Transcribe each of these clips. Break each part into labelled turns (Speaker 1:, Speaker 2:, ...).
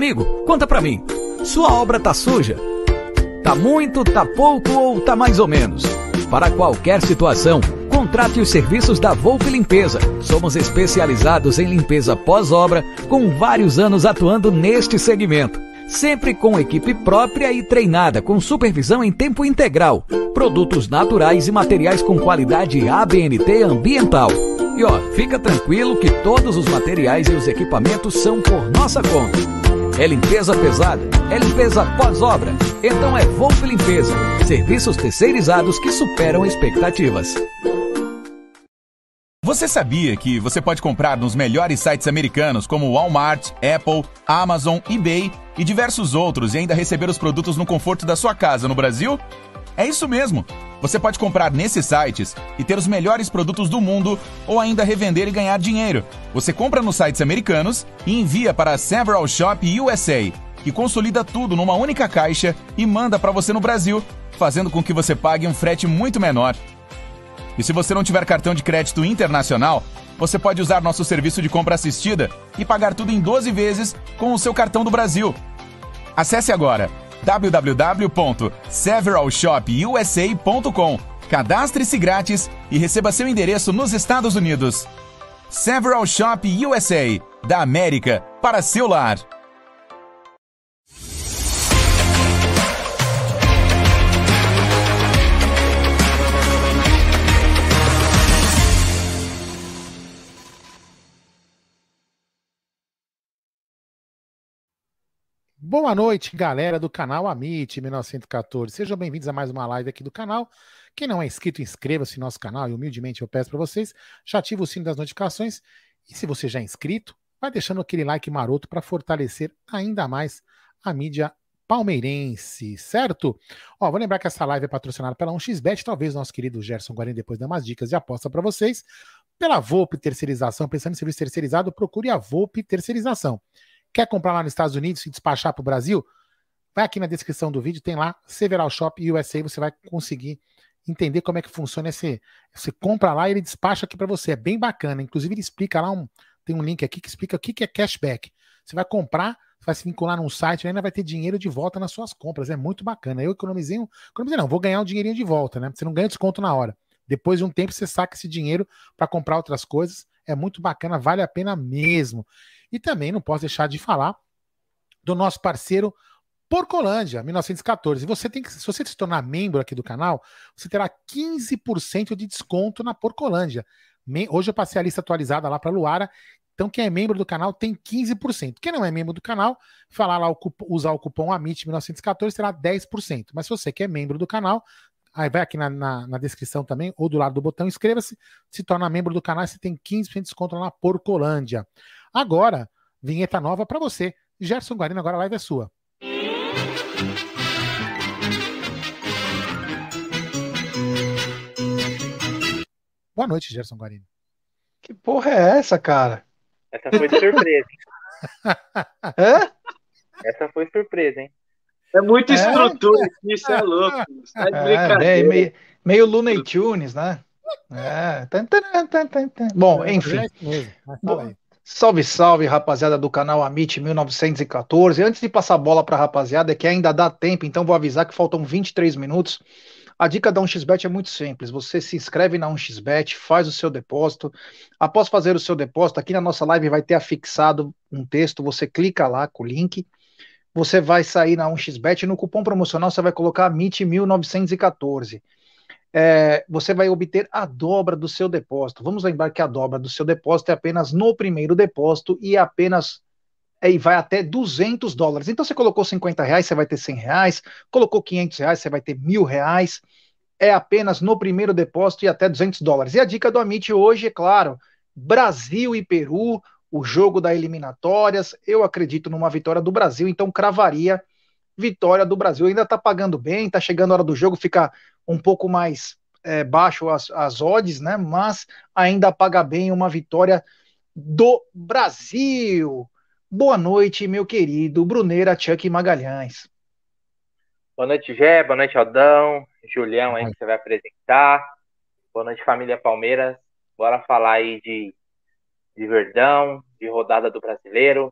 Speaker 1: Amigo, conta pra mim. Sua obra tá suja? Tá muito, tá pouco ou tá mais ou menos? Para qualquer situação, contrate os serviços da Volpe Limpeza. Somos especializados em limpeza pós-obra, com vários anos atuando neste segmento. Sempre com equipe própria e treinada, com supervisão em tempo integral. Produtos naturais e materiais com qualidade ABNT ambiental. E fica tranquilo que todos os materiais e os equipamentos são por nossa conta. É limpeza pesada, é limpeza pós-obra. Então é Volpe Limpeza. Serviços terceirizados que superam expectativas.
Speaker 2: Você sabia que você pode comprar nos melhores sites americanos como Walmart, Apple, Amazon, eBay e diversos outros e ainda receber os produtos no conforto da sua casa no Brasil? É isso mesmo! Você pode comprar nesses sites e ter os melhores produtos do mundo ou ainda revender e ganhar dinheiro. Você compra nos sites americanos e envia para a Several Shop USA, que consolida tudo numa única caixa e manda para você no Brasil, fazendo com que você pague um frete muito menor. E se você não tiver cartão de crédito internacional, você pode usar nosso serviço de compra assistida e pagar tudo em 12 vezes com o seu cartão do Brasil. Acesse agora www.severalshopusa.com. Cadastre-se grátis e receba seu endereço nos Estados Unidos. Several Shop USA, da América para seu lar.
Speaker 3: Boa noite, galera do canal Amit 1914. Sejam bem-vindos a mais uma live aqui do canal. Quem não é inscrito, inscreva-se no nosso canal e humildemente eu peço para vocês, já ativa o sino das notificações e se você já é inscrito, vai deixando aquele like maroto para fortalecer ainda mais a mídia palmeirense, certo? Vou lembrar que essa live é patrocinada pela 1xBet, talvez o nosso querido Gerson Guarani depois dê umas dicas de aposta para vocês. Pela Volpe Terceirização, pensando em serviço terceirizado, procure a Volpe Terceirização. Quer comprar lá nos Estados Unidos e despachar para o Brasil? Vai aqui na descrição do vídeo, tem lá Several Shop USA, você vai conseguir entender como é que funciona você compra lá e ele despacha aqui para você, é bem bacana, inclusive ele explica lá, tem um link aqui que explica o que é cashback. Você vai comprar, vai se vincular num site e ainda vai ter dinheiro de volta nas suas compras, é muito bacana. Eu economizei não, vou ganhar um dinheirinho de volta, né? Você não ganha desconto na hora. Depois de um tempo você saca esse dinheiro para comprar outras coisas, é muito bacana, vale a pena mesmo. E também não posso deixar de falar do nosso parceiro Porcolândia 1914. Se você se tornar membro aqui do canal, você terá 15% de desconto na Porcolândia. Hoje eu passei a lista atualizada lá para a Luara. Então quem é membro do canal tem 15%. Quem não é membro do canal, falar lá usar o cupom AMIT1914 terá 10%. Mas se você que é membro do canal, aí vai aqui na descrição também, ou do lado do botão inscreva-se, se torna membro do canal e você tem 15% de desconto lá na Porcolândia. Agora, vinheta nova para você. Gerson Guarino, agora a live é sua. Boa noite, Gerson Guarino.
Speaker 4: Que porra é essa, cara?
Speaker 5: Essa foi de surpresa, hein?
Speaker 4: Hã?
Speaker 5: Essa foi surpresa, hein?
Speaker 6: É muita estrutura aqui, isso é louco. Isso tá de brincadeira.
Speaker 4: Meio Looney Tunes, né? Bom, enfim.
Speaker 3: Fala aí.
Speaker 4: Salve, salve, rapaziada do canal Amit 1914. Antes de passar a bola pra rapaziada, que ainda dá tempo, então vou avisar que faltam 23 minutos. A dica da 1xBet é muito simples. Você se inscreve na 1xBet, faz o seu depósito. Após fazer o seu depósito, aqui na nossa live vai ter afixado um texto. Você clica lá com o link. Você vai sair na 1xBet e no cupom promocional você vai colocar Amit 1914. Você vai obter a dobra do seu depósito. Vamos lembrar que a dobra do seu depósito é apenas no primeiro depósito e vai até $200. Então você colocou R$50, você vai ter R$100. Colocou R$500, você vai ter R$1.000. É apenas no primeiro depósito e até $200. E a dica do Amit hoje, é claro, Brasil e Peru, o jogo da eliminatórias. Eu acredito numa vitória do Brasil, então cravaria vitória do Brasil. Ainda tá pagando bem, tá chegando a hora do jogo, fica um pouco mais baixo as odds, né? Mas ainda paga bem uma vitória do Brasil. Boa noite, meu querido Bruneira Chuck Magalhães.
Speaker 5: Boa noite, Gé. Boa noite, Aldão. Julião aí que você vai apresentar. Boa noite, família Palmeiras. Bora falar aí de Verdão, de rodada do Brasileiro.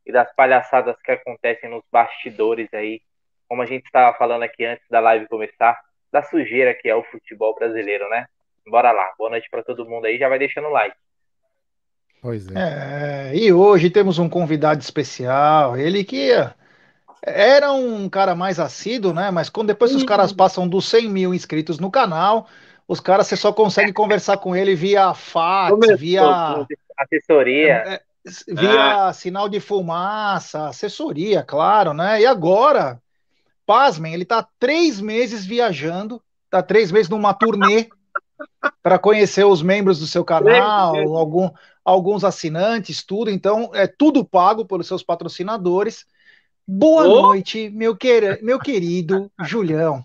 Speaker 5: e das palhaçadas que acontecem nos bastidores aí, como a gente estava falando aqui antes da live começar, da sujeira que é o futebol brasileiro, né? Bora lá. Boa noite para todo mundo aí. Já vai deixando o like.
Speaker 3: Pois é.
Speaker 4: E hoje temos um convidado especial. Ele que era um cara mais assíduo, né? Mas depois que os caras passam dos 100 mil inscritos no canal, os caras você só consegue conversar com ele via fax, via
Speaker 5: assessoria,
Speaker 4: via sinal de fumaça, assessoria, claro, né? E agora, pasmem, ele tá 3 meses viajando, tá 3 meses numa turnê para conhecer os membros do seu canal, alguns assinantes, tudo. Então, é tudo pago pelos seus patrocinadores. Boa noite, meu querido Julião.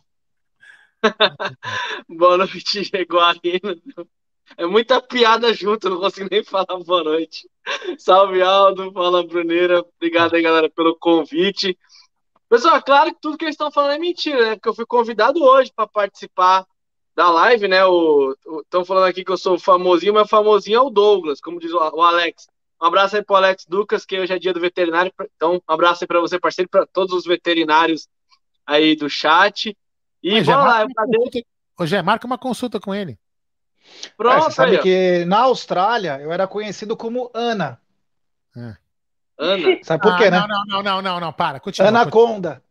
Speaker 6: Boa noite, Guarino. É muita piada junto, não consigo nem falar boa noite. Salve, Aldo. Fala, Bruneira. Obrigado aí, galera, pelo convite. Pessoal, claro que tudo que eles estão falando é mentira, né? Porque eu fui convidado hoje para participar da live, né? Estão falando aqui que eu sou famosinho, mas famosinho é o Douglas, como diz o Alex. Um abraço aí pro Alex Ducas, que hoje é dia do veterinário. Então, um abraço aí para você, parceiro, para todos os veterinários aí do chat. E bora lá.
Speaker 3: Hoje marca uma consulta com ele.
Speaker 4: Pronto, você sabe que na Austrália eu era conhecido como Ana.
Speaker 6: Ana?
Speaker 4: Sabe por quê, né?
Speaker 3: Não, para. Continua.
Speaker 4: Anaconda.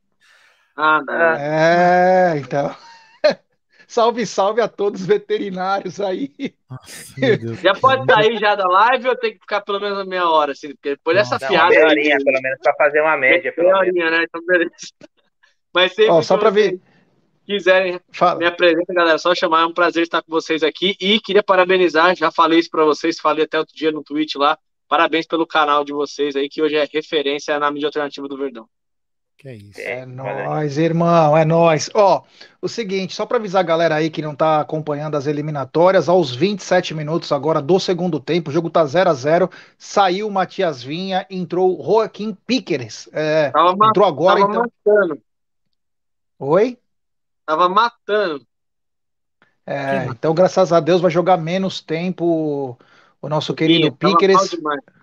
Speaker 6: Não.
Speaker 4: Então. Salve a todos os veterinários aí.
Speaker 3: Nossa, meu Deus.
Speaker 6: Já pode sair já da live ou tem que ficar pelo menos meia hora, assim? Porque depois dessa piada.
Speaker 5: Meia horinha, pelo menos, para fazer uma média.
Speaker 6: Meia horinha, né? Então, beleza. Mas sempre
Speaker 4: só para ver.
Speaker 6: Quiserem, me apresenta, galera. Só chamar, é um prazer estar com vocês aqui. E queria parabenizar, já falei isso para vocês, falei até outro dia no Twitch lá. Parabéns pelo canal de vocês aí, que hoje é referência na mídia alternativa do Verdão.
Speaker 3: Que é isso.
Speaker 4: É nóis, irmão, é nóis. O seguinte, só para avisar a galera aí que não tá acompanhando as eliminatórias, aos 27 minutos agora do segundo tempo, o jogo tá 0-0, saiu o Matias Vinha, entrou o Joaquim Píqueres. Entrou agora, então.
Speaker 6: Matando.
Speaker 4: Oi?
Speaker 6: Tava matando.
Speaker 4: Então, graças a Deus, vai jogar menos tempo o nosso querido Píqueres.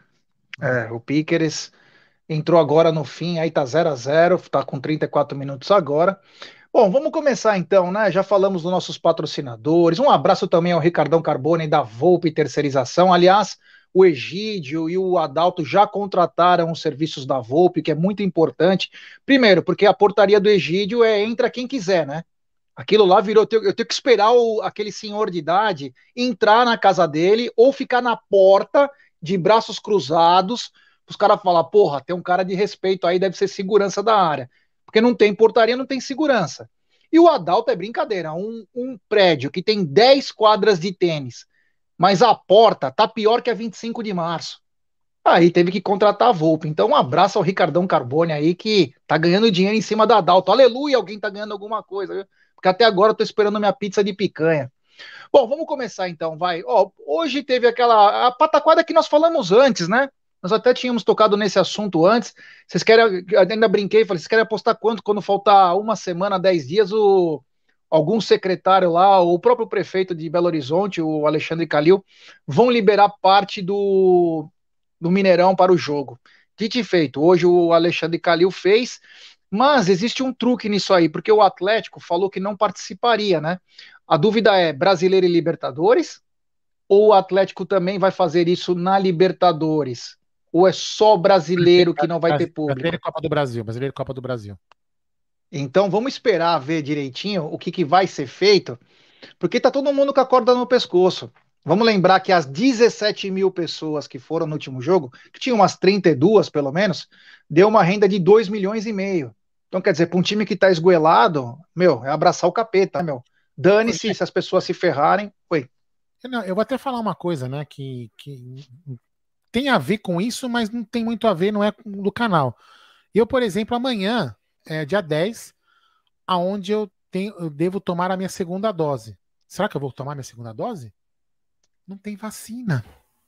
Speaker 4: O Píqueres entrou agora no fim, aí tá 0-0, tá com 34 minutos agora. Bom, vamos começar então, né? Já falamos dos nossos patrocinadores. Um abraço também ao Ricardão Carbone da Volpe Terceirização. Aliás, o Egídio e o Adalto já contrataram os serviços da Volpe, que é muito importante. Primeiro, porque a portaria do Egídio entra quem quiser, né? Aquilo lá virou, eu tenho que esperar aquele senhor de idade entrar na casa dele ou ficar na porta de braços cruzados, os caras falam, porra, tem um cara de respeito aí, deve ser segurança da área. Porque não tem portaria, não tem segurança. E o Adalto é brincadeira, um prédio que tem 10 quadras de tênis, mas a porta tá pior que a 25 de março. Aí teve que contratar a Volpe. Então um abraço ao Ricardão Carbone aí, que tá ganhando dinheiro em cima da Adalto. Aleluia, alguém tá ganhando alguma coisa, viu? Porque até agora eu tô esperando minha pizza de picanha. Bom, vamos começar então, vai. Hoje teve a pataquada que nós falamos antes, né? Nós até tínhamos tocado nesse assunto antes. Vocês querem, ainda brinquei, falei, vocês querem apostar quanto quando faltar uma semana, 10 dias, algum secretário lá, o próprio prefeito de Belo Horizonte, o Alexandre Calil, vão liberar parte do Mineirão para o jogo. Dito e feito, hoje o Alexandre Calil fez, mas existe um truque nisso aí, porque o Atlético falou que não participaria, né? A dúvida é, Brasileiro e Libertadores? Ou o Atlético também vai fazer isso na Libertadores? Ou é só brasileiro que não vai ter público?
Speaker 3: Brasileiro e Copa do Brasil, Brasileiro e Copa do Brasil.
Speaker 4: Então vamos esperar ver direitinho o que vai ser feito, porque tá todo mundo com a corda no pescoço. Vamos lembrar que as 17 mil pessoas que foram no último jogo, que tinham umas 32 pelo menos, deu uma renda de 2,5 milhões. Então quer dizer, para um time que tá esgoelado, é abraçar o capeta, Dane-se se as pessoas se ferrarem. Oi.
Speaker 3: Não, eu vou até falar uma coisa, né, que tem a ver com isso, mas não tem muito a ver, não é do canal. Eu, por exemplo, amanhã, dia 10, aonde eu devo tomar a minha segunda dose. Será que eu vou tomar minha segunda dose? Não tem vacina.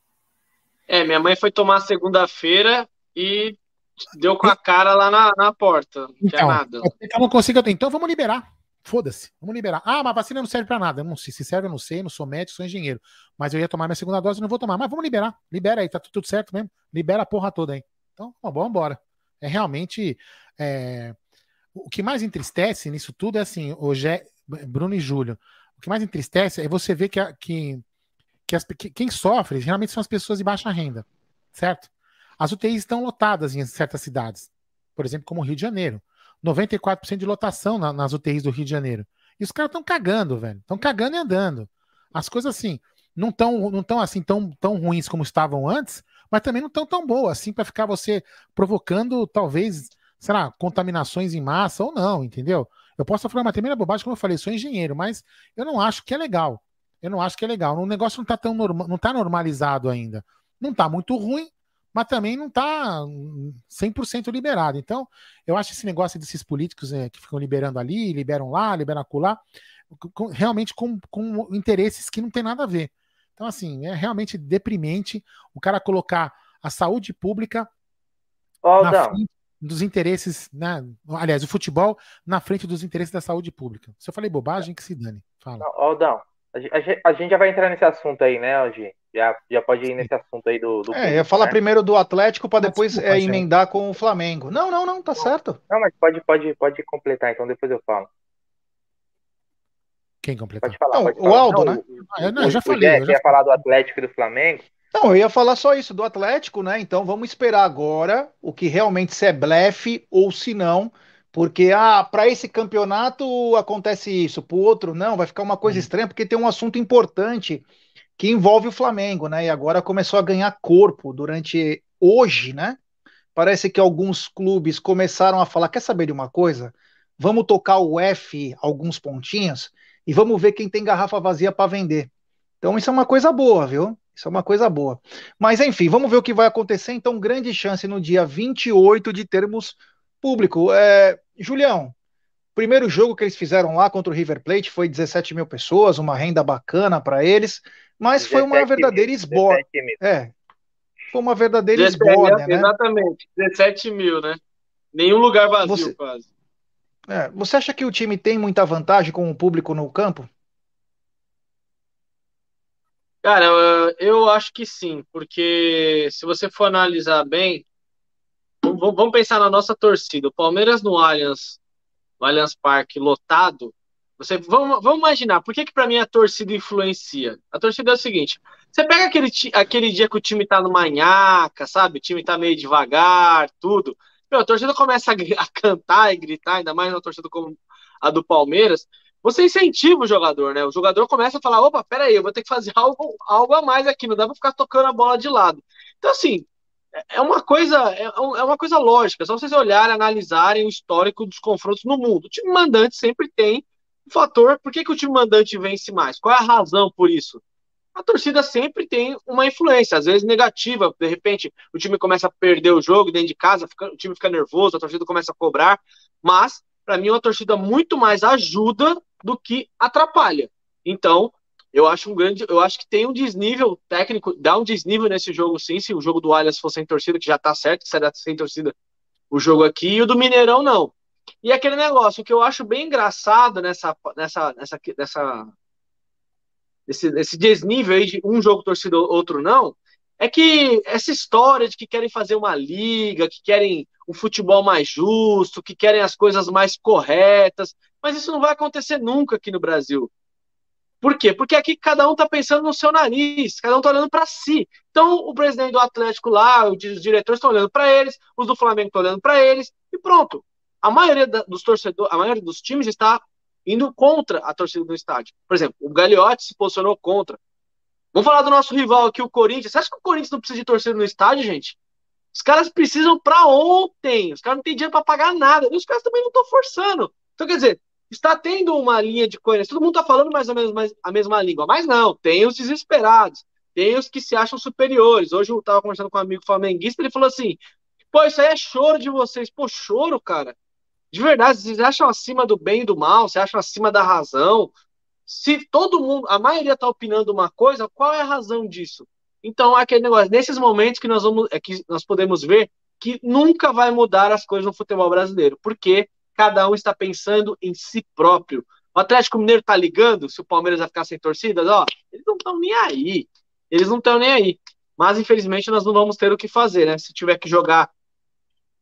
Speaker 6: Minha mãe foi tomar segunda-feira e deu com a cara lá na porta. Não tinha nada.
Speaker 3: Eu não consigo. Então vamos liberar. Foda-se, vamos liberar. Ah, mas a vacina não serve pra nada. Não sei se serve, eu não sei, não sou médico, sou engenheiro. Mas eu ia tomar minha segunda dose e não vou tomar. Mas vamos liberar. Libera aí, tá tudo certo mesmo. Libera a porra toda aí. Então, vamos embora. É realmente... o que mais entristece nisso tudo é assim, Bruno e Júlio, o que mais entristece é você ver que quem sofre geralmente são as pessoas de baixa renda, certo? As UTIs estão lotadas em certas cidades, por exemplo, como o Rio de Janeiro. 94% de lotação nas UTIs do Rio de Janeiro. E os caras estão cagando, velho. Estão cagando e andando. As coisas assim, não estão assim tão ruins como estavam antes, mas também não estão tão boas assim para ficar você provocando, talvez, sei lá, contaminações em massa ou não, entendeu? Eu posso falar uma tremenda bobagem, como eu falei, sou engenheiro, mas eu não acho que é legal. Eu não acho que é legal. O negócio não está não tá normalizado ainda. Não está muito ruim, mas também não está 100% liberado. Então, eu acho esse negócio desses políticos que ficam liberando ali, liberam lá, liberam acolá, realmente com interesses que não tem nada a ver. Então, assim, é realmente deprimente o cara colocar a saúde pública na frente dos interesses, né? Aliás, o futebol na frente dos interesses da saúde pública. Se eu falei bobagem, que se dane. Fala.
Speaker 5: Aldão, a gente já vai entrar nesse assunto aí, né, Algi? Já pode ir nesse assunto aí do
Speaker 4: eu ia falar primeiro do Atlético para depois
Speaker 3: desculpa,
Speaker 4: emendar com o Flamengo. Não, tá certo.
Speaker 5: Não, mas pode completar, então depois eu falo.
Speaker 3: Quem completar?
Speaker 5: Pode falar.
Speaker 4: O Aldo, né?
Speaker 5: Eu já falei. Você ia falar do Atlético e do Flamengo?
Speaker 4: Não, eu ia falar só isso, do Atlético, né? Então vamos esperar agora o que realmente se é blefe ou se não, porque para esse campeonato acontece isso, para o outro não, vai ficar uma coisa estranha, porque tem um assunto importante que envolve o Flamengo, né? E agora começou a ganhar corpo durante hoje, né? Parece que alguns clubes começaram a falar, quer saber de uma coisa? Vamos tocar o F alguns pontinhos e vamos ver quem tem garrafa vazia para vender. Então isso é uma coisa boa, viu? Isso é uma coisa boa. Mas enfim, vamos ver o que vai acontecer. Então, grande chance no dia 28 de termos público. Julião, primeiro jogo que eles fizeram lá contra o River Plate foi 17 mil pessoas, uma renda bacana para eles, mas foi uma verdadeira esbórnia. Foi uma verdadeira esbórnia, né?
Speaker 6: Exatamente, 17 mil, né? Nenhum lugar vazio quase.
Speaker 4: Você acha que o time tem muita vantagem com o público no campo?
Speaker 6: Cara, eu acho que sim, porque se você for analisar bem, vamos pensar na nossa torcida. O Palmeiras no Allianz Parque lotado, vamos imaginar, por que para mim a torcida influencia? A torcida é o seguinte, você pega aquele dia que o time tá numa nhaca, sabe? O time tá meio devagar, tudo. A torcida começa a cantar e gritar, ainda mais uma torcida como a do Palmeiras, você incentiva o jogador, né? O jogador começa a falar, opa, peraí, eu vou ter que fazer algo a mais aqui, não dá pra ficar tocando a bola de lado. Então, assim, é uma coisa lógica, só vocês olharem, analisarem o histórico dos confrontos no mundo. O time mandante sempre tem um fator, por que o time mandante vence mais? Qual é a razão por isso? A torcida sempre tem uma influência, às vezes negativa, de repente o time começa a perder o jogo dentro de casa, o time fica nervoso, a torcida começa a cobrar, mas para mim uma torcida muito mais ajuda do que atrapalha. Então, eu acho que tem um desnível técnico, dá um desnível nesse jogo sim, se o jogo do Allianz for sem torcida, que já tá certo, que será sem torcida o jogo aqui, e o do Mineirão não. E aquele negócio, o que eu acho bem engraçado esse desnível aí de um jogo torcida, outro não, é que essa história de que querem fazer uma liga, que querem um futebol mais justo, que querem as coisas mais corretas, mas isso não vai acontecer nunca aqui no Brasil. Por quê? Porque aqui cada um está pensando no seu nariz, cada um está olhando para si. Então, o presidente do Atlético lá, os diretores estão olhando para eles, os do Flamengo estão olhando para eles, e pronto. A maioria dos torcedores, a maioria dos times está indo contra a torcida do estádio. Por exemplo, o Gagliotti se posicionou contra. Vamos falar do nosso rival aqui, o Corinthians. Você acha que o Corinthians não precisa de torcida no estádio, gente? Os caras precisam para ontem. Os caras não têm dinheiro para pagar nada. E os caras também não estão forçando. Então, quer dizer, está tendo uma linha de coerência. Todo mundo está falando mais ou menos a mesma língua. Mas não, tem os desesperados. Tem os que se acham superiores. Hoje eu estava conversando com um amigo flamenguista, ele falou assim, pô, isso aí é choro de vocês. Pô, choro, cara. De verdade, vocês acham acima do bem e do mal? Vocês acham acima da razão? Se todo mundo, a maioria está opinando uma coisa, qual é a razão disso? Então, aquele negócio, nesses momentos que nós podemos ver que nunca vai mudar as coisas no futebol brasileiro, porque cada um está pensando em si próprio. O Atlético Mineiro está ligando se o Palmeiras vai ficar sem torcidas? Ó, eles não estão nem aí. Eles não estão nem aí. Mas, infelizmente, nós não vamos ter o que fazer, né? Se tiver que jogar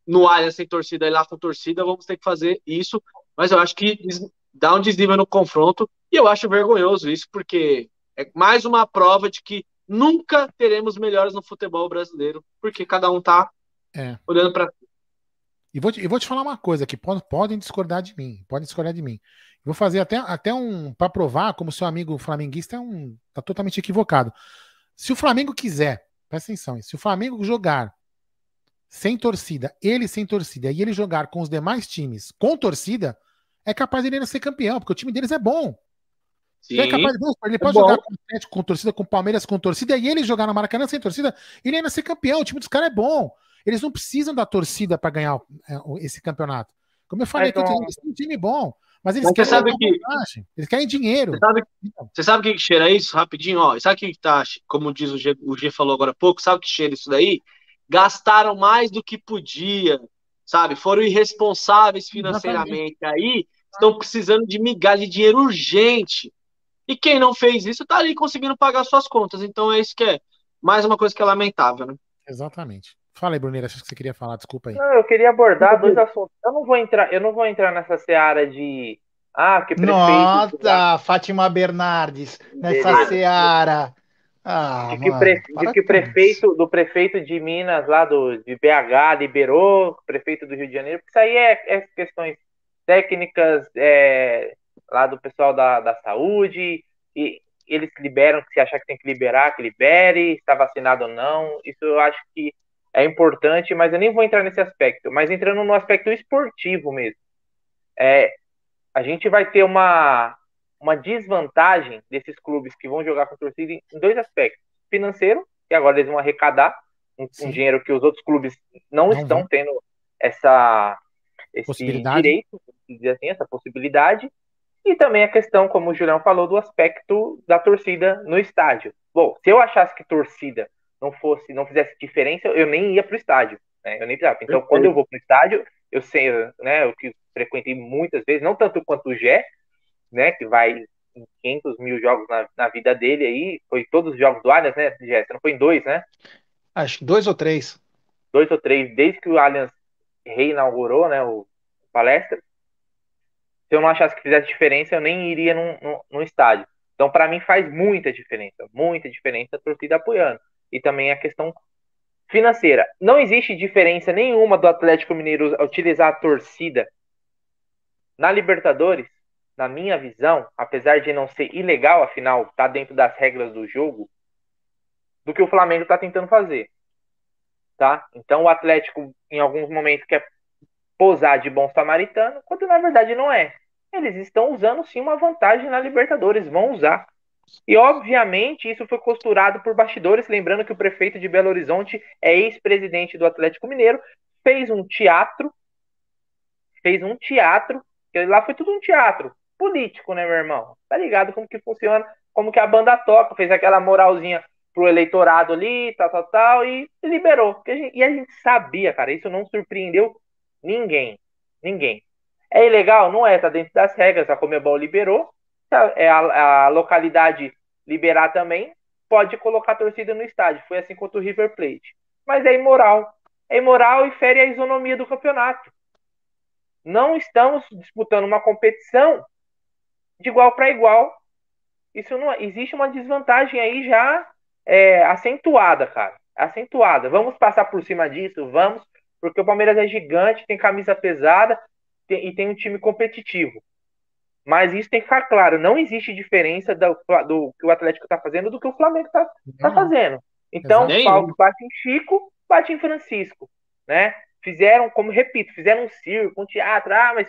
Speaker 6: no Allianz sem torcida e lá com torcida, vamos ter que fazer isso. Mas eu acho que dá um desnível no confronto, e eu acho vergonhoso isso, porque é mais uma prova de que nunca teremos melhores no futebol brasileiro, porque cada um tá olhando para.
Speaker 3: E vou te falar uma coisa que podem discordar de mim. Podem discordar de mim. Vou fazer até um. Para provar como seu amigo flamenguista tá totalmente equivocado. Se o Flamengo quiser, presta atenção, se o Flamengo jogar sem torcida, ele sem torcida, e ele jogar com os demais times com torcida, é capaz de ele ainda ser campeão, porque o time deles é bom.
Speaker 6: Sim,
Speaker 3: é capaz ele pode jogar com o Atlético com torcida, com o Palmeiras com torcida, e ele jogar no Maracanã sem torcida, ele ainda ser campeão. O time dos caras é bom. Eles não precisam da torcida para ganhar esse campeonato. Como eu falei, eles têm um time bom, mas eles querem vantagem, eles querem dinheiro.
Speaker 6: Você sabe o que cheira isso? Rapidinho, ó. Sabe o que tá, como diz o G falou agora há pouco, sabe o que cheira isso daí? Gastaram mais do que podia, sabe? Foram irresponsáveis financeiramente. Aí estão precisando de migalha de dinheiro urgente. E quem não fez isso tá ali conseguindo pagar suas contas. Então é isso que é mais uma coisa que é lamentável, né?
Speaker 3: Exatamente. Fala aí, Bruneira, acho que você queria falar, desculpa aí.
Speaker 5: Não, eu queria abordar dois assuntos. Eu não vou entrar nessa seara de que prefeito.
Speaker 4: Nossa, Fátima Bernardes, nessa seara.
Speaker 5: Do prefeito de Minas, lá de BH, liberou, prefeito do Rio de Janeiro, porque isso aí é questões técnicas lá do pessoal da saúde, e eles liberam, se achar que tem que liberar, que libere, está vacinado ou não. Isso eu acho que é importante, mas eu nem vou entrar nesse aspecto. Mas entrando no aspecto esportivo mesmo. A gente vai ter uma desvantagem desses clubes que vão jogar com torcida em dois aspectos. Financeiro, que agora eles vão arrecadar um dinheiro que os outros clubes não estão tendo esse direito, dizer assim, essa possibilidade. E também a questão, como o Julião falou, do aspecto da torcida no estádio. Bom, se eu achasse que torcida não fizesse diferença, eu nem ia para o estádio. Né? Eu nem precisava. Então, quando eu vou para o estádio, eu sei, né, eu que frequentei muitas vezes, não tanto quanto o Gé, né, que vai em 500 mil jogos na vida dele aí, foi todos os jogos do Allianz, né, Gé? Você não foi em 2, né?
Speaker 4: Acho que 2 ou 3.
Speaker 5: 2 ou 3, desde que o Allianz reinaugurou, né, o palestra. Se eu não achasse que fizesse diferença, eu nem iria no estádio. Então, para mim, faz muita diferença a torcida apoiando. E também a questão financeira. Não existe diferença nenhuma do Atlético Mineiro utilizar a torcida na Libertadores, na minha visão, apesar de não ser ilegal, afinal, está dentro das regras do jogo, do que o Flamengo está tentando fazer. Tá? Então, o Atlético, em alguns momentos, quer posar de bom samaritano, quando na verdade não é. Eles estão usando sim uma vantagem na Libertadores, vão usar. E obviamente isso foi costurado por bastidores, lembrando que o prefeito de Belo Horizonte é ex-presidente do Atlético Mineiro, fez um teatro, que lá foi tudo um teatro político, né, meu irmão? Tá ligado como que funciona, como que a banda toca, fez aquela moralzinha pro eleitorado ali, tal, e liberou. E a gente sabia, cara, isso não surpreendeu ninguém. É ilegal? Não é, tá dentro das regras, a Conmebol liberou, a localidade liberar também, pode colocar a torcida no estádio, foi assim contra o River Plate. Mas é imoral e fere a isonomia do campeonato. Não estamos disputando uma competição de igual para igual. Isso não existe uma desvantagem aí já acentuada, cara. Acentuada. Vamos passar por cima disso? Vamos, porque o Palmeiras é gigante, tem camisa pesada e tem um time competitivo. Mas isso tem que ficar claro. Não existe diferença do que o Atlético está fazendo do que o Flamengo está fazendo. Então, Paulo bate em Chico, bate em Francisco. Né? Fizeram um circo, um teatro. Mas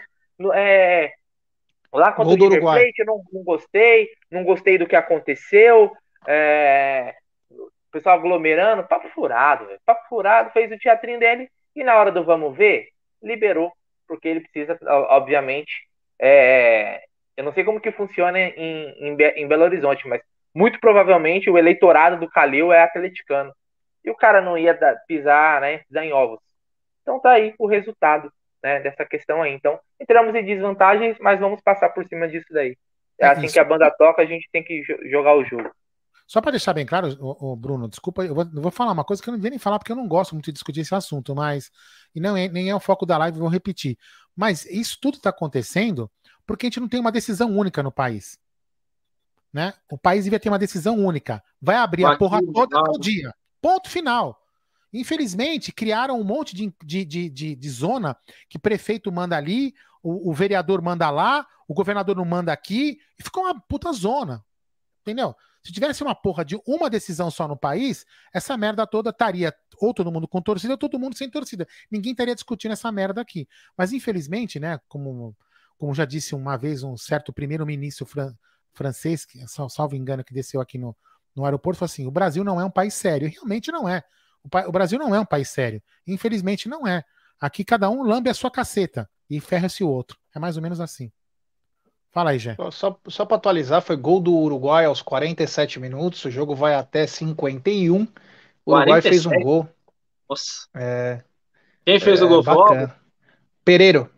Speaker 5: lá contra o River Plate eu não gostei do que aconteceu. O pessoal aglomerando, papo furado, fez o teatrinho dele e na hora do vamos ver, liberou, porque ele precisa, obviamente, eu não sei como que funciona em Belo Horizonte, mas muito provavelmente o eleitorado do Calil é atleticano, e o cara não ia pisar em ovos. Então tá aí o resultado, né, dessa questão aí. Então, entramos em desvantagens, mas vamos passar por cima disso daí. É assim isso. Que a banda toca, a gente tem que jogar o jogo.
Speaker 3: Só para deixar bem claro, Bruno, desculpa, eu vou falar uma coisa que eu não devia nem falar, porque eu não gosto muito de discutir esse assunto, mas e não nem é o foco da live, vou repetir. Mas isso tudo está acontecendo porque a gente não tem uma decisão única no país. Né? O país devia ter uma decisão única. Vai abrir a porra toda todo dia. Ponto final. Infelizmente, criaram um monte de zona que prefeito manda ali, o vereador manda lá, o governador não manda aqui, e ficou uma puta zona. Entendeu? Se tivesse uma porra de uma decisão só no país, essa merda toda estaria ou todo mundo com torcida ou todo mundo sem torcida. Ninguém estaria discutindo essa merda aqui. Mas infelizmente, né, como já disse uma vez um certo primeiro-ministro francês, que, salvo engano, que desceu aqui no aeroporto, falou assim: o Brasil não é um país sério. E realmente não é. O Brasil não é um país sério. Infelizmente não é. Aqui cada um lambe a sua caceta e ferra-se o outro. É mais ou menos assim. Fala aí, Gé.
Speaker 4: Só para atualizar, foi gol do Uruguai aos 47 minutos, o jogo vai até 51. O Uruguai
Speaker 6: 47?
Speaker 4: fez um gol.
Speaker 6: Nossa. Quem fez o gol?
Speaker 4: Bacana. Pereiro.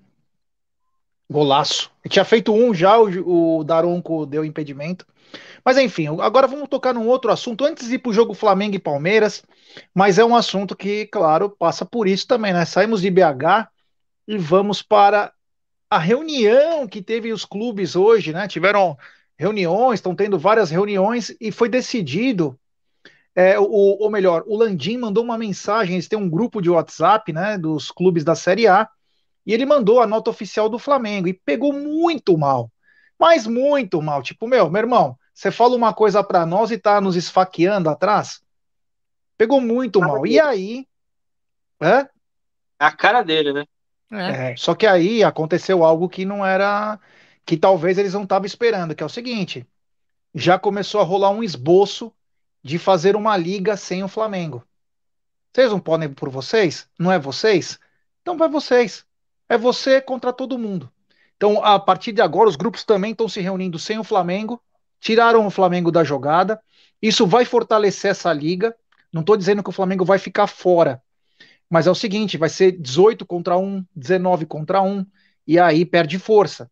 Speaker 4: Golaço. Tinha feito um já, o Daronco deu impedimento. Mas enfim, agora vamos tocar num outro assunto, antes de ir pro jogo Flamengo e Palmeiras, mas é um assunto que, claro, passa por isso também, né? Saímos de BH e vamos para a reunião que teve os clubes hoje, né? Tiveram reuniões, estão tendo várias reuniões e foi decidido, ou melhor, o Landim mandou uma mensagem, eles têm um grupo de WhatsApp, né, dos clubes da Série A, e ele mandou a nota oficial do Flamengo e pegou muito mal, mas muito mal. Tipo, meu irmão, você fala uma coisa pra nós e tá nos esfaqueando atrás? Pegou muito mal. E aí,
Speaker 6: é a cara dele, né?
Speaker 4: Só que aí aconteceu algo que não era, que talvez eles não estavam esperando, que é o seguinte: já começou a rolar um esboço de fazer uma liga sem o Flamengo. Vocês não podem ir por vocês? Não é vocês? Então vai vocês. É você contra todo mundo. Então, a partir de agora, os grupos também estão se reunindo sem o Flamengo, tiraram o Flamengo da jogada. Isso vai fortalecer essa liga. Não estou dizendo que o Flamengo vai ficar fora, mas é o seguinte: vai ser 18 contra 1, 19 contra 1, e aí perde força.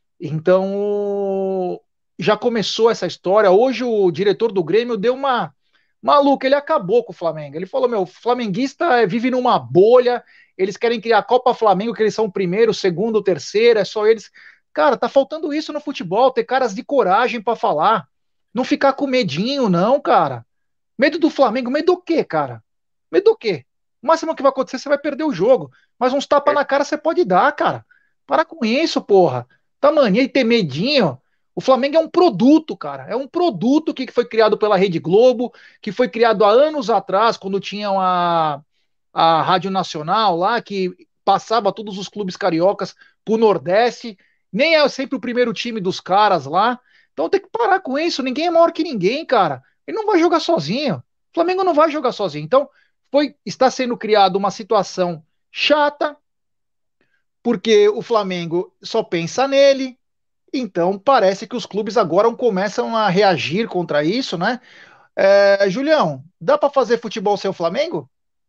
Speaker 4: Então, já começou essa história. Hoje, o diretor do Grêmio deu uma. Maluco, ele acabou com o Flamengo. Ele falou: meu, flamenguista vive numa bolha, eles querem criar a Copa Flamengo, que eles são o primeiro, o segundo, o terceiro, é só eles. Cara, tá faltando isso no futebol, ter caras de coragem para falar. Não ficar com medinho, não, cara. Medo do Flamengo, medo do quê, cara? Medo do quê? O máximo que vai acontecer, você vai perder o jogo. Mas uns tapas na cara você pode dar, cara. Para com isso, porra. Tá mania de ter medinho. O Flamengo é um produto, cara. É um produto que foi criado pela Rede Globo, que foi criado há anos atrás, quando tinham a Rádio Nacional lá, que passava todos os clubes cariocas pro Nordeste. Nem é sempre o primeiro time dos caras lá. Então tem que parar com isso. Ninguém é maior que ninguém, cara. Ele não vai jogar sozinho. O Flamengo não vai jogar sozinho. Então está sendo criada uma situação chata, porque o Flamengo só pensa nele. Então, parece que os clubes agora começam a reagir contra isso, né? Julião, dá para fazer futebol sem o Flamengo?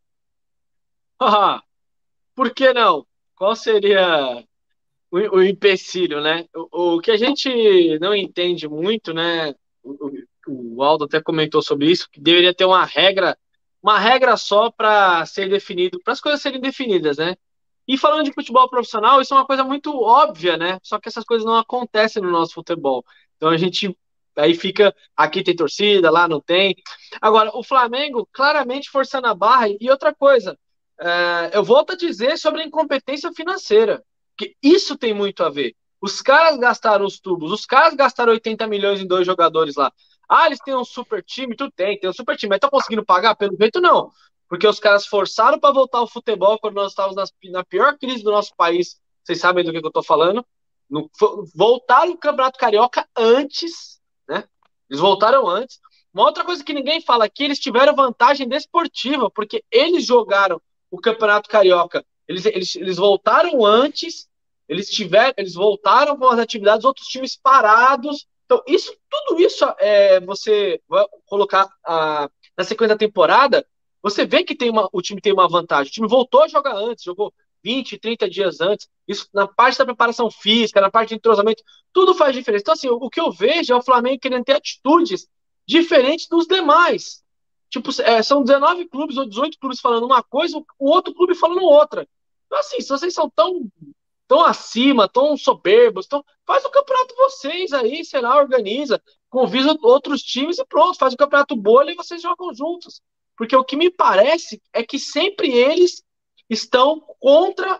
Speaker 6: Por que não? Qual seria o empecilho, né? O que a gente não entende muito, né? O Aldo até comentou sobre isso, que deveria ter uma regra só para ser definido, para as coisas serem definidas, né? E falando de futebol profissional, isso é uma coisa muito óbvia, né? Só que essas coisas não acontecem no nosso futebol. Então a gente aí fica, aqui tem torcida, lá não tem. Agora, o Flamengo claramente forçando a barra. E outra coisa, eu volto a dizer sobre a incompetência financeira, que isso tem muito a ver. Os caras gastaram os tubos, os caras gastaram 80 milhões em 2 jogadores lá. Ah, eles têm um super time, tu tem um super time, mas estão conseguindo pagar? Pelo jeito não. Porque os caras forçaram para voltar ao futebol quando nós estávamos na pior crise do nosso país. Vocês sabem do que eu estou falando. Voltaram o Campeonato Carioca antes, né? Eles voltaram antes. Uma outra coisa que ninguém fala aqui, eles tiveram vantagem desportiva, porque eles jogaram o Campeonato Carioca. Eles voltaram antes, eles voltaram com as atividades, outros times parados. Então, tudo isso você vai colocar na sequência da temporada. Você vê que o time tem uma vantagem. O time voltou a jogar antes, jogou 20, 30 dias antes. Isso na parte da preparação física, na parte de entrosamento, tudo faz diferença. Então, assim, o que eu vejo é o Flamengo querendo ter atitudes diferente dos demais. Tipo, são 19 clubes ou 18 clubes falando uma coisa, o outro clube falando outra. Então, assim, se vocês são tão acima, tão soberbos, faz o campeonato vocês aí, sei lá, organiza, convida outros times e pronto, faz o campeonato bolha e vocês jogam juntos. Porque o que me parece é que sempre eles estão contra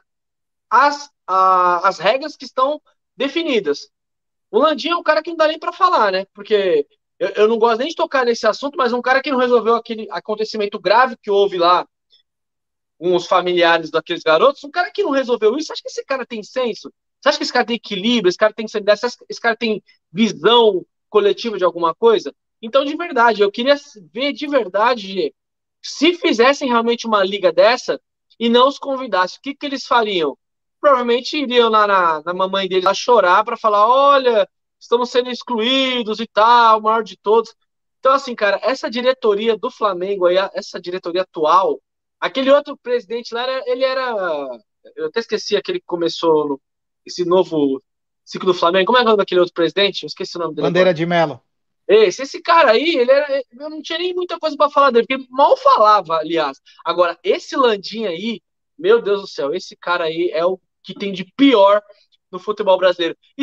Speaker 6: as regras que estão definidas. O Landim é um cara que não dá nem para falar, né? Porque eu não gosto nem de tocar nesse assunto, mas um cara que não resolveu aquele acontecimento grave que houve lá com os familiares daqueles garotos, um cara que não resolveu isso, acha que esse cara tem senso? Você acha que esse cara tem equilíbrio, esse cara tem sanidade, esse cara tem visão coletiva de alguma coisa? Então, de verdade, eu queria ver de verdade, se fizessem realmente uma liga dessa e não os convidassem, o que eles fariam? Provavelmente iriam na mamãe deles a chorar para falar, olha, estamos sendo excluídos e tal, o maior de todos. Então, assim, cara, essa diretoria do Flamengo aí, essa diretoria atual, aquele outro presidente lá, ele era. Eu até esqueci aquele que começou esse novo ciclo do Flamengo. Como é o nome daquele outro presidente? Eu esqueci o nome dele.
Speaker 4: Bandeira de Melo.
Speaker 6: Esse cara aí, eu não tinha nem muita coisa para falar dele, porque mal falava, aliás. Agora, esse Landim aí, meu Deus do céu, esse cara aí é o que tem de pior no futebol brasileiro. E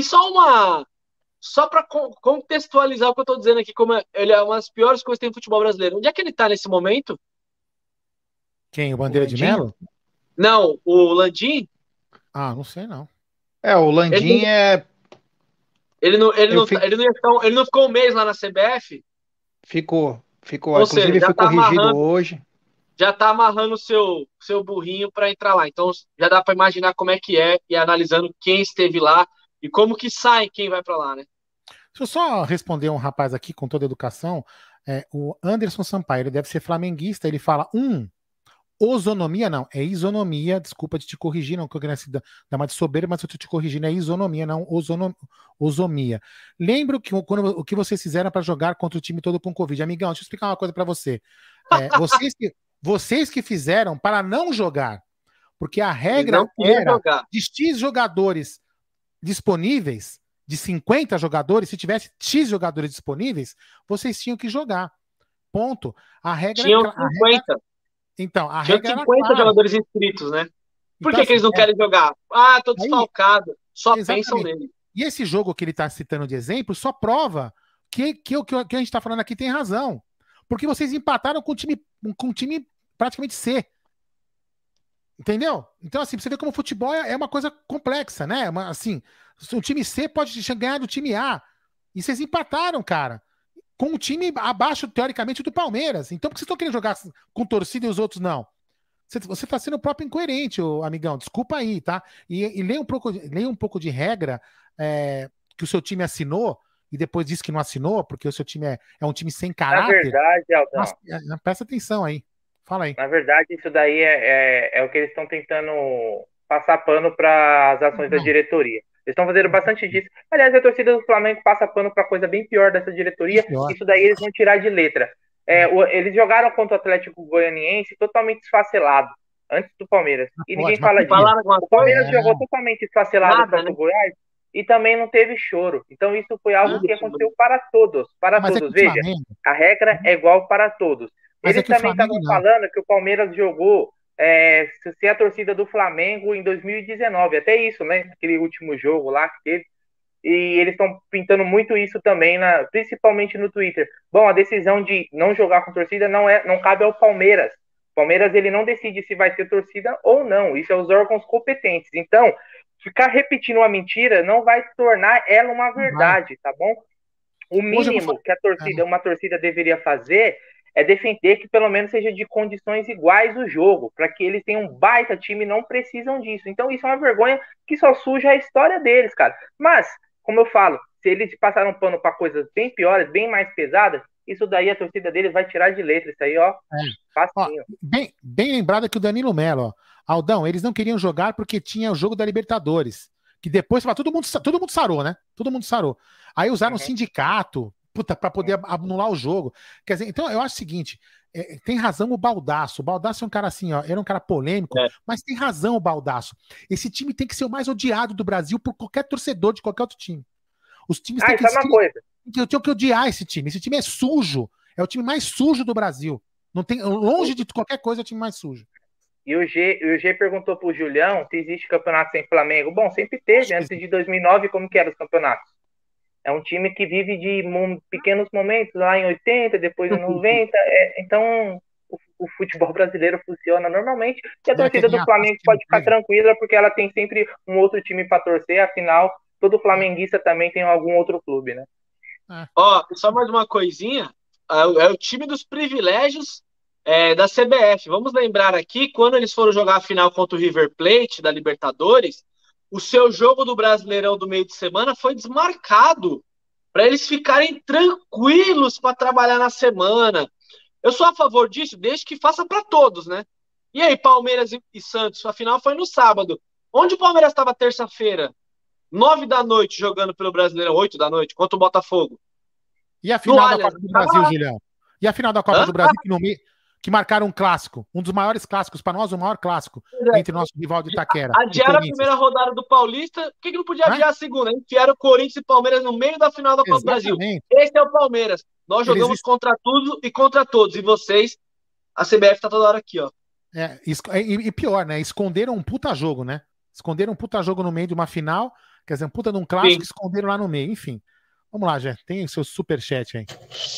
Speaker 6: só para contextualizar o que eu tô dizendo aqui, como ele é uma das piores coisas que tem no futebol brasileiro. Onde é que ele tá nesse momento?
Speaker 3: Quem? O Bandeira de Melo?
Speaker 6: Não, o Landim?
Speaker 3: Ah, não sei não.
Speaker 4: O Landim
Speaker 6: Ele não ficou um mês lá na CBF?
Speaker 4: Ficou.
Speaker 6: Ou
Speaker 4: Inclusive,
Speaker 6: seja,
Speaker 4: foi corrigido hoje.
Speaker 6: Já tá amarrando o seu burrinho para entrar lá. Então, já dá para imaginar como é que é e analisando quem esteve lá e como que sai quem vai para lá, né?
Speaker 3: Deixa eu só responder um rapaz aqui com toda a educação. O Anderson Sampaio, ele deve ser flamenguista. Ele fala, ozonomia não, é isonomia. Desculpa de te corrigir, não que eu queria dar uma de soberba, mas eu tô te corrigindo, é isonomia, não ozomia. Lembro que o que vocês fizeram para jogar contra o time todo com Covid. Amigão, deixa eu explicar uma coisa para você. Vocês que fizeram para não jogar, porque a regra era de X jogadores disponíveis, de 50 jogadores, se tivesse X jogadores disponíveis, vocês tinham que jogar. Ponto. A regra
Speaker 6: tinham 50.
Speaker 3: Então, a
Speaker 6: tinha
Speaker 3: regra
Speaker 6: 50 jogadores inscritos, né? Por
Speaker 3: então,
Speaker 6: que eles não querem jogar? Tô desfalcado. Só pensam nele.
Speaker 3: E esse jogo que ele está citando de exemplo só prova que o que a gente está falando aqui tem razão. Porque vocês empataram com um time praticamente C. Entendeu? Então, assim, você vê como o futebol é uma coisa complexa, né? Assim, o time C pode ganhar do time A. E vocês empataram, cara, com um time abaixo, teoricamente, do Palmeiras. Então, por que vocês estão querendo jogar com torcida e os outros não? Você está sendo próprio incoerente, amigão. Desculpa aí, tá? E leia um pouco de regra que o seu time assinou e depois disse que não assinou, porque o seu time é um time sem caráter.
Speaker 5: Na verdade, Aldão.
Speaker 3: Presta atenção aí. Fala aí.
Speaker 5: Na verdade, isso daí é o que eles estão tentando passar pano para as ações da diretoria. Eles estão fazendo bastante disso. Aliás, a torcida do Flamengo passa pano para coisa bem pior dessa diretoria. Isso daí eles vão tirar de letra. Eles jogaram contra o Atlético Goianiense totalmente esfacelado, antes do Palmeiras. E ninguém fala disso. O Palmeiras jogou totalmente esfacelado contra o Goiás e também não teve choro. Então isso foi algo que aconteceu para todos. Veja, a regra é igual para todos. Eles também estavam falando que o Palmeiras jogou ser a torcida do Flamengo em 2019. Até isso, né? Aquele último jogo lá que teve. E eles estão pintando muito isso também, principalmente no Twitter. Bom, a decisão de não jogar com torcida não cabe ao Palmeiras. O Palmeiras ele não decide se vai ter torcida ou não. Isso é os órgãos competentes. Então, ficar repetindo uma mentira não vai tornar ela uma verdade, tá bom? O mínimo que uma torcida deveria fazer é defender que pelo menos seja de condições iguais o jogo, para que eles tenham um baita time e não precisam disso. Então isso é uma vergonha que só suja a história deles, cara. Mas, como eu falo, se eles passaram pano para coisas bem piores, bem mais pesadas, isso daí a torcida deles vai tirar de letra. Isso aí, facinho.
Speaker 3: Bem lembrado que o Danilo Melo, Aldão, eles não queriam jogar porque tinha o jogo da Libertadores, que depois todo mundo sarou, né? Todo mundo sarou. Aí usaram o sindicato, para poder anular o jogo. Quer dizer, então eu acho o seguinte, tem razão o Baldasso. O Baldasso é um cara assim, era um cara polêmico, mas tem razão o Baldasso. Esse time tem que ser o mais odiado do Brasil por qualquer torcedor de qualquer outro time. Os times têm que
Speaker 5: uma coisa.
Speaker 3: Eu tinha que odiar esse time. Esse time é sujo. É o time mais sujo do Brasil. Não tem, longe de qualquer coisa, é o time mais sujo.
Speaker 5: E o G perguntou pro Julião se existe campeonato sem Flamengo. Bom, sempre teve. Antes de 2009, como que eram os campeonatos? É um time que vive de pequenos momentos, lá em 80, depois em 90. Então, o futebol brasileiro funciona normalmente. E a torcida do Flamengo pode ficar tranquila, porque ela tem sempre um outro time para torcer. Afinal, todo flamenguista também tem algum outro clube, né?
Speaker 6: Ó, só mais uma coisinha. É o time dos privilégios da CBF. Vamos lembrar aqui, quando eles foram jogar a final contra o River Plate da Libertadores, o seu jogo do Brasileirão do meio de semana foi desmarcado para eles ficarem tranquilos para trabalhar na semana. Eu sou a favor disso, desde que faça para todos, né? E aí, Palmeiras e Santos, a final foi no sábado. Onde o Palmeiras estava terça-feira? 9 da noite jogando pelo Brasileirão, 8 da noite, contra o Botafogo.
Speaker 3: E a final da Copa do Brasil, Julião? E a final da Copa do Brasil que marcaram um clássico, um dos maiores clássicos, para nós o maior clássico, entre nosso rival de Itaquera.
Speaker 6: Adiaram a primeira rodada do Paulista, por que não podia adiar a segunda? Enfiaram o Corinthians e Palmeiras no meio da final da Copa do Brasil. Esse é o Palmeiras. Nós jogamos contra tudo e contra todos. E vocês, a CBF tá toda hora aqui, ó.
Speaker 3: E pior, né? Esconderam um puta jogo, né? Esconderam um puta jogo no meio de uma final, quer dizer, um puta de um clássico, esconderam lá no meio, enfim. Vamos lá, Jé, tem o seu superchat aí.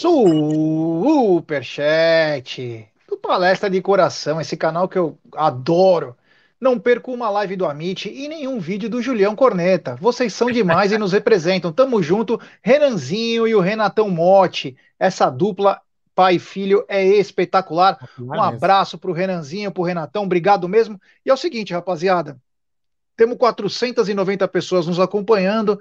Speaker 4: Superchat do Palestra de Coração, esse canal que eu adoro. Não perco uma live do Amit e nenhum vídeo do Julião Corneta. Vocês são demais e nos representam. Tamo junto, Renanzinho e o Renatão Motti. Essa dupla pai e filho é espetacular. Um abraço pro Renanzinho, pro Renatão, obrigado mesmo. E é o seguinte, rapaziada, temos 490 pessoas nos acompanhando,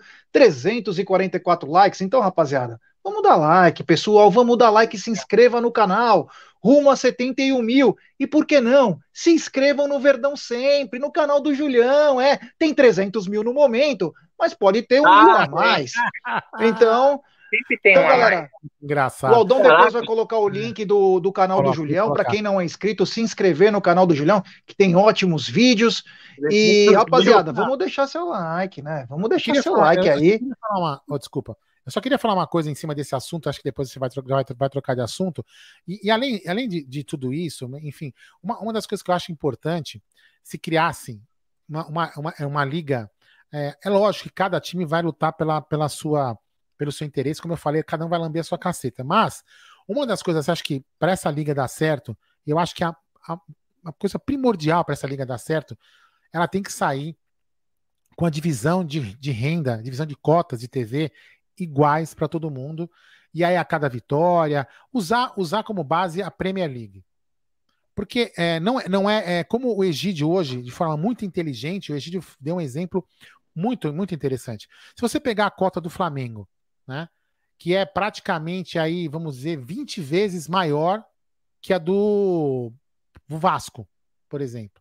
Speaker 4: 344 likes. Então, rapaziada, vamos dar like, pessoal. Vamos dar like e se inscreva no canal. Rumo a 71 mil. E por que não? Se inscrevam no Verdão Sempre, no canal do Julião. Tem 300 mil no momento, mas pode ter 1 mil a mais. Então...
Speaker 5: Sempre tem
Speaker 4: então, galera,
Speaker 3: engraçado.
Speaker 4: O Aldão depois vai colocar o link do canal do Julião, para quem não é inscrito, se inscrever no canal do Julião, que tem ótimos vídeos. E, rapaziada, vamos deixar seu like, né? Vamos deixar seu like aí.
Speaker 3: Desculpa. Eu só queria falar uma coisa em cima desse assunto, acho que depois você vai trocar de assunto. E além de tudo isso, enfim, uma das coisas que eu acho importante, se criasse uma liga, é lógico que cada time vai lutar pelo seu interesse, como eu falei, cada um vai lamber a sua caceta. Mas uma das coisas, acho que para essa liga dar certo, eu acho que a coisa primordial para essa liga dar certo, ela tem que sair com a divisão de renda, divisão de cotas de TV iguais para todo mundo, e aí a cada vitória, usar como base a Premier League. Porque não é como o Egídio hoje, de forma muito inteligente, o Egídio deu um exemplo muito, muito interessante. Se você pegar a cota do Flamengo, né, que é praticamente aí, vamos dizer, 20 vezes maior que a do Vasco, por exemplo.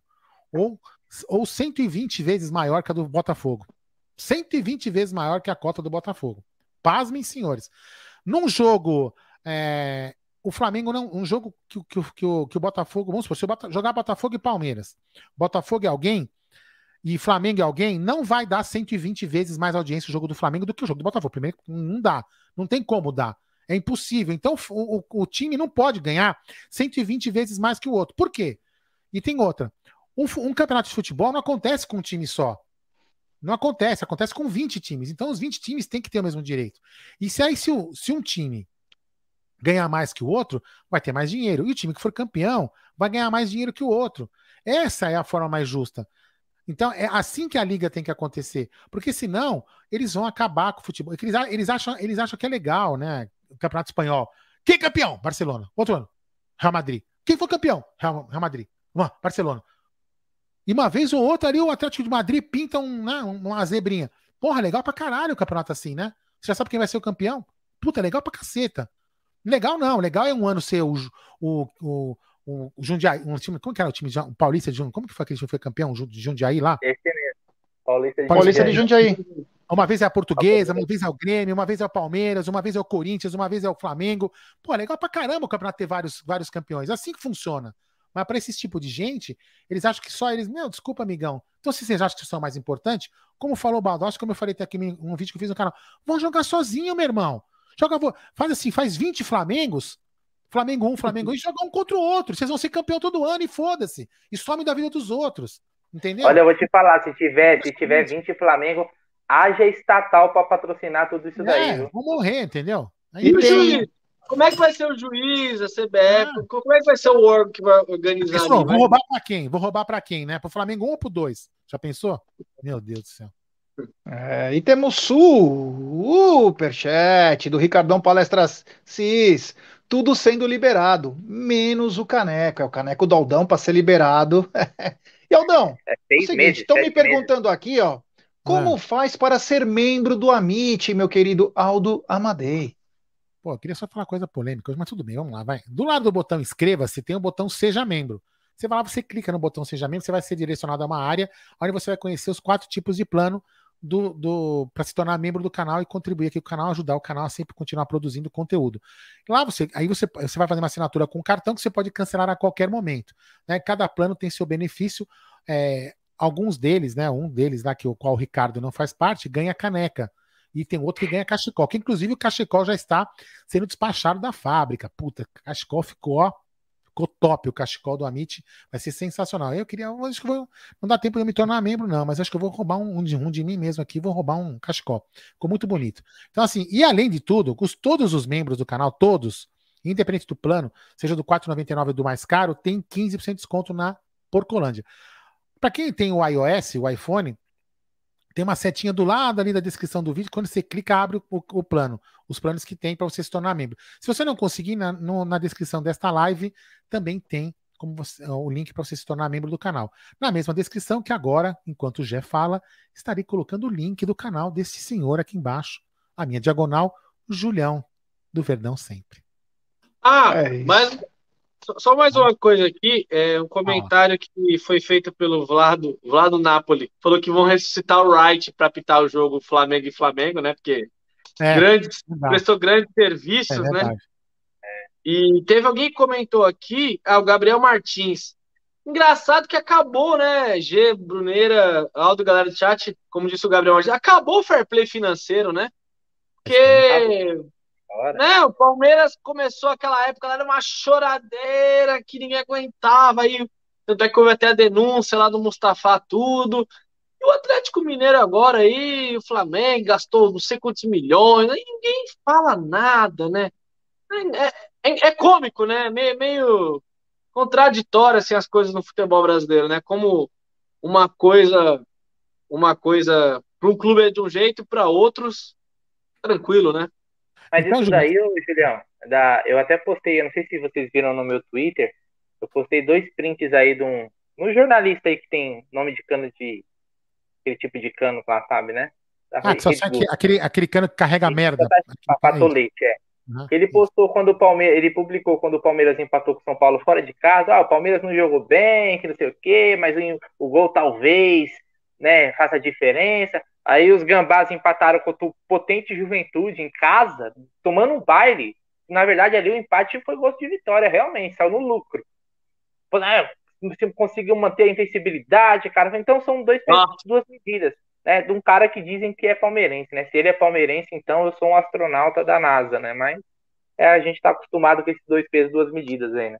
Speaker 3: Ou 120 vezes maior que a do Botafogo. 120 vezes maior que a cota do Botafogo. Pasmem, senhores. Num jogo, o Flamengo não. Um jogo que o Botafogo. Vamos supor, se eu jogar Botafogo e Palmeiras, Botafogo é alguém e Flamengo é alguém, não vai dar 120 vezes mais audiência o jogo do Flamengo do que o jogo do Botafogo. Primeiro, não dá. Não tem como dar. É impossível. Então, o time não pode ganhar 120 vezes mais que o outro. Por quê? E tem outra. Um campeonato de futebol não acontece com um time só. Não acontece. Acontece com 20 times. Então, os 20 times têm que ter o mesmo direito. E se um time ganhar mais que o outro, vai ter mais dinheiro. E o time que for campeão vai ganhar mais dinheiro que o outro. Essa é a forma mais justa. Então, é assim que a liga tem que acontecer. Porque senão, eles vão acabar com o futebol. Eles acham que é legal, né? O Campeonato Espanhol. Quem é campeão? Barcelona. Outro ano. Real Madrid. Quem foi campeão? Real Madrid. Barcelona. E uma vez ou outra ali o Atlético de Madrid pinta uma zebrinha. Porra, legal pra caralho o campeonato assim, né? Você já sabe quem vai ser o campeão? Puta, legal pra caceta. Legal não. Legal é um ano ser o Jundiaí, um time, como que era o time? O Paulista de Jundiaí, como que foi aquele time que foi campeão de Jundiaí lá?
Speaker 5: Esse mesmo.
Speaker 4: Paulista de Jundiaí.
Speaker 3: Uma vez é a Portuguesa, uma vez é o Grêmio, uma vez é o Palmeiras, uma vez é o Corinthians, uma vez é o Flamengo. Pô, legal pra caramba o campeonato ter vários campeões. Assim que funciona. Mas para esse tipo de gente, eles acham que só eles... Meu, desculpa, amigão. Então, se vocês acham que são mais importantes, como falou o Baldossi, como eu falei até aqui em um vídeo que eu fiz no canal, vão jogar sozinho, meu irmão. Faz assim, faz 20 Flamengos, Flamengo 1, Flamengo 1, e joga um contra o outro. Vocês vão ser campeão todo ano e foda-se. E some da vida dos outros. Entendeu?
Speaker 5: Olha, eu vou te falar, se tiver 20 Flamengo, haja estatal para patrocinar tudo isso daí, viu?
Speaker 3: Vão morrer, entendeu?
Speaker 6: E o juiz? Como é que vai ser o juiz, a CBF? Como é que vai ser o órgão que vai organizar ali?
Speaker 3: Vou roubar pra quem? Vou roubar pra quem, né? Pro Flamengo 1 ou pro 2? Já pensou? Meu Deus do céu.
Speaker 4: E temos superchat do Ricardão Palestras Cis. Tudo sendo liberado, menos o Caneco. É o Caneco do Aldão para ser liberado. E Aldão, é o seguinte, estão me perguntando aqui, ó, como faz para ser membro do Amit, meu querido Aldo Amadei?
Speaker 3: Pô, eu queria só falar uma coisa polêmica, mas tudo bem, vamos lá, vai. Do lado do botão inscreva-se, tem o botão Seja Membro. Você vai lá, você clica no botão Seja Membro, você vai ser direcionado a uma área onde você vai conhecer os 4 tipos de plano para se tornar membro do canal e contribuir aqui com o canal, ajudar o canal a sempre continuar produzindo conteúdo. Lá você vai fazer uma assinatura com cartão que você pode cancelar a qualquer momento, né? Cada plano tem seu benefício. Alguns deles, né? Um deles lá, qual o Ricardo não faz parte, ganha caneca. E tem outro que ganha cachecol, que inclusive o cachecol já está sendo despachado da fábrica. Puta, cachecol ficou top, o cachecol do Amit vai ser sensacional. Acho que não dá tempo de eu me tornar membro, não, mas acho que eu vou roubar um de mim mesmo aqui, vou roubar um cachecol. Ficou muito bonito. Então, assim, e além de tudo, todos os membros do canal, todos, independente do plano, seja do R$4,99 ou do mais caro, tem 15% de desconto na Porcolândia. Para quem tem o iOS, o iPhone, tem uma setinha do lado ali da descrição do vídeo. Quando você clica, abre o plano. Os planos que tem para você se tornar membro. Se você não conseguir, na descrição desta live, também tem o link para você se tornar membro do canal. Na mesma descrição que agora, enquanto o Gé fala, estarei colocando o link do canal desse senhor aqui embaixo. A minha diagonal, o Julião, do Verdão Sempre.
Speaker 6: Mas... Só mais uma coisa aqui, um comentário que foi feito pelo Vlado Napoli. Falou que vão ressuscitar o Wright para apitar o jogo Flamengo e Flamengo, né? Porque prestou grandes serviços, né? E teve alguém que comentou aqui, o Gabriel Martins. Engraçado que acabou, né? G, Bruneira, Aldo, galera do chat, como disse o Gabriel Martins, acabou o fair play financeiro, né? Porque... né, o Palmeiras começou aquela época, era uma choradeira que ninguém aguentava, aí, tanto é que houve até a denúncia lá do Mustafa, tudo, e o Atlético Mineiro agora aí, o Flamengo gastou não sei quantos milhões, aí ninguém fala nada, né, é cômico, né, meio contraditório, assim, as coisas no futebol brasileiro, né, como uma coisa para um clube é de um jeito, para outros, tranquilo, né.
Speaker 5: Mas então, isso daí, Julião, eu até postei, eu não sei se vocês viram no meu Twitter, eu postei 2 prints aí de um jornalista aí que tem nome de cano aquele tipo de cano lá, sabe, né?
Speaker 3: Só aquele cano que carrega merda.
Speaker 5: Patolete, Ele postou quando o Palmeiras, ele publicou quando o Palmeiras empatou com o São Paulo fora de casa, o Palmeiras não jogou bem, que não sei o quê, mas o gol talvez, né, faça diferença. Aí os gambás empataram contra o potente Juventude em casa, tomando um baile. Na verdade, ali o empate foi gosto de vitória, realmente, saiu no lucro. Você conseguiu manter a invencibilidade, cara. Então são duas medidas, né, de um cara que dizem que é palmeirense, né? Se ele é palmeirense, então eu sou um astronauta da NASA, né? Mas a gente tá acostumado com esses 2 pesos, 2 medidas aí, né?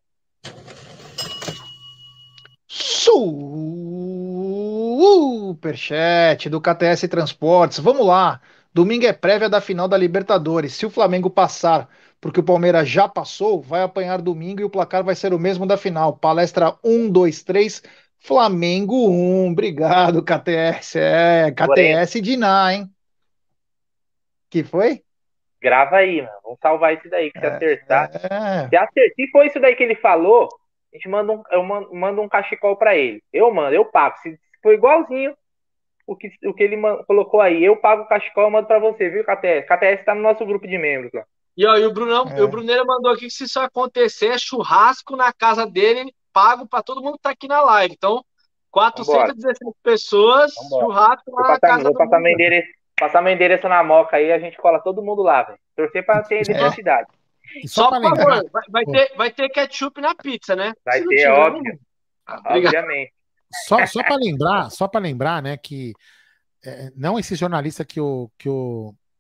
Speaker 4: Superchat do KTS Transportes. Vamos lá. Domingo é prévia da final da Libertadores. Se o Flamengo passar, porque o Palmeiras já passou, vai apanhar domingo e o placar vai ser o mesmo da final. Palestra 1, 2, 3, Flamengo 1. Obrigado, KTS. KTS de Ná, hein? Que foi?
Speaker 5: Grava aí, mano. Vamos salvar isso daí, que se acertar. Se for isso daí que ele falou, a gente eu mando um cachecol pra ele. Eu pago. Se for igualzinho o que ele colocou aí, eu pago o cachecol e mando pra você, viu, KTS? KTS tá no nosso grupo de membros lá.
Speaker 6: E o Bruneiro mandou aqui que se isso acontecer, é churrasco na casa dele, pago pra todo mundo que tá aqui na live. Então, 416 pessoas, churrasco lá na casa do
Speaker 5: Bruneiro. Passar meu endereço na Moca aí, a gente cola todo mundo lá, velho. Torcer pra ter identidade.
Speaker 6: Só por favor, vai ter ketchup na pizza, né?
Speaker 5: Vai ter, óbvio. Obviamente.
Speaker 3: Só para lembrar, né, que não esse jornalista que o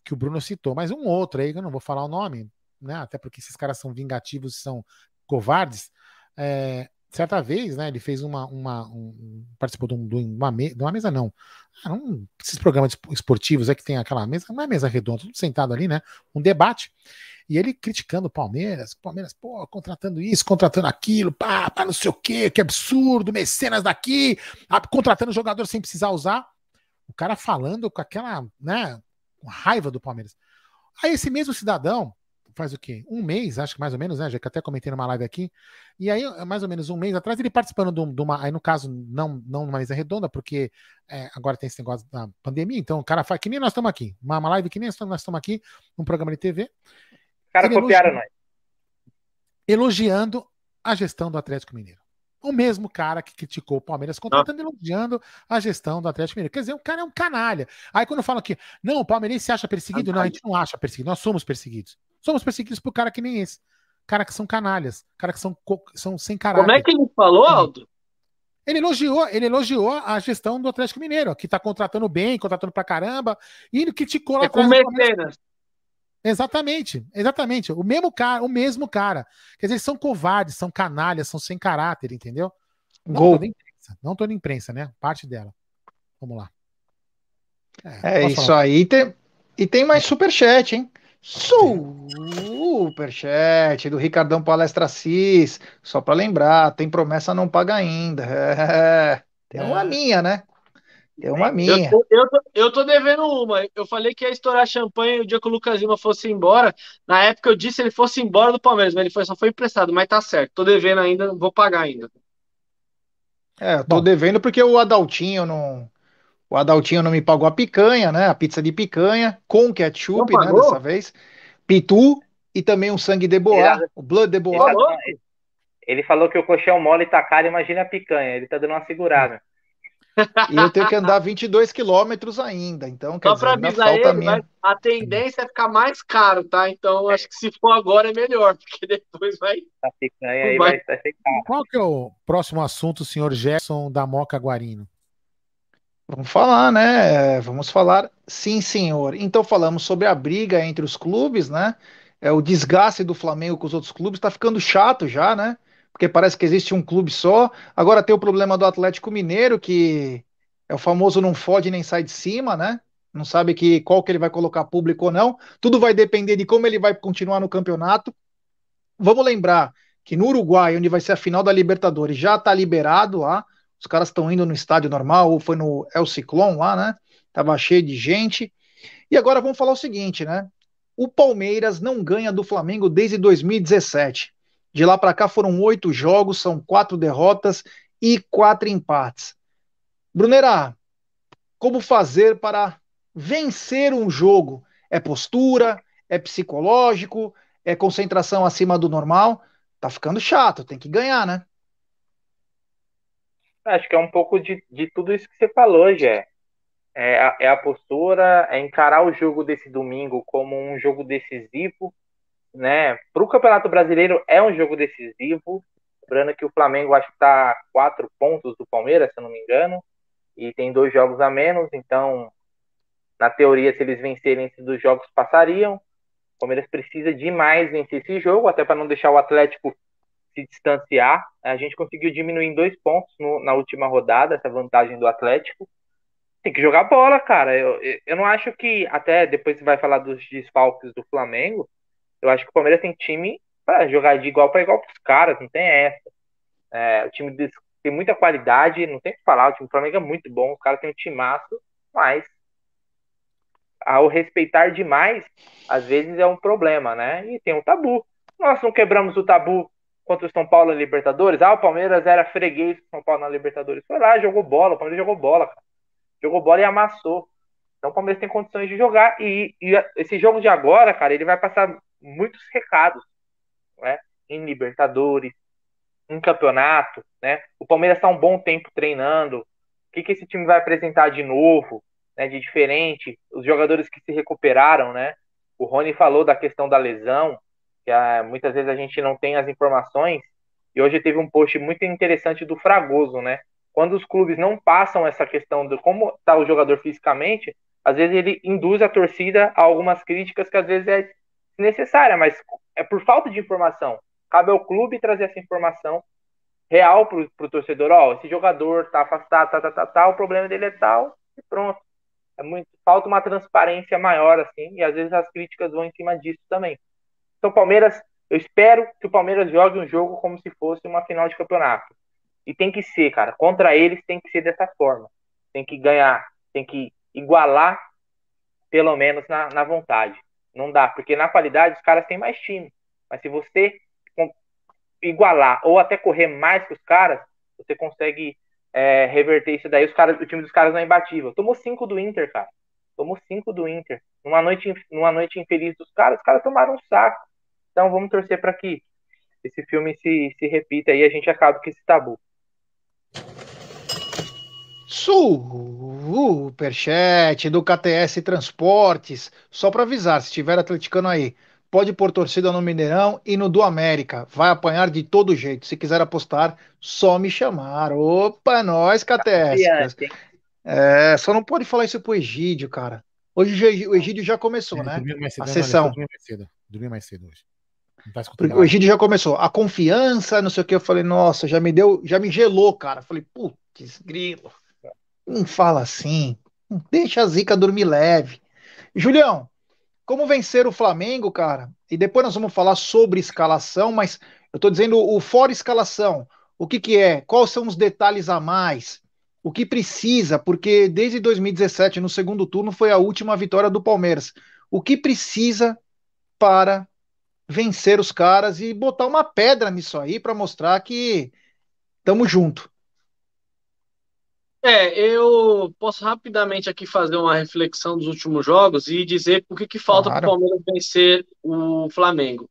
Speaker 3: que o Bruno citou, mas um outro aí, que eu não vou falar o nome, né? Até porque esses caras são vingativos, são covardes. Certa vez, né? Ele fez participou de uma mesa, não. Esses programas esportivos que tem aquela mesa, não é mesa redonda, tudo sentado ali, né? Um debate. E ele criticando o Palmeiras, pô, contratando isso, contratando aquilo, pá, não sei o quê, que absurdo, mecenas daqui, contratando jogador sem precisar usar. O cara falando com aquela, né, com raiva do Palmeiras. Aí esse mesmo cidadão, faz o quê? Um mês, acho que mais ou menos, né, já que até comentei numa live aqui, e aí mais ou menos um mês atrás, ele participando de uma, aí no caso, não numa mesa redonda, porque agora tem esse negócio da pandemia, então o cara faz, que nem nós estamos aqui, uma live que nem nós estamos aqui, um programa de TV,
Speaker 5: Os caras copiaram nós.
Speaker 3: Elogiando a gestão do Atlético Mineiro. O mesmo cara que criticou o Palmeiras contratando, elogiando a gestão do Atlético Mineiro. Quer dizer, o cara é um canalha. Aí quando falam que, não, o palmeirense se acha perseguido, não, a gente não acha perseguido, nós somos perseguidos. Somos perseguidos por cara que nem esse. Cara que são canalhas, cara que são sem caráter.
Speaker 6: Como é que ele falou, Aldo?
Speaker 3: Ele elogiou a gestão do Atlético Mineiro, que tá contratando bem, contratando pra caramba, e ele criticou lá
Speaker 6: atrás. Com mecenas.
Speaker 3: Exatamente. O mesmo cara. Quer dizer, eles são covardes, são canalhas, são sem caráter, entendeu? Não tô na imprensa, né? Parte dela. Vamos lá.
Speaker 4: É isso falar. Aí. E tem mais superchat, hein? Superchat do Ricardão Palestra Cis. Só para lembrar, tem promessa não paga ainda. Tem uma minha, né? Tem uma minha.
Speaker 6: Eu tô devendo uma. Eu falei que ia estourar champanhe o dia que o Lucas Lima fosse embora. Na época eu disse que ele fosse embora do Palmeiras, mas ele só foi emprestado, mas tá certo. Tô devendo ainda, vou pagar ainda.
Speaker 4: Eu tô devendo porque o Adaltinho não me pagou a picanha, né? A pizza de picanha com ketchup, né? Dessa vez. Pitu e também um sangue de boa, o blood de boa.
Speaker 5: Ele falou que o colchão mole tá caro, imagina a picanha. Ele tá dando uma segurada.
Speaker 4: E eu tenho que andar 22 quilômetros ainda, então quer
Speaker 6: só
Speaker 4: dizer,
Speaker 6: pra avisar ele, a tendência é ficar mais caro, tá? Então acho que se for agora é melhor, porque depois vai...
Speaker 5: A picanha aí vai ser caro.
Speaker 3: Qual que é o próximo assunto, senhor Gerson da Moca Guarino?
Speaker 4: Vamos falar, né? Vamos falar, sim, senhor. Então falamos sobre a briga entre os clubes, né? O desgaste do Flamengo com os outros clubes tá ficando chato já, né? Porque parece que existe um clube só. Agora tem o problema do Atlético Mineiro, que é o famoso não fode nem sai de cima, né? Não sabe qual que ele vai colocar público ou não. Tudo vai depender de como ele vai continuar no campeonato. Vamos lembrar que no Uruguai, onde vai ser a final da Libertadores, já tá liberado lá. Os caras estão indo no estádio normal, ou foi no El Ciclón lá, né? Tava cheio de gente. E agora vamos falar o seguinte, né? O Palmeiras não ganha do Flamengo desde 2017. De lá para cá foram 8 jogos, são 4 derrotas e 4 empates. Brunera, como fazer para vencer um jogo? É postura? É psicológico? É concentração acima do normal? Tá ficando chato, tem que ganhar, né?
Speaker 5: Acho que é um pouco de tudo isso que você falou, Gé. É a postura, é encarar o jogo desse domingo como um jogo decisivo, né? Para o Campeonato Brasileiro é um jogo decisivo. Lembrando que o Flamengo acho que está a 4 pontos do Palmeiras, se eu não me engano, e tem 2 jogos a menos, então, na teoria, se eles vencerem esses 2 jogos, passariam. O Palmeiras precisa demais vencer esse jogo, até para não deixar o Atlético se distanciar. A gente conseguiu diminuir em 2 pontos na última rodada, essa vantagem do Atlético. Tem que jogar bola, cara. Eu não acho que, até depois você vai falar dos desfalques do Flamengo, eu acho que o Palmeiras tem time para jogar de igual para igual com os caras, não tem essa. O time tem muita qualidade, não tem o que falar, o time do Flamengo é muito bom, os caras têm um timaço, mas ao respeitar demais, às vezes é um problema, né? E tem um tabu. Nós não quebramos o tabu contra o São Paulo na Libertadores. O Palmeiras era freguês do São Paulo na Libertadores. Foi lá, jogou bola, o Palmeiras jogou bola, cara. Jogou bola e amassou. Então o Palmeiras tem condições de jogar. E esse jogo de agora, cara, ele vai passar muitos recados, né? Em Libertadores, em campeonato, né? O Palmeiras está um bom tempo treinando. O que esse time vai apresentar de novo, né? De diferente? Os jogadores que se recuperaram, né? O Rony falou da questão da lesão, que muitas vezes a gente não tem as informações. E hoje teve um post muito interessante do Fragoso, né? Quando os clubes não passam essa questão de como está o jogador fisicamente, às vezes ele induz a torcida a algumas críticas que às vezes é desnecessária, mas é por falta de informação. Cabe ao clube trazer essa informação real pro torcedor. Ó, esse jogador tá afastado, o problema dele é tal, e pronto. Falta uma transparência maior, assim, e às vezes as críticas vão em cima disso também. Então, Palmeiras, eu espero que o Palmeiras jogue um jogo como se fosse uma final de campeonato. E tem que ser, cara, contra eles tem que ser dessa forma. Tem que ganhar, tem que igualar, pelo menos na vontade. Não dá, porque na qualidade os caras têm mais time. Mas se você igualar ou até correr mais que os caras, você consegue reverter isso daí. O time dos caras não é imbatível. Tomou 5 do Inter, cara. Tomou 5 do Inter. Numa noite infeliz dos caras, os caras tomaram um saco. Então vamos torcer para que esse filme se repita e a gente acabe com esse tabu.
Speaker 4: Superchat do KTS Transportes. Só para avisar, se tiver atleticano aí, pode pôr torcida no Mineirão e no do América. Vai apanhar de todo jeito. Se quiser apostar, só me chamar. Opa, nós, KTS. Só não pode falar isso pro Egídio, cara. Hoje o Egídio já começou, né? A sessão.
Speaker 3: Dormi mais cedo hoje.
Speaker 4: O Egídio já começou. A confiança, não sei o que. Eu falei, nossa, já me gelou, cara. Falei, putz, grilo. Não fala assim. Deixa a zica dormir leve. Julião, como vencer o Flamengo, cara? E depois nós vamos falar sobre escalação, mas eu tô dizendo o fora escalação. O que é? Quais são os detalhes a mais? O que precisa? Porque desde 2017, no segundo turno, foi a última vitória do Palmeiras. O que precisa para vencer os caras e botar uma pedra nisso aí para mostrar que estamos junto?
Speaker 6: Eu posso rapidamente aqui fazer uma reflexão dos últimos jogos e dizer por que falta para o Palmeiras vencer o Flamengo.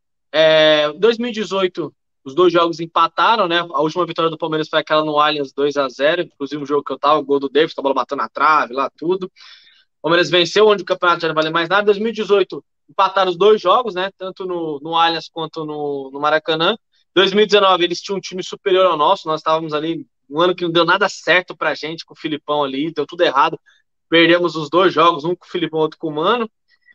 Speaker 6: 2018, os dois jogos empataram, né? A última vitória do Palmeiras foi aquela no Allianz 2-0, inclusive o jogo que eu tava, o gol do Davis, com a bola batendo na trave, lá tudo. O Palmeiras venceu, onde o campeonato já não vale mais nada. 2018, empataram os dois jogos, né? Tanto no Allianz quanto no Maracanã. 2019, eles tinham um time superior ao nosso, nós estávamos ali um ano que não deu nada certo pra gente com o Filipão ali, deu tudo errado. Perdemos os dois jogos, um com o Filipão, outro com o Mano.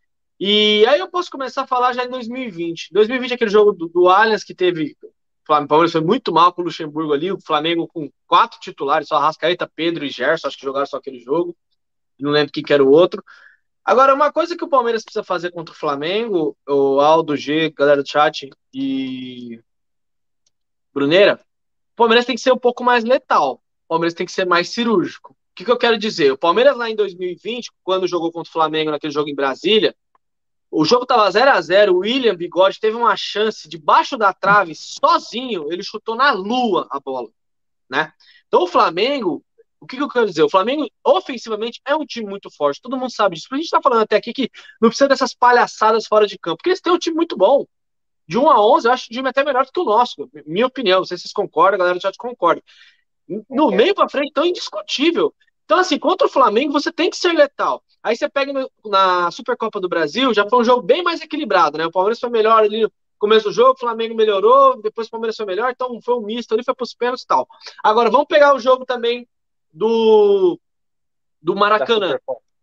Speaker 6: E aí eu posso começar a falar já em 2020. 2020 aquele jogo do Allianz que teve... O Palmeiras foi muito mal com o Luxemburgo ali, o Flamengo com 4 titulares, só Arrascaeta, Pedro e Gerson, acho que jogaram só aquele jogo. Não lembro quem que era o outro. Agora, uma coisa que o Palmeiras precisa fazer contra o Flamengo, o Aldo, G, galera do chat e Bruneira, o Palmeiras tem que ser um pouco mais letal. O Palmeiras tem que ser mais cirúrgico. O que eu quero dizer? O Palmeiras lá em 2020, quando jogou contra o Flamengo naquele jogo em Brasília, o jogo estava 0-0, o William Bigode teve uma chance debaixo da trave, sozinho, ele chutou na lua a bola, né? Então o Flamengo, o que eu quero dizer? O Flamengo, ofensivamente, é um time muito forte, todo mundo sabe disso. A gente está falando até aqui que não precisa dessas palhaçadas fora de campo, porque eles têm um time muito bom. De 1 a 11, eu acho o time até melhor do que o nosso. Minha opinião, não sei se vocês concordam, a galera do chat concorda. No meio para frente, tão indiscutível. Então, assim, contra o Flamengo, você tem que ser letal. Aí você pega na Supercopa do Brasil, já foi um jogo bem mais equilibrado, né? O Palmeiras foi melhor ali no começo do jogo, o Flamengo melhorou, depois o Palmeiras foi melhor, então foi um misto ali, foi pros pênaltis e tal. Agora, vamos pegar o jogo também do Maracanã.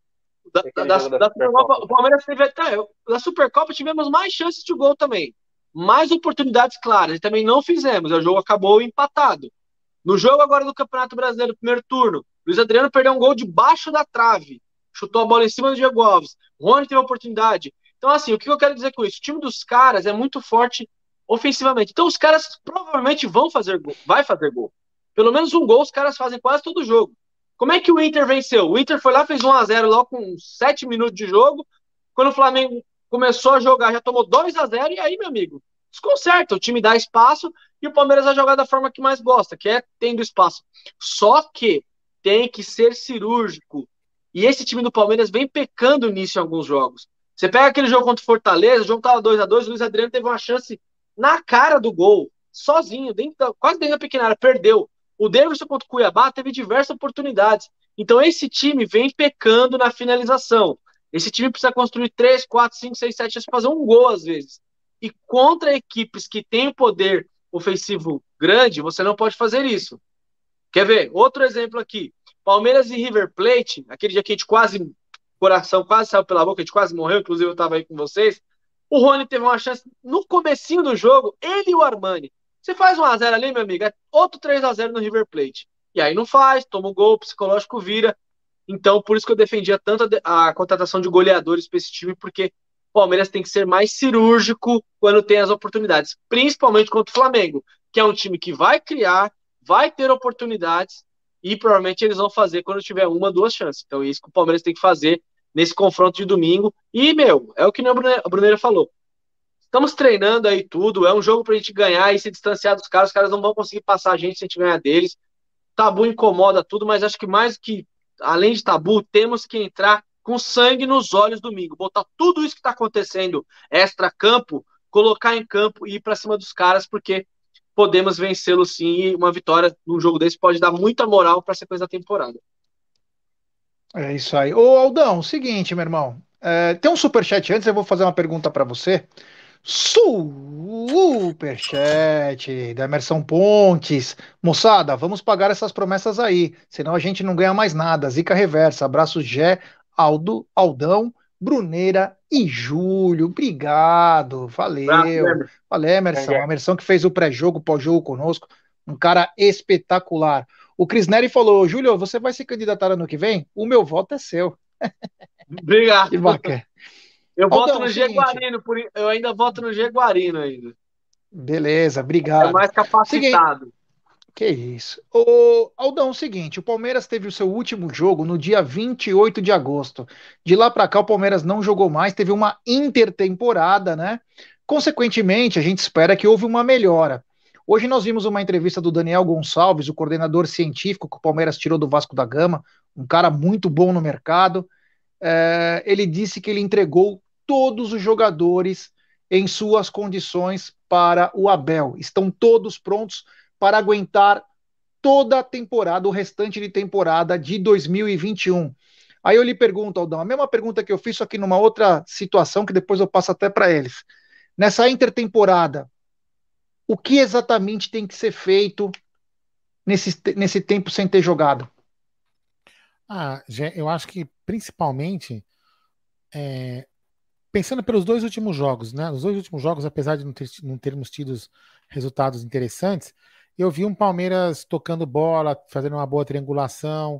Speaker 6: Da Supercopa, o Palmeiras teve da Supercopa tivemos mais chances de gol também. Mais oportunidades claras, e também não fizemos. O jogo acabou empatado. No jogo agora do Campeonato Brasileiro, primeiro turno, Luiz Adriano perdeu um gol debaixo da trave. Chutou a bola em cima do Diego Alves. Rony teve a oportunidade. Então, assim, o que eu quero dizer com isso? O time dos caras é muito forte ofensivamente. Então, os caras provavelmente vão fazer gol. Vai fazer gol. Pelo menos um gol os caras fazem quase todo jogo. Como é que o Inter venceu? O Inter foi lá, fez 1-0 logo com 7 minutos de jogo. Quando o Flamengo começou a jogar, já tomou 2-0, e aí, meu amigo, desconcerta, o time dá espaço e o Palmeiras vai jogar da forma que mais gosta, que é tendo espaço. Só que tem que ser cirúrgico. E esse time do Palmeiras vem pecando nisso em alguns jogos. Você pega aquele jogo contra o Fortaleza, o jogo tava 2-2, o Luiz Adriano teve uma chance na cara do gol, sozinho, quase dentro da pequena área, perdeu. O Davidson contra o Cuiabá teve diversas oportunidades. Então esse time vem pecando na finalização. Esse time precisa construir 3, 4, 5, 6, 7 chances para fazer um gol às vezes. E contra equipes que têm um poder ofensivo grande, você não pode fazer isso. Quer ver? Outro exemplo aqui. Palmeiras e River Plate, aquele dia que a gente quase coração quase saiu pela boca, a gente quase morreu, inclusive eu estava aí com vocês. O Rony teve uma chance no comecinho do jogo, ele e o Armani. Você faz 1-0 ali, meu amigo, é outro 3-0 no River Plate. E aí não faz, toma o gol, o psicológico vira. Então, por isso que eu defendia tanto a contratação de goleadores para esse time, porque o Palmeiras tem que ser mais cirúrgico quando tem as oportunidades, principalmente contra o Flamengo, que é um time que vai criar, vai ter oportunidades e provavelmente eles vão fazer quando tiver uma, duas chances. Então, é isso que o Palmeiras tem que fazer nesse confronto de domingo. E, meu, é o que a Bruneira falou. Estamos treinando aí tudo, é um jogo pra gente ganhar e se distanciar dos caras, os caras não vão conseguir passar a gente se a gente ganhar deles. Tabu incomoda tudo, mas acho que mais que, além de tabu, temos que entrar com sangue nos olhos domingo, botar tudo isso que está acontecendo extra-campo, colocar em campo e ir para cima dos caras, porque podemos vencê-lo sim, e uma vitória num jogo desse pode dar muita moral para a sequência da temporada.
Speaker 4: É isso aí. Ô, Aldão, seguinte, meu irmão. Tem um superchat antes, eu vou fazer uma pergunta para você. Superchat da Emerson Pontes. Moçada, vamos pagar essas promessas aí, senão a gente não ganha mais nada. Zica reversa. Abraço, Gé, Aldo, Aldão, Bruneira e Júlio. Obrigado. Valeu. Valeu, Emerson. A Emerson que fez o pré-jogo, pós-jogo conosco. Um cara espetacular. O Cris Neri falou: Júlio, você vai se candidatar ano que vem? O meu voto é seu.
Speaker 6: Obrigado.
Speaker 4: Que bacana.
Speaker 6: Eu voto no Jaguarino, eu ainda voto no Jaguarino ainda.
Speaker 4: Beleza, obrigado.
Speaker 6: É mais capacitado.
Speaker 4: Que isso. Ô, Aldão, seguinte, o Palmeiras teve o seu último jogo no dia 28 de agosto. De lá para cá o Palmeiras não jogou mais, teve uma intertemporada, né? Consequentemente, a gente espera que houve uma melhora. Hoje nós vimos uma entrevista do Daniel Gonçalves, o coordenador científico que o Palmeiras tirou do Vasco da Gama, um cara muito bom no mercado. Ele disse que ele entregou todos os jogadores em suas condições para o Abel. Estão todos prontos para aguentar toda a temporada, o restante de temporada de 2021. Aí eu lhe pergunto, Aldão, a mesma pergunta que eu fiz, só que numa outra situação, que depois eu passo até para eles. Nessa intertemporada, o que exatamente tem que ser feito nesse tempo sem ter jogado?
Speaker 3: Eu acho que principalmente pensando pelos dois últimos jogos, né? Os dois últimos jogos, apesar de não termos tido resultados interessantes, eu vi um Palmeiras tocando bola, fazendo uma boa triangulação,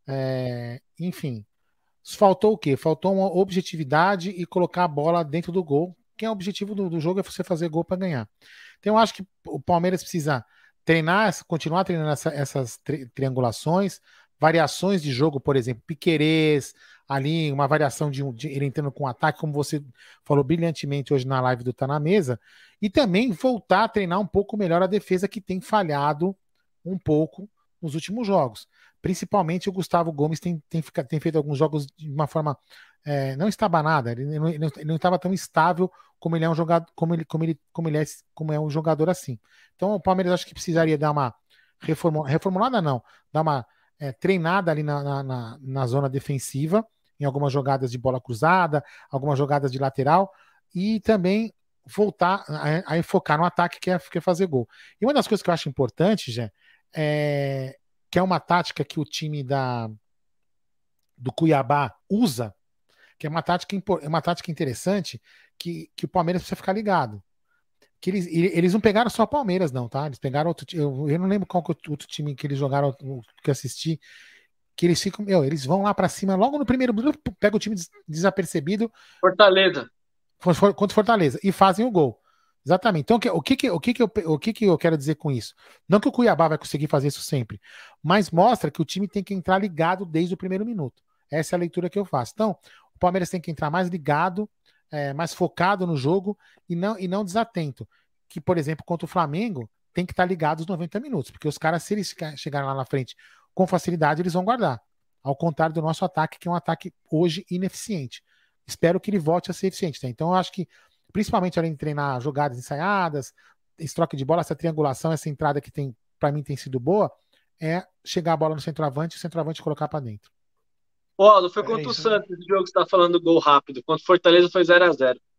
Speaker 3: enfim. Faltou o quê? Faltou uma objetividade e colocar a bola dentro do gol. Que é o objetivo do jogo, é você fazer gol para ganhar. Então eu acho que o Palmeiras precisa continuar treinando essas triangulações, variações de jogo, por exemplo, Piquerez, ali uma variação de ele entrando com um ataque, como você falou brilhantemente hoje na live do Tá Na Mesa, e também voltar a treinar um pouco melhor a defesa, que tem falhado um pouco nos últimos jogos. Principalmente o Gustavo Gomes tem feito alguns jogos de uma forma não estabanada, ele não estava tão estável como ele é um jogador, como é um jogador assim. Então o Palmeiras acho que precisaria dar uma reformulada, não, dar uma treinada ali na zona defensiva, em algumas jogadas de bola cruzada, algumas jogadas de lateral, e também voltar a focar no ataque, que é fazer gol. E uma das coisas que eu acho importante, já, que é uma tática que o time do Cuiabá usa, que é uma tática interessante, que o Palmeiras precisa ficar ligado. Que eles não pegaram só o Palmeiras, não, tá? Eles pegaram outro time. Eu não lembro qual outro time que eles jogaram, que eu assisti. Que eles ficam, eles vão lá pra cima, logo no primeiro minuto, pega o time desapercebido.
Speaker 6: Fortaleza.
Speaker 3: Contra Fortaleza. E fazem o gol. Exatamente. Então, o que eu quero dizer com isso? Não que o Cuiabá vai conseguir fazer isso sempre, mas mostra que o time tem que entrar ligado desde o primeiro minuto. Essa é a leitura que eu faço. Então, o Palmeiras tem que entrar mais ligado, mais focado no jogo e não desatento. Que, por exemplo, contra o Flamengo, tem que estar ligado os 90 minutos, porque os caras, se eles chegarem lá na frente com facilidade, eles vão guardar. Ao contrário do nosso ataque, que é um ataque hoje ineficiente. Espero que ele volte a ser eficiente. Tá? Então, eu acho que, principalmente além de treinar jogadas ensaiadas, esse troque de bola, essa triangulação, essa entrada que para mim tem sido boa, é chegar a bola no centroavante e o centroavante colocar para dentro.
Speaker 6: Não foi contra o Santos esse jogo que você tá falando do gol rápido. Contra o Fortaleza foi 0-0.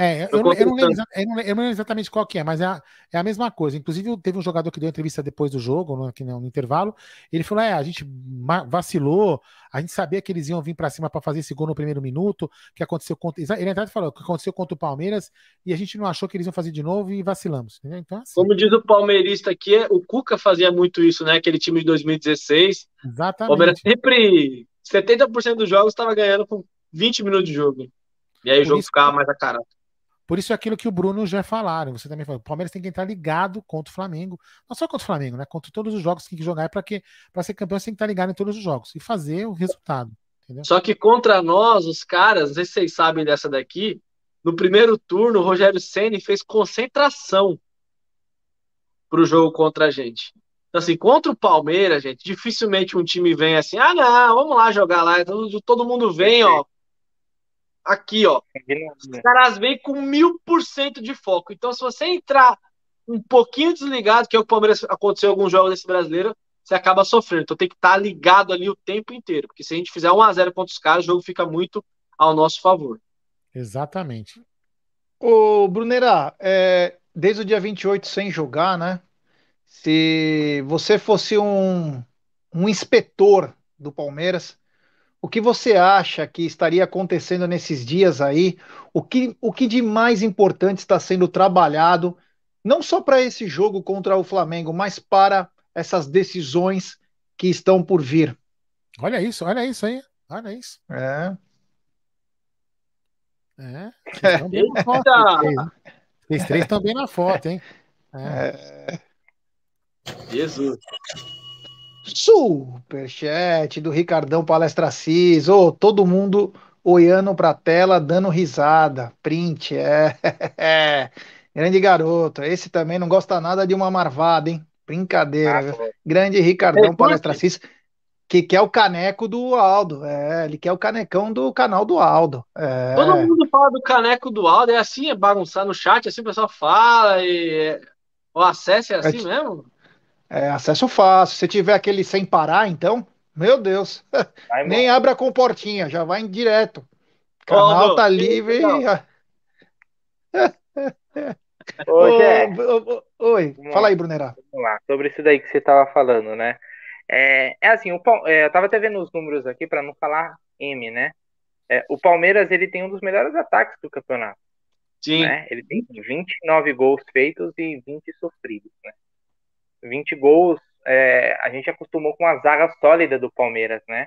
Speaker 3: Eu não lembro exatamente qual que é, mas é a mesma coisa. Inclusive, teve um jogador que deu entrevista depois do jogo, aqui no intervalo. Ele falou: a gente vacilou, a gente sabia que eles iam vir para cima para fazer esse gol no primeiro minuto, que aconteceu contra. Ele até falou que aconteceu contra o Palmeiras e a gente não achou que eles iam fazer de novo e vacilamos. Entendeu? Então, assim,
Speaker 6: como diz o palmeirista aqui, o Cuca fazia muito isso, né? Aquele time de 2016. O Palmeiras
Speaker 3: exatamente.
Speaker 6: sempre, 70% dos jogos estava ganhando com 20 minutos de jogo. E aí o jogo ficava mais a cara.
Speaker 3: Por isso é aquilo que o Bruno já falaram. Você também falou. O Palmeiras tem que entrar ligado contra o Flamengo. Não só contra o Flamengo, né? Contra todos os jogos que tem que jogar. Para ser campeão, você tem que estar ligado em todos os jogos e fazer o resultado. Entendeu?
Speaker 6: Só que contra nós, os caras, não sei se vocês sabem dessa daqui, no primeiro turno, o Rogério Ceni fez concentração pro jogo contra a gente. Então, assim, contra o Palmeiras, gente, dificilmente um time vem assim, não, vamos lá jogar lá. Todo mundo vem, ó. Aqui, ó. Os caras vêm com 1000% de foco. Então, se você entrar um pouquinho desligado, que é o Palmeiras aconteceu em alguns jogos desse brasileiro, você acaba sofrendo. Então tem que estar ligado ali o tempo inteiro. Porque se a gente fizer 1-0 contra os caras, o jogo fica muito ao nosso favor.
Speaker 3: Exatamente.
Speaker 4: Ô, Brunera, desde o dia 28 sem jogar, né? Se você fosse um inspetor do Palmeiras, o que você acha que estaria acontecendo nesses dias aí? O que de mais importante está sendo trabalhado, não só para esse jogo contra o Flamengo, mas para essas decisões que estão por vir?
Speaker 3: Olha isso aí. Olha isso. Vocês estão bem na foto. Vocês três estão bem na foto, hein?
Speaker 6: Jesus.
Speaker 4: Superchat do Ricardão Palestra Cis. Todo mundo olhando para a tela, dando risada. Print, Grande garoto. Esse também não gosta nada de uma marvada, hein? Brincadeira, viu? Grande Ricardão Palestra Cis, que quer o caneco do Aldo. Ele quer o canecão do canal do Aldo.
Speaker 6: Todo mundo fala do caneco do Aldo, é assim, é bagunçar no chat, assim o pessoal fala, e o acesso é assim mesmo?
Speaker 4: Acesso fácil. Se tiver aquele sem parar, então, meu Deus, nem abre a comportinha, já vai em direto. O canal tá livre. Oi, fala aí, Brunera.
Speaker 5: Vamos lá, sobre isso daí que você tava falando, né? Assim, eu tava até vendo os números aqui para não falar M, né? O Palmeiras, ele tem um dos melhores ataques do campeonato.
Speaker 6: Sim.
Speaker 5: Né? Ele tem 29 gols feitos e 20 sofridos, né? 20 gols, a gente acostumou com a zaga sólida do Palmeiras, né?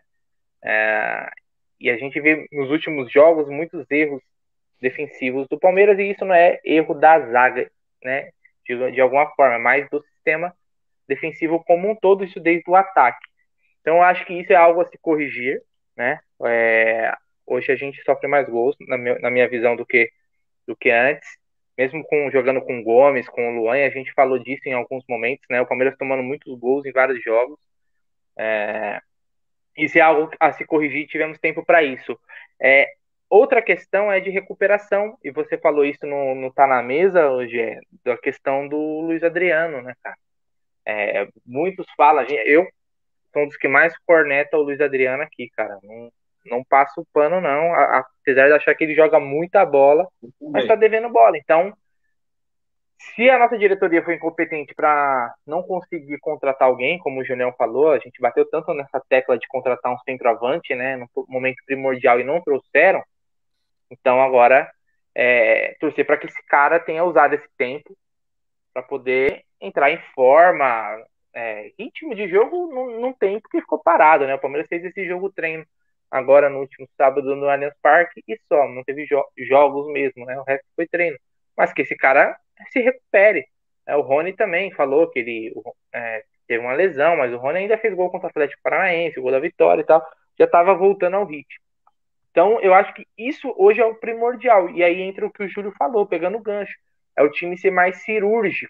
Speaker 5: E a gente vê nos últimos jogos muitos erros defensivos do Palmeiras, e isso não é erro da zaga, né? De alguma forma, mas do sistema defensivo como um todo, isso desde o ataque. Então, eu acho que isso é algo a se corrigir, né? Hoje a gente sofre mais gols, na minha visão, do que antes. Mesmo jogando com o Gomes, com o Luan, a gente falou disso em alguns momentos, né? O Palmeiras tomando muitos gols em vários jogos. Isso é algo a se corrigir, tivemos tempo para isso. Outra questão é de recuperação, e você falou isso no Tá Na Mesa hoje, da questão do Luiz Adriano, né, cara? Muitos falam, eu sou um dos que mais corneta o Luiz Adriano aqui, cara. Não passa o pano, não, apesar de achar que ele joga muita bola, mas tá devendo bola. Então, se a nossa diretoria foi incompetente para não conseguir contratar alguém, como o Junel falou, a gente bateu tanto nessa tecla de contratar um centroavante, né, no momento primordial, e não trouxeram. Então agora torcer para que esse cara tenha usado esse tempo para poder entrar em forma. Ritmo de jogo não tem, porque ficou parado, né? O Palmeiras fez esse jogo treino agora no último sábado no Allianz Parque e só, não teve jogos mesmo, né? O resto foi treino. Mas que esse cara se recupere. O Rony também falou que ele teve uma lesão, mas o Rony ainda fez gol contra o Atlético Paranaense, gol da vitória e tal, já estava voltando ao ritmo. Então, eu acho que isso hoje é o primordial. E aí entra o que o Júlio falou, pegando o gancho. É o time ser mais cirúrgico.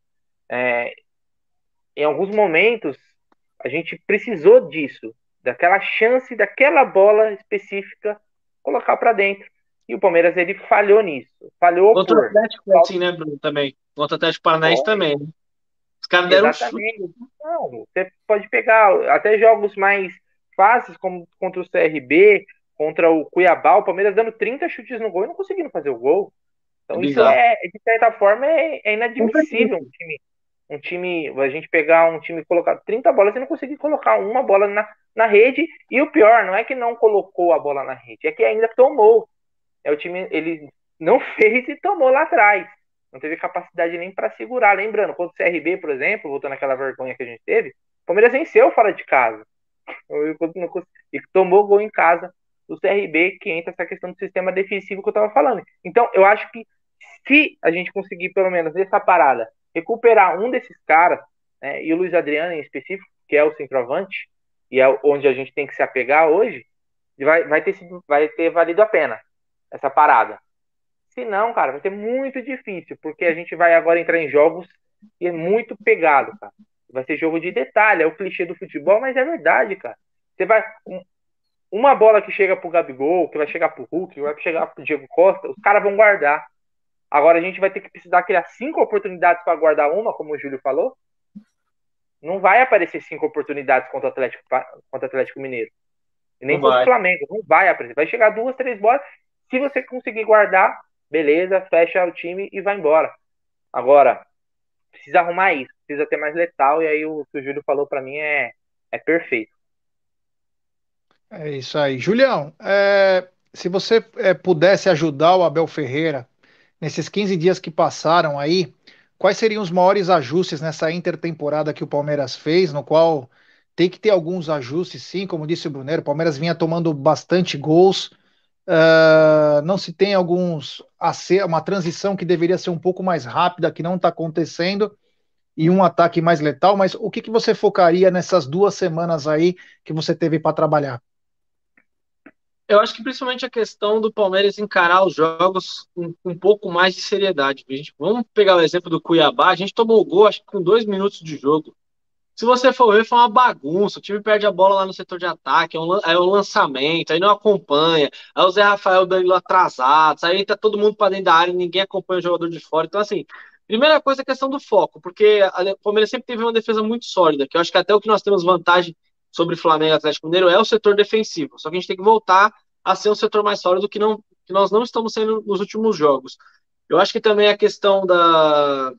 Speaker 5: Em alguns momentos, a gente precisou disso, daquela chance, daquela bola específica, colocar para dentro. E o Palmeiras, ele falhou nisso. Falhou
Speaker 6: contra o Atlético, assim, né, Bruno, também. Contra o Atlético Paranaense também, né? Os caras deram um chute.
Speaker 5: Não, você pode pegar até jogos mais fáceis, como contra o CRB, contra o Cuiabá, o Palmeiras dando 30 chutes no gol e não conseguindo fazer o gol. Então isso
Speaker 6: bizarro.
Speaker 5: de certa forma, é inadmissível um time, a gente pegar um time e colocar 30 bolas e não conseguir colocar uma bola na rede. E o pior, não é que não colocou a bola na rede, é que ainda tomou. O time, ele não fez e tomou lá atrás. Não teve capacidade nem para segurar. Lembrando, contra o CRB, por exemplo, voltando àquela vergonha que a gente teve, o Palmeiras venceu fora de casa. E tomou gol em casa do CRB, que entra essa questão do sistema defensivo que eu estava falando. Então, eu acho que se a gente conseguir, pelo menos nessa parada, recuperar um desses caras, né, e o Luiz Adriano em específico, que é o centroavante, e é onde a gente tem que se apegar hoje, vai ter valido a pena essa parada. Se não, cara, vai ser muito difícil, porque a gente vai agora entrar em jogos e é muito pegado, cara. Vai ser jogo de detalhe, é o clichê do futebol, mas é verdade, cara. Você vai. Uma bola que chega pro Gabigol, que vai chegar pro Hulk, que vai chegar pro Diego Costa, os caras vão guardar. Agora a gente vai ter que precisar criar 5 oportunidades para guardar uma, como o Júlio falou. Não vai aparecer 5 oportunidades contra o Atlético Mineiro. E nem contra o Flamengo. Não vai aparecer. Vai chegar 2, 3 bolas. Se você conseguir guardar, beleza, fecha o time e vai embora. Agora, precisa arrumar isso. Precisa ter mais letal. E aí o que o Júlio falou para mim é perfeito.
Speaker 4: É isso aí. Julião, se você pudesse ajudar o Abel Ferreira nesses 15 dias que passaram aí, quais seriam os maiores ajustes nessa intertemporada que o Palmeiras fez, no qual tem que ter alguns ajustes, sim, como disse o Brunero, o Palmeiras vinha tomando bastante gols, não se tem uma transição que deveria ser um pouco mais rápida, que não está acontecendo, e um ataque mais letal, mas o que você focaria nessas 2 semanas aí que você teve para trabalhar?
Speaker 6: Eu acho que principalmente a questão do Palmeiras encarar os jogos com um pouco mais de seriedade. Vamos pegar o exemplo do Cuiabá, a gente tomou o gol, acho que com 2 minutos de jogo. Se você for ver, foi uma bagunça. O time perde a bola lá no setor de ataque, é um lançamento, aí não acompanha. Aí o Zé Rafael Danilo atrasados, aí tá todo mundo para dentro da área, ninguém acompanha o jogador de fora. Então, assim, primeira coisa é a questão do foco, porque o Palmeiras sempre teve uma defesa muito sólida, que eu acho que até o que nós temos vantagem sobre Flamengo e Atlético Mineiro é o setor defensivo. Só que a gente tem que voltar a ser um setor mais sólido que nós não estamos sendo nos últimos jogos. Eu acho que também a questão da.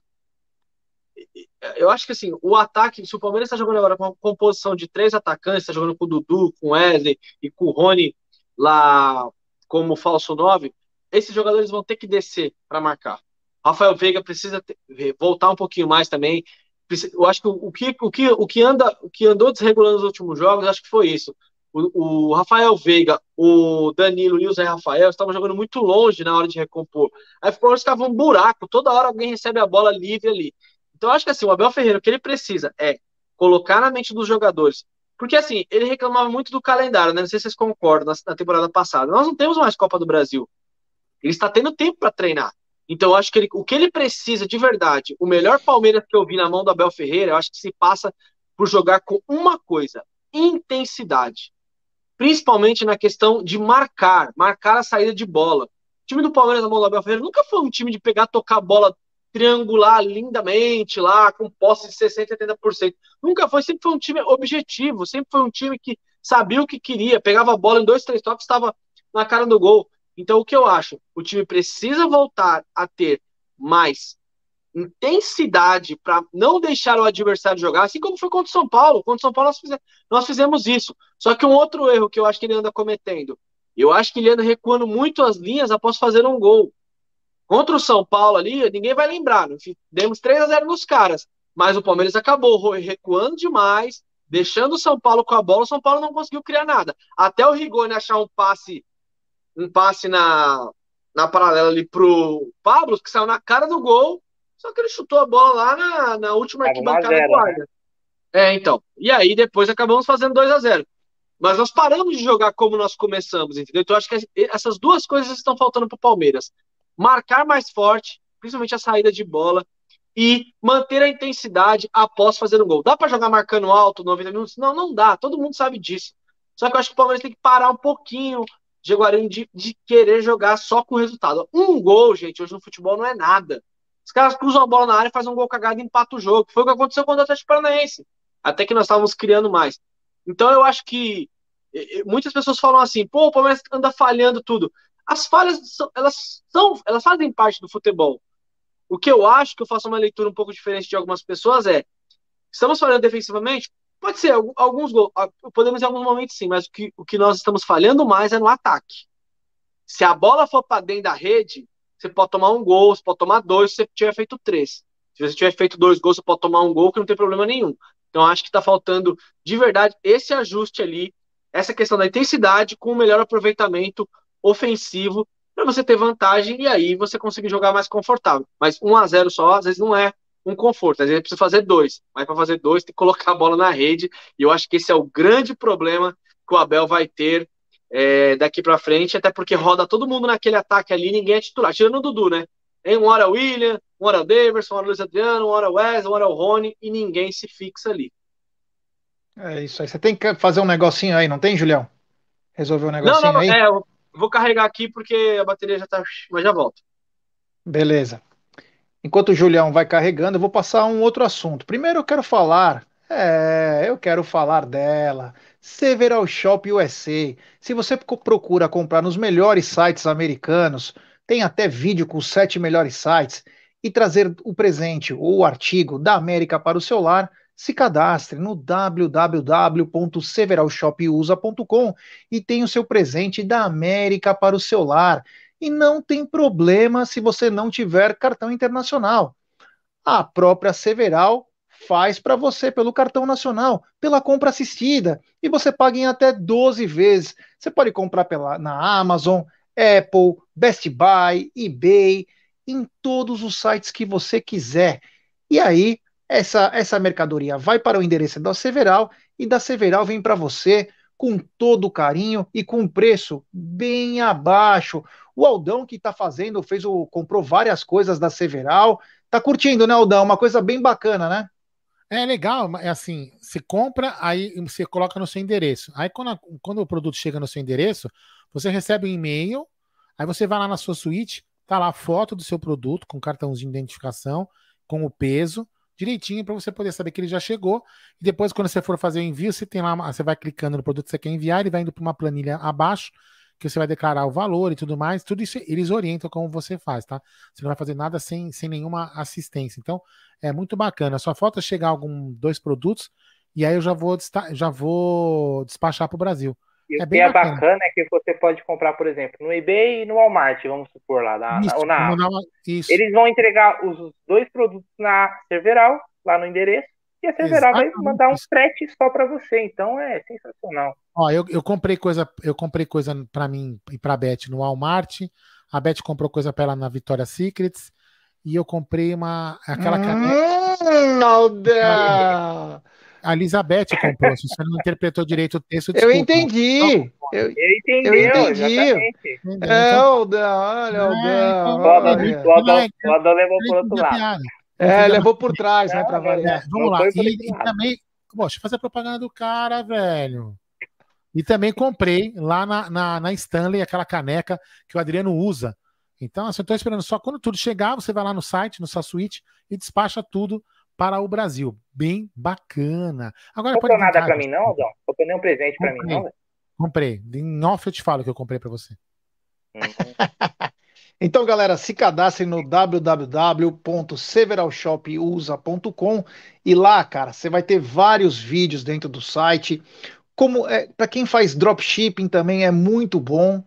Speaker 6: Eu acho que assim, o ataque, se o Palmeiras está jogando agora com uma composição de 3 atacantes, está jogando com o Dudu, com o Wesley e com o Rony lá como falso 9, esses jogadores vão ter que descer para marcar. Rafael Veiga precisa voltar um pouquinho mais também. Eu acho que o que andou desregulando nos últimos jogos, acho que foi isso. O Rafael Veiga, o Danilo e o Zé Rafael estavam jogando muito longe na hora de recompor. Aí o Palmeiras ficava um buraco, toda hora alguém recebe a bola livre ali. Então, eu acho que assim, o Abel Ferreira, o que ele precisa é colocar na mente dos jogadores. Porque, assim, ele reclamava muito do calendário, né? Não sei se vocês concordam, na temporada passada. Nós não temos mais Copa do Brasil. Ele está tendo tempo para treinar. Então, eu acho que o que ele precisa de verdade, o melhor Palmeiras que eu vi na mão do Abel Ferreira, eu acho que se passa por jogar com uma coisa: intensidade. Principalmente na questão de marcar a saída de bola. O time do Palmeiras na mão do Abel Ferreira nunca foi um time de pegar, tocar a bola, triangular lindamente lá, com posse de 60%, 80%. Nunca foi, sempre foi um time objetivo, sempre foi um time que sabia o que queria, pegava a bola em 2, 3 toques, estava na cara do gol. Então, o que eu acho? O time precisa voltar a ter mais intensidade para não deixar o adversário jogar, assim como foi contra o São Paulo. Contra o São Paulo nós fizemos isso. Só que um outro erro que eu acho que ele anda cometendo, eu acho que ele anda recuando muito as linhas após fazer um gol. Contra o São Paulo ali, ninguém vai lembrar. Demos 3-0 nos caras. Mas o Palmeiras acabou recuando demais, deixando o São Paulo com a bola. O São Paulo não conseguiu criar nada. Até o Rigoni achar um passe na paralela ali pro Pablo, que saiu na cara do gol. Só que ele chutou a bola lá na última arquibancada do área. Então. E aí depois acabamos fazendo 2-0. Mas nós paramos de jogar como nós começamos, entendeu? Então eu acho que essas duas coisas estão faltando pro Palmeiras. Marcar mais forte, principalmente a saída de bola, e manter a intensidade após fazer um gol. Dá para jogar marcando alto 90 minutos? Não, não dá. Todo mundo sabe disso. Só que eu acho que o Palmeiras tem que parar um pouquinho, Jaguarino, de querer jogar só com o resultado. Um gol, gente, hoje no futebol não é nada. Os caras cruzam a bola na área, fazem um gol cagado e empatam o jogo. Foi o que aconteceu com o Atlético Paranaense. Até que nós estávamos criando mais. Então eu acho que muitas pessoas falam assim, pô, o Palmeiras anda falhando tudo. as falhas elas fazem parte do futebol. O que eu acho, que eu faço uma leitura um pouco diferente de algumas pessoas, estamos falhando defensivamente, pode ser alguns gols, podemos em alguns momentos sim, mas o que nós estamos falhando mais é no ataque. Se a bola for para dentro da rede, você pode tomar um gol, você pode tomar dois, se você tiver feito 3. Se você tiver feito 2 gols, você pode tomar um gol, que não tem problema nenhum. Então, acho que está faltando, de verdade, esse ajuste ali, essa questão da intensidade com o melhor aproveitamento ofensivo, para você ter vantagem e aí você conseguir jogar mais confortável. Mas 1-0 só, às vezes, não é um conforto. Às vezes precisa fazer 2. Mas para fazer 2, tem que colocar a bola na rede. E eu acho que esse é o grande problema que o Abel vai ter daqui para frente, até porque roda todo mundo naquele ataque ali, ninguém é titular. Tirando o Dudu, né? Uma hora é o William, uma hora é o Daverson, uma hora é o Luiz Adriano, uma hora é o Wesley, uma hora é o Rony, e ninguém se fixa ali.
Speaker 4: É isso aí. Você tem que fazer um negocinho aí, não tem, Julião? Resolver um
Speaker 6: Não,
Speaker 4: negocinho aí?
Speaker 6: eu vou carregar aqui porque a bateria já tá, mas já volto.
Speaker 4: Beleza. Enquanto o Julião vai carregando, eu vou passar um outro assunto. Primeiro eu quero falar dela. Several Shop USA. Se você procura comprar nos melhores sites americanos, tem até vídeo com os 7 melhores sites, e trazer o presente ou o artigo da América para o seu lar, se cadastre no www.severalshopusa.com e tenha o seu presente da América para o seu lar. E não tem problema se você não tiver cartão internacional. A própria Several faz para você pelo cartão nacional, pela compra assistida, e você paga em até 12 vezes. Você pode comprar na Amazon, Apple, Best Buy, eBay, em todos os sites que você quiser. E aí, essa mercadoria vai para o endereço da Several, e da Several vem para você com todo o carinho e com um preço bem abaixo. O Aldão que está fazendo, comprou várias coisas da Several. Tá curtindo, né, Aldão? Uma coisa bem bacana, né?
Speaker 3: É legal, é assim, você compra, aí você coloca no seu endereço. Aí quando o produto chega no seu endereço, você recebe um e-mail, aí você vai lá na sua suíte, tá lá a foto do seu produto com cartãozinho de identificação, com o peso, direitinho para você poder saber que ele já chegou. E depois, quando você for fazer o envio, você tem lá, você vai clicando no produto que você quer enviar, ele vai indo para uma planilha abaixo, que você vai declarar o valor e tudo mais. Tudo isso eles orientam como você faz, tá? Você não vai fazer nada sem nenhuma assistência. Então, é muito bacana. Só falta chegar 2 produtos e aí eu já vou despachar para o Brasil.
Speaker 5: E
Speaker 3: É
Speaker 5: o que
Speaker 3: bem
Speaker 5: é
Speaker 3: bacana.
Speaker 5: bacana é que você pode comprar, por exemplo, no eBay e no Walmart, vamos supor lá, ou na Amazon.
Speaker 3: Isso.
Speaker 5: Eles vão entregar os 2 produtos na Several, lá no endereço, e a Several vai mandar um frete só para você. Então é sensacional.
Speaker 3: Ó, eu comprei coisa para mim e para a Beth no Walmart. A Beth comprou coisa para ela na Victoria's Secrets. E eu comprei aquela caneca.
Speaker 4: Aldão!
Speaker 3: A Elizabeth comprou. Se você não interpretou direito o texto,
Speaker 4: Eu
Speaker 3: desculpa.
Speaker 4: entendi. Eu entendi.
Speaker 5: Exatamente.
Speaker 4: Aldão, olha, Aldão.
Speaker 5: O Aldão levou por outro lado.
Speaker 4: Levou por trás, né, para variar.
Speaker 3: Vamos lá. E também, deixa eu fazer a propaganda do cara, velho. E também comprei lá na Stanley aquela caneca que o Adriano usa. Então, assim, eu estou esperando só quando tudo chegar, você vai lá no site, no sua suíte e despacha tudo para o Brasil. Bem bacana. Agora,
Speaker 5: não comprou nada para mim não, Aldão? Não comprou nenhum presente para mim não, velho?
Speaker 3: Comprei. Em off eu te falo que eu comprei para você.
Speaker 4: Então, galera, se cadastrem no www.severalshopusa.com e lá, cara, você vai ter vários vídeos dentro do site. Para quem faz dropshipping também é muito bom.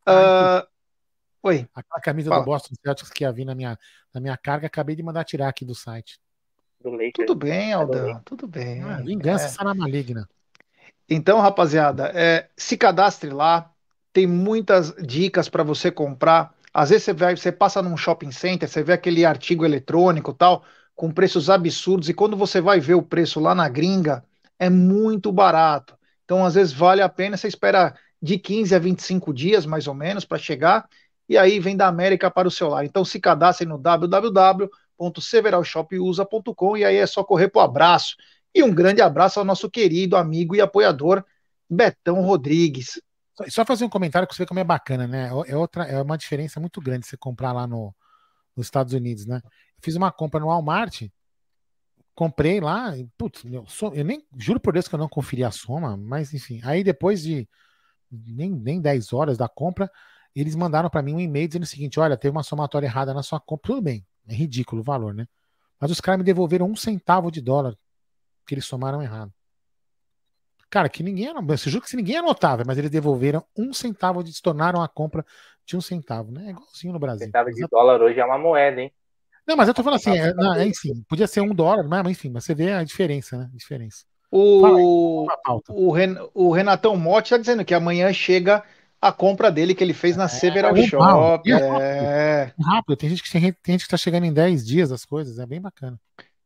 Speaker 4: Oi.
Speaker 3: Aquela camisa do Boston Celtics que ia vir na minha carga, acabei de mandar tirar aqui do site.
Speaker 4: Tudo bem, Aldão, tudo bem.
Speaker 3: Vingança será maligna.
Speaker 4: Então, rapaziada, se cadastre lá, tem muitas dicas para você comprar. Às vezes você passa num shopping center, você vê aquele artigo eletrônico tal, com preços absurdos, e quando você vai ver o preço lá na gringa, é muito barato. Então, às vezes vale a pena, você espera de 15 a 25 dias, mais ou menos, para chegar, e aí vem da América para o seu lar. Então se cadastre no www.severalshopusa.com e aí é só correr pro abraço. E um grande abraço ao nosso querido amigo e apoiador Betão Rodrigues.
Speaker 3: Só fazer um comentário que você vê como é bacana, né? É uma diferença muito grande você comprar lá nos Estados Unidos, né? Eu fiz uma compra no Walmart, comprei lá, e, putz, eu nem juro por Deus que eu não conferi a soma, mas enfim. Aí depois de nem 10 horas da compra, eles mandaram para mim um e-mail dizendo o seguinte: olha, teve uma somatória errada na sua compra. Tudo bem, é ridículo o valor, né? Mas os caras me devolveram US$ 1 que eles somaram errado. Cara, que ninguém, eu juro que ninguém anotava, mas eles devolveram US$ 1, se tornaram a compra de US$ 1, né? É igualzinho no Brasil.
Speaker 5: Centavo de dólar hoje é uma moeda, hein?
Speaker 3: Não, mas eu tô falando assim, enfim, podia ser $1, mas enfim, mas você vê a diferença, né? A diferença. Fala aí,
Speaker 4: O,
Speaker 3: uma pauta.
Speaker 4: o Renatão Motti está dizendo que amanhã chega a compra dele que ele fez na Several
Speaker 3: Uau,
Speaker 4: Shop.
Speaker 3: e é rápido, tem gente que tá chegando em 10 dias as coisas, é bem bacana.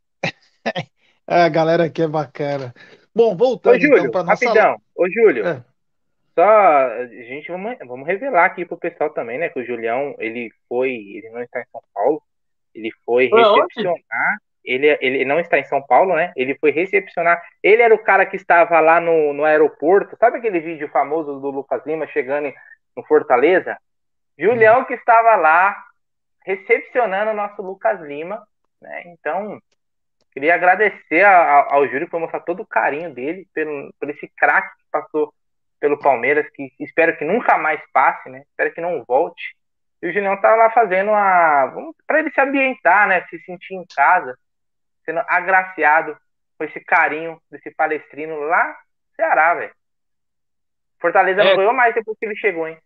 Speaker 4: A galera aqui é bacana. Bom,
Speaker 5: Ô,
Speaker 4: voltando então
Speaker 5: Júlio,
Speaker 4: para nossa.
Speaker 5: rapidão. Ô, Júlio,
Speaker 4: É,
Speaker 5: só, a gente, vamos revelar aqui pro pessoal também, né, que o Julião, ele não está em São Paulo, ele foi
Speaker 6: Foi aonde?
Speaker 5: recepcionar, ele não está em São Paulo, né, ele foi recepcionar, ele era o cara que estava lá no aeroporto, sabe aquele vídeo famoso do Lucas Lima chegando no Fortaleza? Julião que estava lá recepcionando o nosso Lucas Lima, né, então, queria agradecer ao Júlio por mostrar todo o carinho dele por esse craque que passou pelo Palmeiras, que espero que nunca mais passe, né? Espero que não volte. E o Julião tá lá fazendo para ele se ambientar, né? Se sentir em casa, sendo agraciado com esse carinho desse palestrino lá no Ceará, velho. Fortaleza não
Speaker 6: É,
Speaker 5: ganhou mais depois que ele chegou, hein?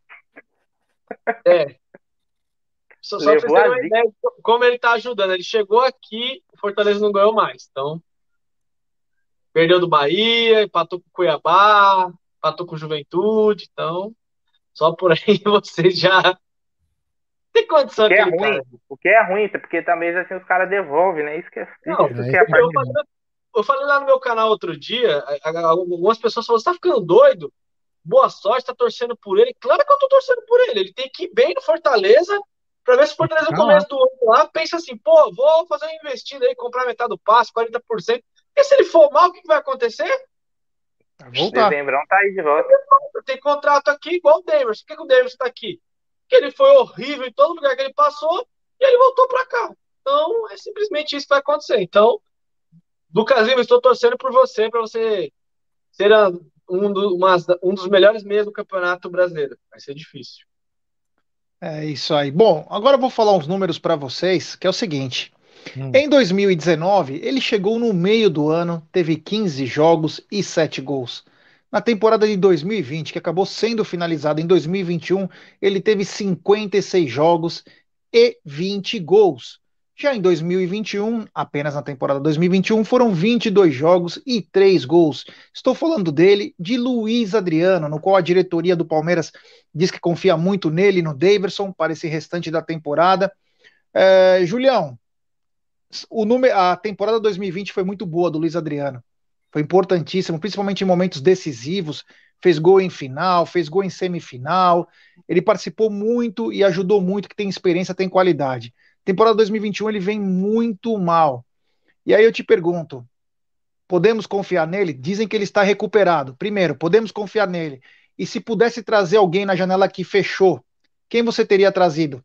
Speaker 6: é. Só pra vocês
Speaker 5: Levou
Speaker 6: terem
Speaker 5: a
Speaker 6: uma
Speaker 5: zica.
Speaker 6: ideia de como ele tá ajudando. Ele chegou aqui, o Fortaleza não ganhou mais. Então, perdeu do Bahia, empatou com o Cuiabá, empatou com o Juventude. Então, só por aí vocês já tem
Speaker 5: O
Speaker 6: condição
Speaker 5: que é
Speaker 6: aquele cara.
Speaker 5: ruim, o que é ruim, porque também assim os caras devolvem, né?
Speaker 6: Não,
Speaker 5: Isso
Speaker 3: É,
Speaker 5: que é a parte.
Speaker 6: eu falei lá no meu canal outro dia, algumas pessoas falaram, você tá ficando doido? Boa sorte, tá torcendo por ele. Claro que eu tô torcendo por ele. Ele tem que ir bem no Fortaleza, pra ver se o Fortaleza no
Speaker 3: tá lá.
Speaker 6: começo do ano lá pensa assim, pô, vou fazer uma investida aí, comprar metade do passe, 40%. E se ele for mal, o que vai acontecer?
Speaker 4: vai voltar.
Speaker 5: Dezembrão tá aí de volta.
Speaker 6: Tem contrato aqui igual o Davis. Por que o Davis tá aqui? Porque ele foi horrível em todo lugar que ele passou e ele voltou pra cá. Então, é simplesmente isso que vai acontecer. Então, Lucas Lima, estou torcendo por você, para você ser um dos melhores meios do Campeonato Brasileiro. Vai ser difícil.
Speaker 4: É isso aí. Bom, agora eu vou falar uns números para vocês, que é o seguinte.
Speaker 3: Hum.
Speaker 4: Em 2019, ele chegou no meio do ano, teve 15 jogos e 7 gols. Na temporada de 2020, que acabou sendo finalizada em 2021, ele teve 56 jogos e 20 gols. Já em 2021, apenas na temporada 2021, foram 22 jogos e 3 gols. Estou falando dele, de Luiz Adriano, no qual a diretoria do Palmeiras diz que confia muito nele, no Daverson, para esse restante da temporada. Julião, a temporada 2020 foi muito boa do Luiz Adriano. Foi importantíssimo, principalmente em momentos decisivos. Fez gol em final, fez gol em semifinal. Ele participou muito e ajudou muito, que tem experiência, tem qualidade. Temporada 2021 ele vem muito mal. E aí eu te pergunto, podemos confiar nele? Dizem que ele está recuperado. Primeiro, podemos confiar nele. E se pudesse trazer alguém na janela que fechou, quem você teria trazido?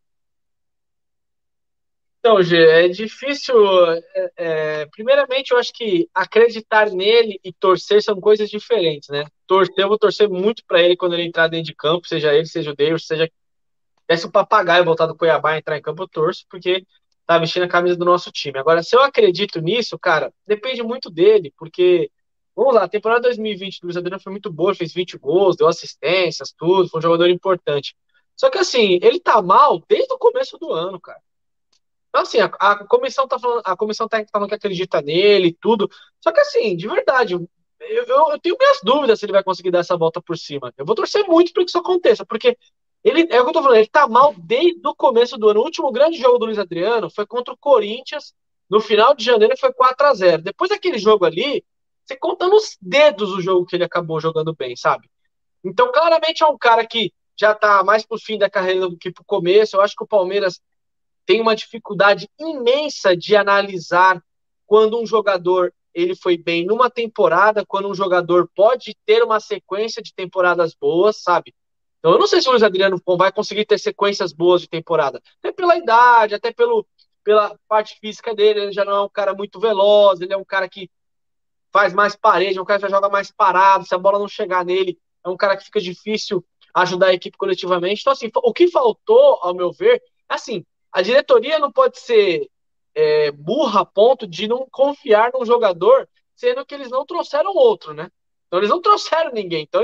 Speaker 6: Então, Gê, é difícil. Primeiramente, eu acho que acreditar nele e torcer são coisas diferentes, né? Eu vou torcer muito para ele quando ele entrar dentro de campo, seja ele, seja o Davis, seja se o papagaio voltar do Cuiabá e entrar em campo, eu torço, porque tá vestindo a camisa do nosso time. Agora, se eu acredito nisso, cara, depende muito dele, porque, vamos lá, a temporada 2020 do Luiz Adriano foi muito boa, fez 20 gols, deu assistências, tudo, foi um jogador importante. Só que, assim, ele tá mal desde o começo do ano, cara. Então, assim, a comissão tá falando, a comissão técnica tá falando que acredita nele e tudo. Só que, assim, de verdade, eu tenho minhas dúvidas se ele vai conseguir dar essa volta por cima. Eu vou torcer muito para que isso aconteça, porque é o que eu tô falando, ele tá mal desde o começo do ano. O último grande jogo do Luiz Adriano foi contra o Corinthians, no final de janeiro foi 4-0. Depois daquele jogo ali, você conta nos dedos o jogo que ele acabou jogando bem, sabe? Então, claramente é um cara que já tá mais pro fim da carreira do que pro começo. Eu acho que o Palmeiras tem uma dificuldade imensa de analisar quando um jogador ele foi bem numa temporada, quando um jogador pode ter uma sequência de temporadas boas, sabe? Então eu não sei se o Luiz Adriano vai conseguir ter sequências boas de temporada, até pela idade, até pela parte física dele, ele já não é um cara muito veloz, ele é um cara que faz mais parede, é um cara que já joga mais parado, se a bola não chegar nele, é um cara que fica difícil ajudar a equipe coletivamente. Então, assim, o que faltou, ao meu ver, assim, a diretoria não pode ser burra a ponto de não confiar num jogador, sendo que eles não trouxeram outro, né? Então, eles não trouxeram ninguém. Então,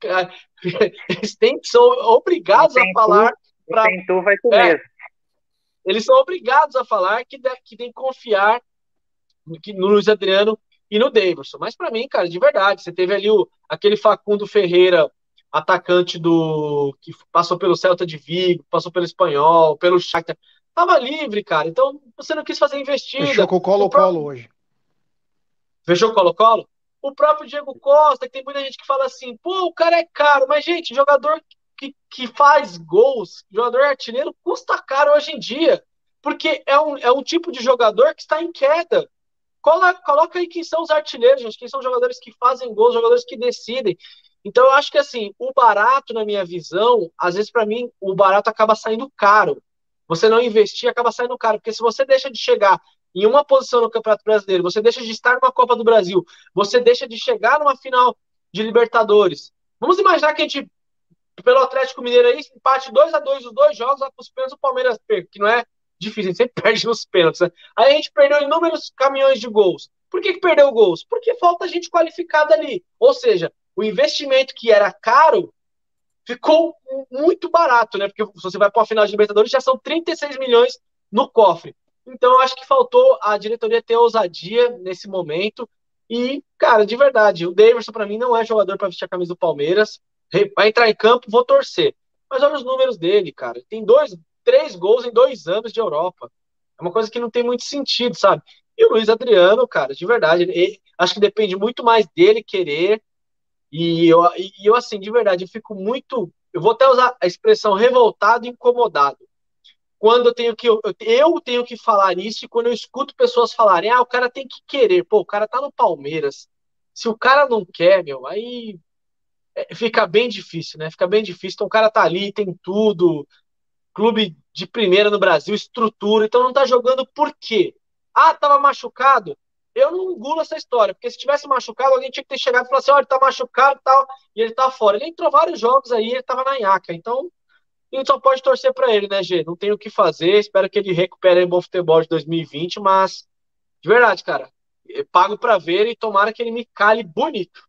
Speaker 6: são obrigados a falar para...
Speaker 5: Tentou, vai tu mesmo.
Speaker 6: Eles são obrigados a falar que tem que confiar no Luiz Adriano e no Davidson. Mas para mim, cara, de verdade, você teve ali aquele Facundo Ferreira, atacante que passou pelo Celta de Vigo, passou pelo Espanhol, pelo Shakhtar, tava livre, cara. Então você não quis fazer investida.
Speaker 4: Fechou com o Colo-Colo hoje.
Speaker 6: Fechou com o Colo-Colo? O próprio Diego Costa, que tem muita gente que fala assim, pô, o cara é caro, mas, gente, jogador que faz gols, jogador artilheiro, custa caro hoje em dia, porque é um tipo de jogador que está em queda. Coloca aí quem são os artilheiros, gente, quem são os jogadores que fazem gols, jogadores que decidem. Então eu acho que assim, o barato, na minha visão, às vezes para mim, o barato acaba saindo caro. Você não investir acaba saindo caro, porque se você deixa de chegar em uma posição no Campeonato Brasileiro, você deixa de estar numa Copa do Brasil, você deixa de chegar numa final de Libertadores. Vamos imaginar que a gente, pelo Atlético Mineiro aí, empate 2-2 os dois jogos, lá para os pênaltis, o Palmeiras perde, que não é difícil, a gente sempre perde nos pênaltis, né? Aí a gente perdeu inúmeros caminhões de gols. Por que perdeu gols? Porque falta gente qualificada ali. Ou seja, o investimento que era caro ficou muito barato, né? Porque se você vai para uma final de Libertadores, já são 36 milhões no cofre. Então, eu acho que faltou a diretoria ter ousadia nesse momento. E, cara, de verdade, o Davidson, para mim, não é jogador para vestir a camisa do Palmeiras. Vai entrar em campo, vou torcer. Mas olha os números dele, cara. Tem 3 gols em 2 anos de Europa. É uma coisa que não tem muito sentido, sabe? E o Luiz Adriano, cara, de verdade, acho que depende muito mais dele querer. E eu, assim, de verdade, eu fico muito. Eu vou até usar a expressão revoltado e incomodado. Quando eu tenho que falar isso e quando eu escuto pessoas falarem, o cara tem que querer. Pô, o cara tá no Palmeiras. Se o cara não quer, meu, aí fica bem difícil, né? Fica bem difícil. Então o cara tá ali, tem tudo, clube de primeira no Brasil, estrutura, então não tá jogando por quê? Tava machucado? Eu não engulo essa história, porque se tivesse machucado, alguém tinha que ter chegado e falado assim, olha, ele tá machucado e tal, e ele tá fora. Ele entrou vários jogos aí, ele tava na nhaca, então a gente só pode torcer pra ele, né, Gê? Não tem o que fazer, espero que ele recupere o bom futebol de 2020, mas, de verdade, cara, eu pago pra ver e tomara que ele me cale bonito.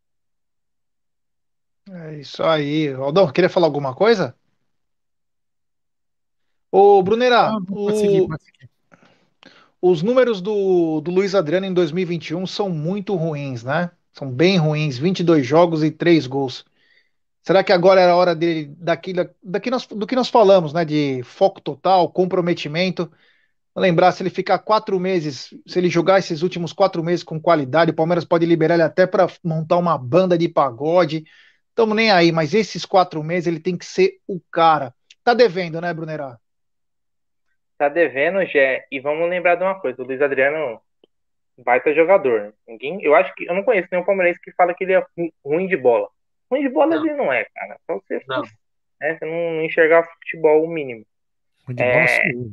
Speaker 4: É isso aí. Aldão, queria falar alguma coisa? Ô, Brunera,
Speaker 3: Não, pode seguir, pode seguir.
Speaker 4: os números do Luiz Adriano em 2021 são muito ruins, né? São bem ruins, 22 jogos e 3 gols. Será que agora era a hora dele, do que nós falamos, né? De foco total, comprometimento. Lembrar, se ele ficar 4 meses, se ele jogar esses últimos 4 meses com qualidade, o Palmeiras pode liberar ele até para montar uma banda de pagode. Estamos nem aí, mas esses 4 meses ele tem que ser o cara. Tá devendo, né, Brunerá?
Speaker 5: Tá devendo, Gé. E vamos lembrar de uma coisa: o Luiz Adriano, baita jogador. Né? Eu acho que eu não conheço nenhum palmeirense que fala que ele é ruim de bola. Ruim de bola
Speaker 6: Não,
Speaker 5: ele não é, cara. Só você,
Speaker 6: não.
Speaker 5: você não enxergar futebol o mínimo.
Speaker 3: De bola sim.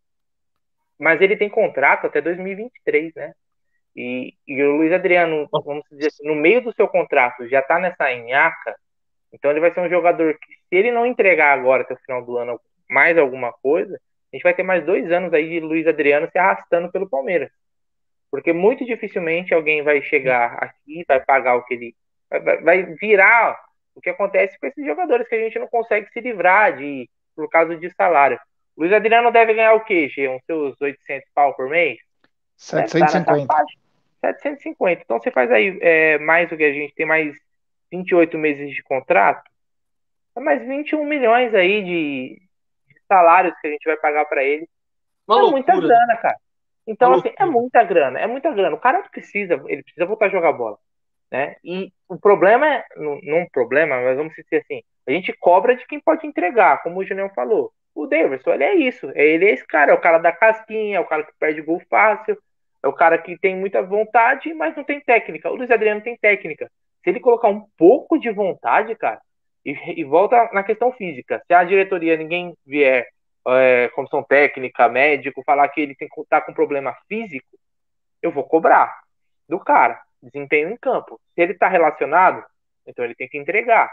Speaker 5: Mas ele tem contrato até 2023, né? E o Luiz Adriano, vamos dizer assim, no meio do seu contrato, já tá nessa nhaca. Então ele vai ser um jogador que, se ele não entregar agora até o final do ano mais alguma coisa, a gente vai ter mais 2 anos aí de Luiz Adriano se arrastando pelo Palmeiras. Porque muito dificilmente alguém vai chegar aqui e vai pagar o que ele... Vai virar o que acontece com esses jogadores que a gente não consegue se livrar por causa de salário. O Luiz Adriano deve ganhar o quê, G? Uns seus 800 pau por mês? Deve estar nessa
Speaker 4: 750.
Speaker 5: faixa. 750. Então você faz aí mais o que a gente tem, mais 28 meses de contrato. É mais 21 milhões aí de salários que a gente vai pagar para ele.
Speaker 6: Uma
Speaker 5: Muita
Speaker 6: loucura, né?
Speaker 5: grana, cara. Então,
Speaker 6: Uma
Speaker 5: assim,
Speaker 6: loucura.
Speaker 5: é muita grana. O cara ele precisa voltar a jogar bola, né? E o problema não um problema, mas vamos dizer assim, a gente cobra de quem pode entregar, como o Julião falou. O Davidson, ele é isso. Ele é esse cara, é o cara da casquinha, é o cara que perde gol fácil, é o cara que tem muita vontade, mas não tem técnica. O Luiz Adriano tem técnica. Se ele colocar um pouco de vontade, cara, e volta na questão física. Se a diretoria, ninguém vier comissão técnica, médico, falar que ele tá com problema físico, eu vou cobrar do cara, desempenho em campo. Se ele tá relacionado, então ele tem que entregar.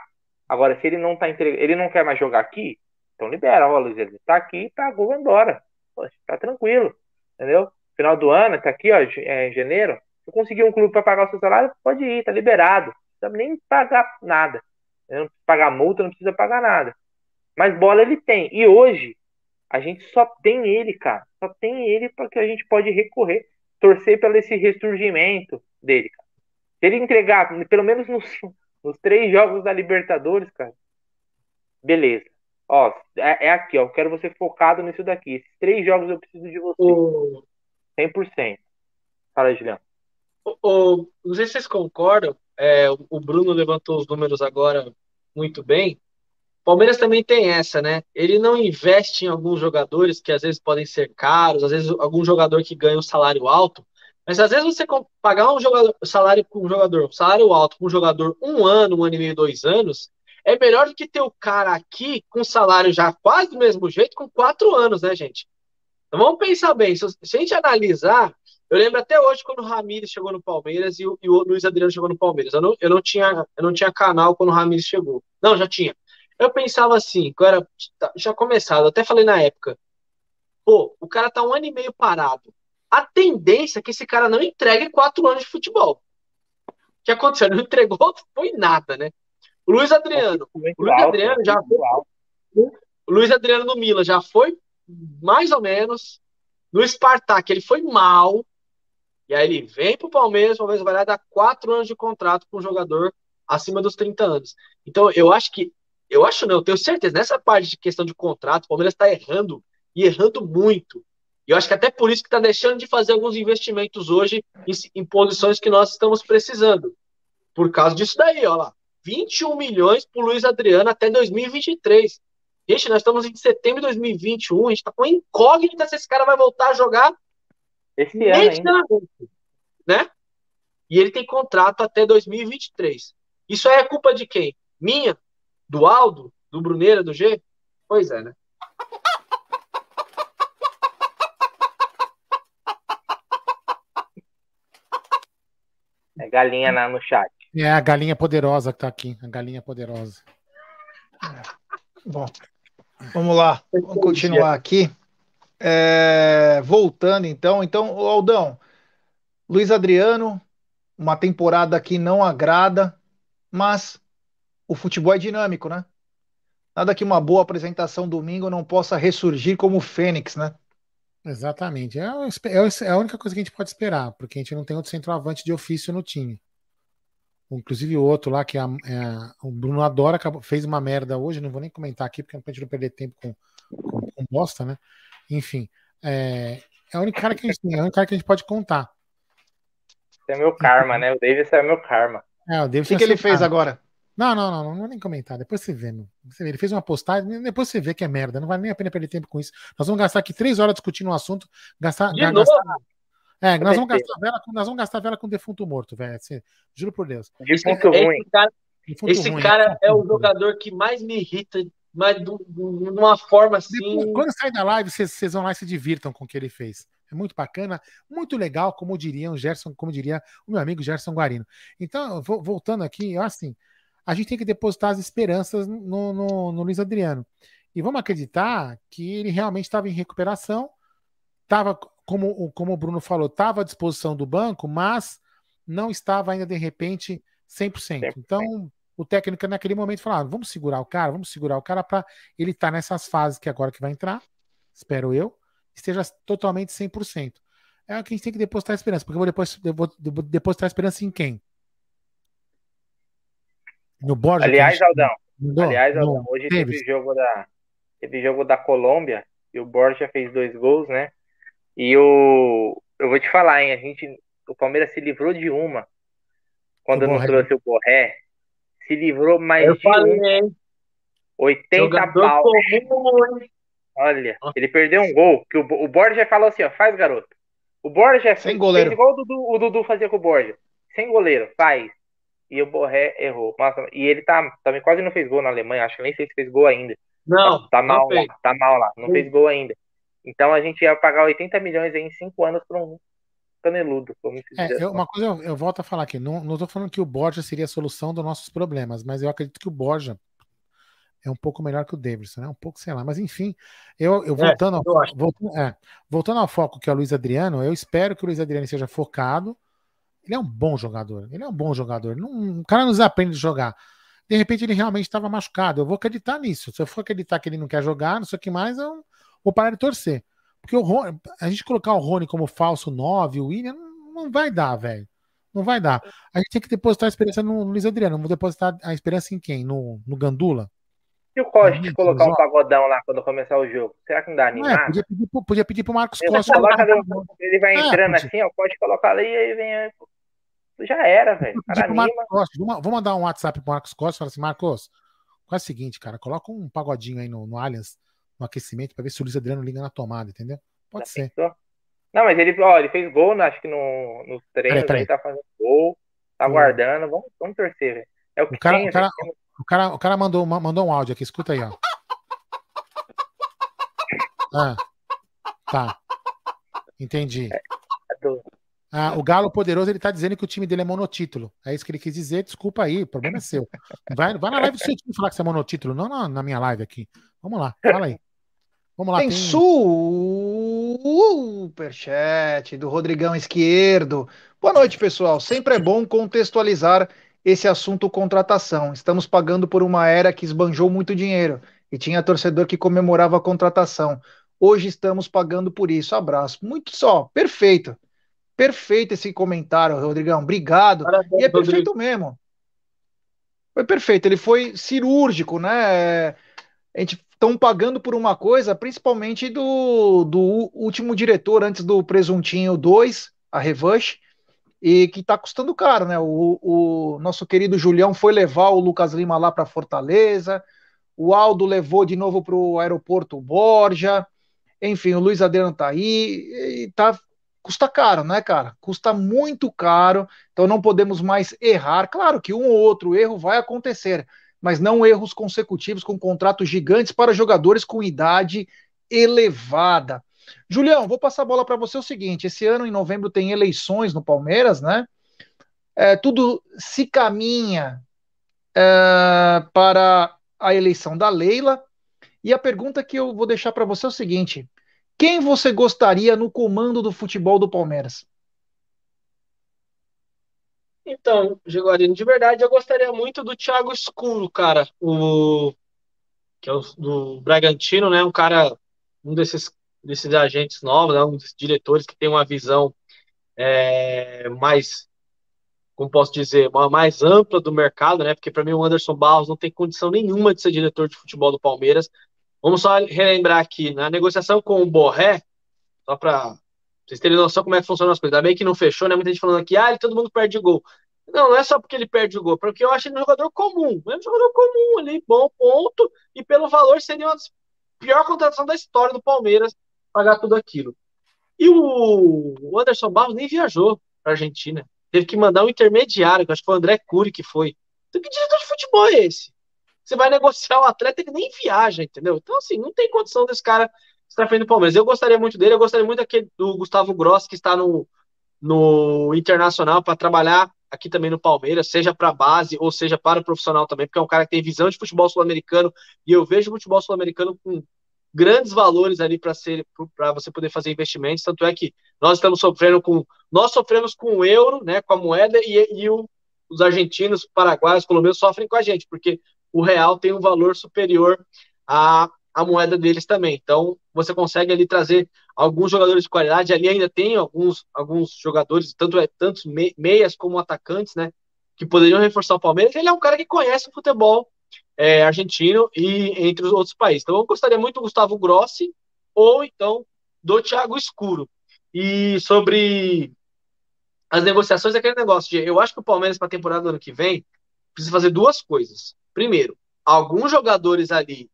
Speaker 5: Agora, se ele não tá ele não quer mais jogar aqui, então libera, ó, Luiz, ele tá aqui, pagou, vai embora. Poxa, tá tranquilo, entendeu? Final do ano, tá aqui, ó, em janeiro, se conseguir um clube para pagar o seu salário, pode ir, tá liberado. Não precisa nem pagar nada. Não precisa pagar multa, não precisa pagar nada. Mas bola ele tem. E hoje, a gente só tem ele, cara. Só tem ele porque a gente pode recorrer, torcer pelo esse ressurgimento dele, cara. Se ele entregar, pelo menos nos 3 jogos da Libertadores, cara, beleza. Ó, é aqui, ó. Eu quero você focado nisso daqui. Esses 3 jogos eu preciso de você.
Speaker 6: O,
Speaker 5: 100%. Fala, Julião.
Speaker 6: não sei se vocês concordam, o Bruno levantou os números agora muito bem. O Palmeiras também tem essa, né? Ele não investe em alguns jogadores que às vezes podem ser caros, às vezes algum jogador que ganha um salário alto, mas às vezes você pagar salário com um salário alto com um jogador 1 ano e meio, 2 anos, é melhor do que ter o cara aqui com salário já quase do mesmo jeito, com 4 anos, né, gente? Então vamos pensar bem, se a gente analisar, eu lembro até hoje quando o Ramires chegou no Palmeiras e o Luiz Adriano chegou no Palmeiras. Eu não tinha canal quando o Ramires chegou. Não, já tinha. Eu pensava assim, agora já começado, até falei na época, pô, o cara tá 1 ano e meio parado. A tendência é que esse cara não entregue 4 anos de futebol. O que aconteceu? Ele não entregou, foi nada, né? O Luiz Adriano. O Luiz Adriano já foi. O Luiz Adriano no Milan já foi mais ou menos. No Spartak ele foi mal. E aí ele vem pro Palmeiras, o Palmeiras vai lá dar 4 anos de contrato com um jogador acima dos 30 anos. Então eu acho não, eu tenho certeza, nessa parte de questão de contrato, o Palmeiras está errando, e errando muito. E eu acho que até por isso que está deixando de fazer alguns investimentos hoje em posições que nós estamos precisando. Por causa disso daí, ó lá. 21 milhões pro Luiz Adriano até 2023. Gente, nós estamos em setembro de 2021, a gente está com incógnita se esse cara vai voltar a jogar
Speaker 5: esse ano ainda,
Speaker 6: né? E ele tem contrato até 2023. Isso aí é culpa de quem? Minha? Do Aldo? Do Bruneira? Do G? Pois é, né?
Speaker 5: É galinha no chat.
Speaker 3: É a galinha poderosa que tá aqui. A galinha poderosa.
Speaker 4: Bom, vamos lá. Vamos continuar aqui. Voltando, então. Então, Aldão, Luiz Adriano, uma temporada que não agrada, mas o futebol é dinâmico, né? Nada que uma boa apresentação domingo não possa ressurgir como o Fênix, né?
Speaker 3: Exatamente. É a única coisa que a gente pode esperar, porque a gente não tem outro centroavante de ofício no time. Inclusive o outro lá, que o Bruno adora, fez uma merda hoje, não vou nem comentar aqui, porque a gente não perder tempo com bosta, né? Enfim, é o único cara que a gente tem, é o único cara que a gente pode contar.
Speaker 5: Esse é meu karma, né? O Davis é meu karma.
Speaker 3: O
Speaker 4: que ele fez agora?
Speaker 3: Não vou nem comentar. Depois você vê, meu. Ele fez uma postagem, depois você vê que é merda. Não vale nem a pena perder tempo com isso. Nós vamos gastar aqui 3 horas discutindo um assunto. Nós vamos gastar vela com defunto morto, velho. Assim, juro por Deus.
Speaker 6: Esse cara é o jogador que mais me irrita, mas de uma forma assim.
Speaker 3: Depois, quando sair da live, vocês vão lá e se divirtam com o que ele fez. É muito bacana, muito legal, como diria o meu amigo Gerson Guarino. Então, voltando aqui, assim, a gente tem que depositar as esperanças no Luiz Adriano. E vamos acreditar que ele realmente estava em recuperação, estava, como o Bruno falou, estava à disposição do banco, mas não estava ainda, de repente, 100%. Então, o técnico naquele momento falou, vamos segurar o cara para ele estar nessas fases que agora que vai entrar, espero eu, esteja totalmente 100%. É o que a gente tem que depositar a esperança, porque eu vou depositar a esperança em quem? No Borja?
Speaker 5: Aliás, Aldão, hoje teve jogo da Colômbia e o Borja fez 2 gols, né? E eu vou te falar, hein? O Palmeiras se livrou de uma quando não trouxe o Borré. Se livrou mais de um. 80 pau. Olha, ele perdeu um gol. Que o Borja falou assim, ó, faz, garoto. O Borja
Speaker 4: sem goleiro.
Speaker 5: Fez igual o Dudu fazia com o Borja. Sem goleiro, faz. E o Borré errou. Nossa, e ele também quase não fez gol na Alemanha. Acho que nem sei se fez gol ainda.
Speaker 6: Não,
Speaker 5: tá mal lá. Não fez gol ainda. Então a gente ia pagar 80 milhões aí em 5 anos para um caneludo.
Speaker 3: Uma coisa eu volto a falar aqui. Não estou falando que o Borja seria a solução dos nossos problemas, mas eu acredito que o Borja, é um pouco melhor que o Davidson, né? Um pouco, sei lá. Mas enfim, eu voltando, voltando ao foco que é o Luiz Adriano, eu espero que o Luiz Adriano seja focado. Ele é um bom jogador. Ele é um bom jogador. Não, o cara não aprende a jogar. De repente ele realmente estava machucado. Eu vou acreditar nisso. Se eu for acreditar que ele não quer jogar, não sei o que mais, eu vou parar de torcer. Porque o Rony, a gente colocar o Rony como falso 9, o William, não vai dar, velho. Não vai dar. A gente tem que depositar a esperança no Luiz Adriano. Vamos depositar a esperança em quem? No Gandula?
Speaker 5: Se o Costa colocar um pagodão lá quando começar o jogo, será que não dá animado?
Speaker 3: Podia pedir pro Marcos
Speaker 5: Ele
Speaker 3: Costa.
Speaker 5: ele vai entrando assim, ó, pode colocar ali e aí vem. Já era, velho.
Speaker 3: Vou mandar um WhatsApp pro Marcos Costa e falar assim, Marcos, qual é o seguinte, cara? Coloca um pagodinho aí no Allianz, no aquecimento, pra ver se o Luiz Adriano liga na tomada, entendeu? Pode ser.
Speaker 5: Pensou? Não, mas ele fez gol, acho que nos treinos aí, tá fazendo gol, tá guardando. Vamos torcer, velho. É o que tem,
Speaker 3: o cara mandou um áudio aqui, escuta aí, ó. Tá. Entendi. O Galo Poderoso, ele tá dizendo que o time dele é monotítulo. É isso que ele quis dizer, desculpa aí, o problema é seu. Vai na live do seu time falar que você é monotítulo, não na minha live aqui. Vamos lá, fala aí. Vamos lá.
Speaker 4: Tem superchat do Rodrigão Esquerdo. Boa noite, pessoal. Sempre é bom contextualizar esse assunto contratação. Estamos pagando por uma era que esbanjou muito dinheiro e tinha torcedor que comemorava a contratação. Hoje estamos pagando por isso. Abraço. Muito só, perfeito. Perfeito esse comentário, Rodrigão. Obrigado.
Speaker 6: Parabéns,
Speaker 4: e é perfeito mesmo. Foi perfeito. Ele foi cirúrgico, né? A gente estão pagando por uma coisa, principalmente do último diretor antes do Presuntinho 2, a Revanche, e que está custando caro, né? O nosso querido Julião foi levar o Lucas Lima lá para Fortaleza, o Aldo levou de novo para o aeroporto Borja, enfim, o Luiz Adriano tá aí, e custa caro, né, cara? Custa muito caro, então não podemos mais errar. Claro que um ou outro erro vai acontecer, mas não erros consecutivos com contratos gigantes para jogadores com idade elevada. Julião, vou passar a bola para você o seguinte: esse ano, em novembro, tem eleições no Palmeiras, né? Tudo se caminha para a eleição da Leila. E a pergunta que eu vou deixar para você é o seguinte: quem você gostaria no comando do futebol do Palmeiras?
Speaker 6: Então, Gigodinho, de verdade, eu gostaria muito do Thiago Escuro, cara, que é do Bragantino, né? Um desses agentes novos, né? Um desses diretores que tem uma visão mais, como posso dizer, mais ampla do mercado, né? Porque para mim o Anderson Barros não tem condição nenhuma de ser diretor de futebol do Palmeiras. Vamos só relembrar aqui, na negociação com o Borré, só para vocês terem noção como é que funcionam as coisas. Ainda bem que não fechou, né? Muita gente falando aqui, todo mundo perde gol. Não é só porque ele perde o gol, porque eu acho ele um jogador comum. É um jogador comum ali, bom ponto, e pelo valor seria uma das pior contratação da história do Palmeiras pagar tudo aquilo. E o Anderson Barros nem viajou para a Argentina. Teve que mandar um intermediário, que acho que foi o André Cury que foi. Então, que diretor de futebol é esse? Você vai negociar um atleta que nem viaja, entendeu? Então, assim, não tem condição desse cara estar frente do Palmeiras. Eu gostaria muito dele, eu gostaria muito do Gustavo Grossi, que está no Internacional para trabalhar aqui também no Palmeiras, seja para base ou seja para o profissional também, porque é um cara que tem visão de futebol sul-americano e eu vejo o futebol sul-americano com grandes valores ali para você poder fazer investimentos, tanto é que nós sofremos com o euro, né, com a moeda e os argentinos, paraguaios, colombianos sofrem com a gente, porque o real tem um valor superior à moeda deles também. Então, você consegue ali trazer alguns jogadores de qualidade. Ali ainda tem alguns jogadores, tantos meias como atacantes, né, que poderiam reforçar o Palmeiras. Ele é um cara que conhece o futebol argentino e entre os outros países. Então, eu gostaria muito do Gustavo Grossi ou então do Thiago Escuro. E sobre as negociações, aquele negócio eu acho que o Palmeiras, para a temporada do ano que vem, precisa fazer duas coisas. Primeiro, alguns jogadores ali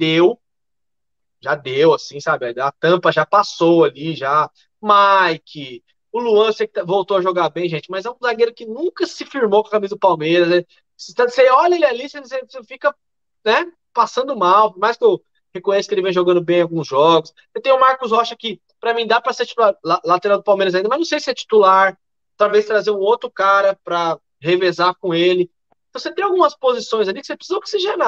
Speaker 6: já deu, assim, sabe? A tampa já passou ali, já. Mike, o Luan, você que voltou a jogar bem, gente, mas é um zagueiro que nunca se firmou com a camisa do Palmeiras. Né? Você olha ele ali, você fica, né, passando mal, por mais que eu reconheço que ele vem jogando bem em alguns jogos. Você tem o Marcos Rocha que, para mim, dá para ser titular, lateral do Palmeiras ainda, mas não sei se é titular. Talvez trazer um outro cara para revezar com ele. Então, você tem algumas posições ali que você precisa oxigenar.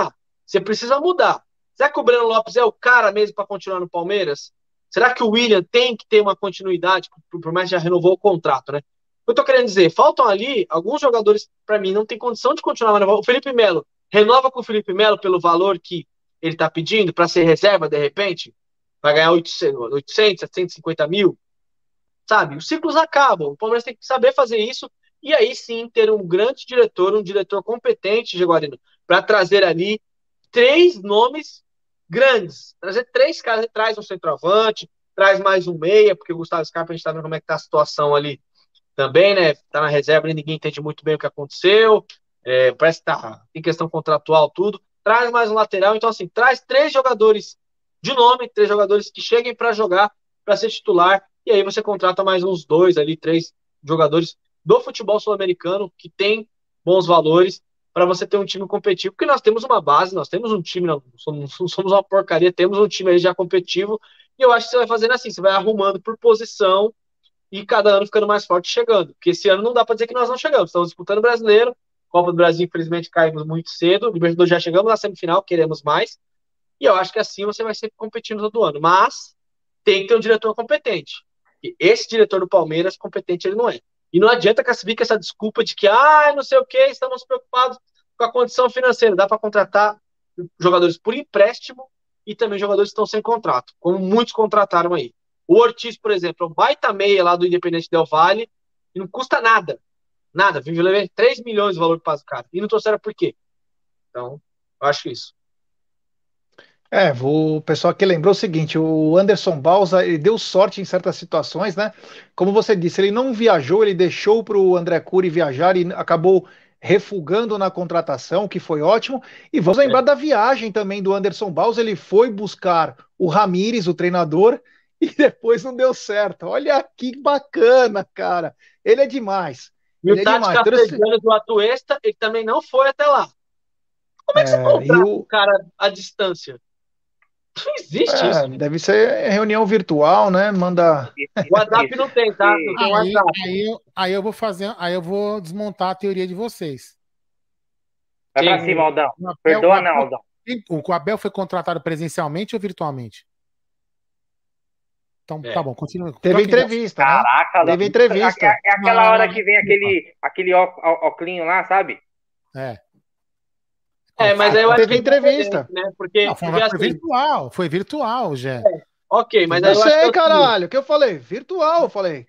Speaker 6: Você precisa mudar. Será que o Breno Lopes é o cara mesmo para continuar no Palmeiras? Será que o William tem que ter uma continuidade, por mais que já renovou o contrato, né? Eu tô querendo dizer, faltam ali alguns jogadores, para mim, não tem condição de continuar. O Felipe Melo, renova com o Felipe Melo pelo valor que ele tá pedindo para ser reserva, de repente, vai ganhar 800 750 mil, sabe? Os ciclos acabam. O Palmeiras tem que saber fazer isso e aí sim ter um grande diretor, um diretor competente, Jaguarino, para trazer ali 3 nomes grandes. Trazer 3 caras, traz um centroavante, traz mais um meia, porque o Gustavo Scarpa, a gente tá vendo como é que tá a situação ali também, né? Tá na reserva e ninguém entende muito bem o que aconteceu. Parece que tá em questão contratual, tudo. Traz mais um lateral, então assim, traz 3 jogadores de nome, 3 jogadores que cheguem para jogar, para ser titular, e aí você contrata mais uns 2 ali, 3 jogadores do futebol sul-americano que tem bons valores para você ter um time competitivo, porque nós temos uma base, nós temos um time, não somos uma porcaria, temos um time aí já competitivo, e eu acho que você vai fazendo assim, você vai arrumando por posição e cada ano ficando mais forte chegando. Porque esse ano não dá para dizer que nós não chegamos. Estamos disputando o Brasileiro, Copa do Brasil, infelizmente, caímos muito cedo. Libertadores já chegamos na semifinal, queremos mais. E eu acho que assim você vai sempre competindo todo ano. Mas tem que ter um diretor competente. E esse diretor do Palmeiras, competente ele não é. E não adianta vir com essa desculpa de que, não sei o que, estamos preocupados com a condição financeira. Dá para contratar jogadores por empréstimo e também jogadores que estão sem contrato, como muitos contrataram aí. O Ortiz, por exemplo, é um baita meia lá do Independente Del Valle e não custa nada. Nada. Vive levando 3 milhões de valor que faz o cara. E não trouxeram por quê? Então, eu acho isso.
Speaker 4: O pessoal aqui lembrou o seguinte: o Anderson Balsa, ele deu sorte em certas situações, né? Como você disse, ele não viajou, ele deixou para o André Cury viajar e acabou refugando na contratação, que foi ótimo. E vamos lembrar da viagem também do Anderson Balsa, ele foi buscar o Ramires, o treinador, e depois não deu certo. Olha que bacana, cara. Ele é demais.
Speaker 6: E
Speaker 4: Ele
Speaker 6: o
Speaker 4: é
Speaker 6: Tati
Speaker 4: demais.
Speaker 6: Castellanos do Atuesta, ele também não foi até lá. Como é que você contrata um cara à distância? Não existe isso.
Speaker 4: Deve ser reunião virtual, né? Manda.
Speaker 6: O WhatsApp não tem, tá? Não tem WhatsApp.
Speaker 3: Aí eu vou desmontar a teoria de vocês.
Speaker 5: Vai pra cima, Aldão. Perdoa, não, Aldão.
Speaker 3: O Abel foi contratado presencialmente ou virtualmente? Então, tá bom, continua.
Speaker 4: Teve entrevista, né?
Speaker 5: Caraca,
Speaker 4: teve entrevista.
Speaker 5: É aquela hora que vem aquele óculinho lá, sabe?
Speaker 6: Mas aí eu acho
Speaker 4: teve
Speaker 6: que
Speaker 4: entrevista,
Speaker 6: né? Porque,
Speaker 3: não, foi virtual, Jé.
Speaker 6: Ok, mas
Speaker 4: eu
Speaker 6: aí eu
Speaker 4: sei,
Speaker 6: acho que
Speaker 4: caralho, o que eu falei? Virtual, eu falei.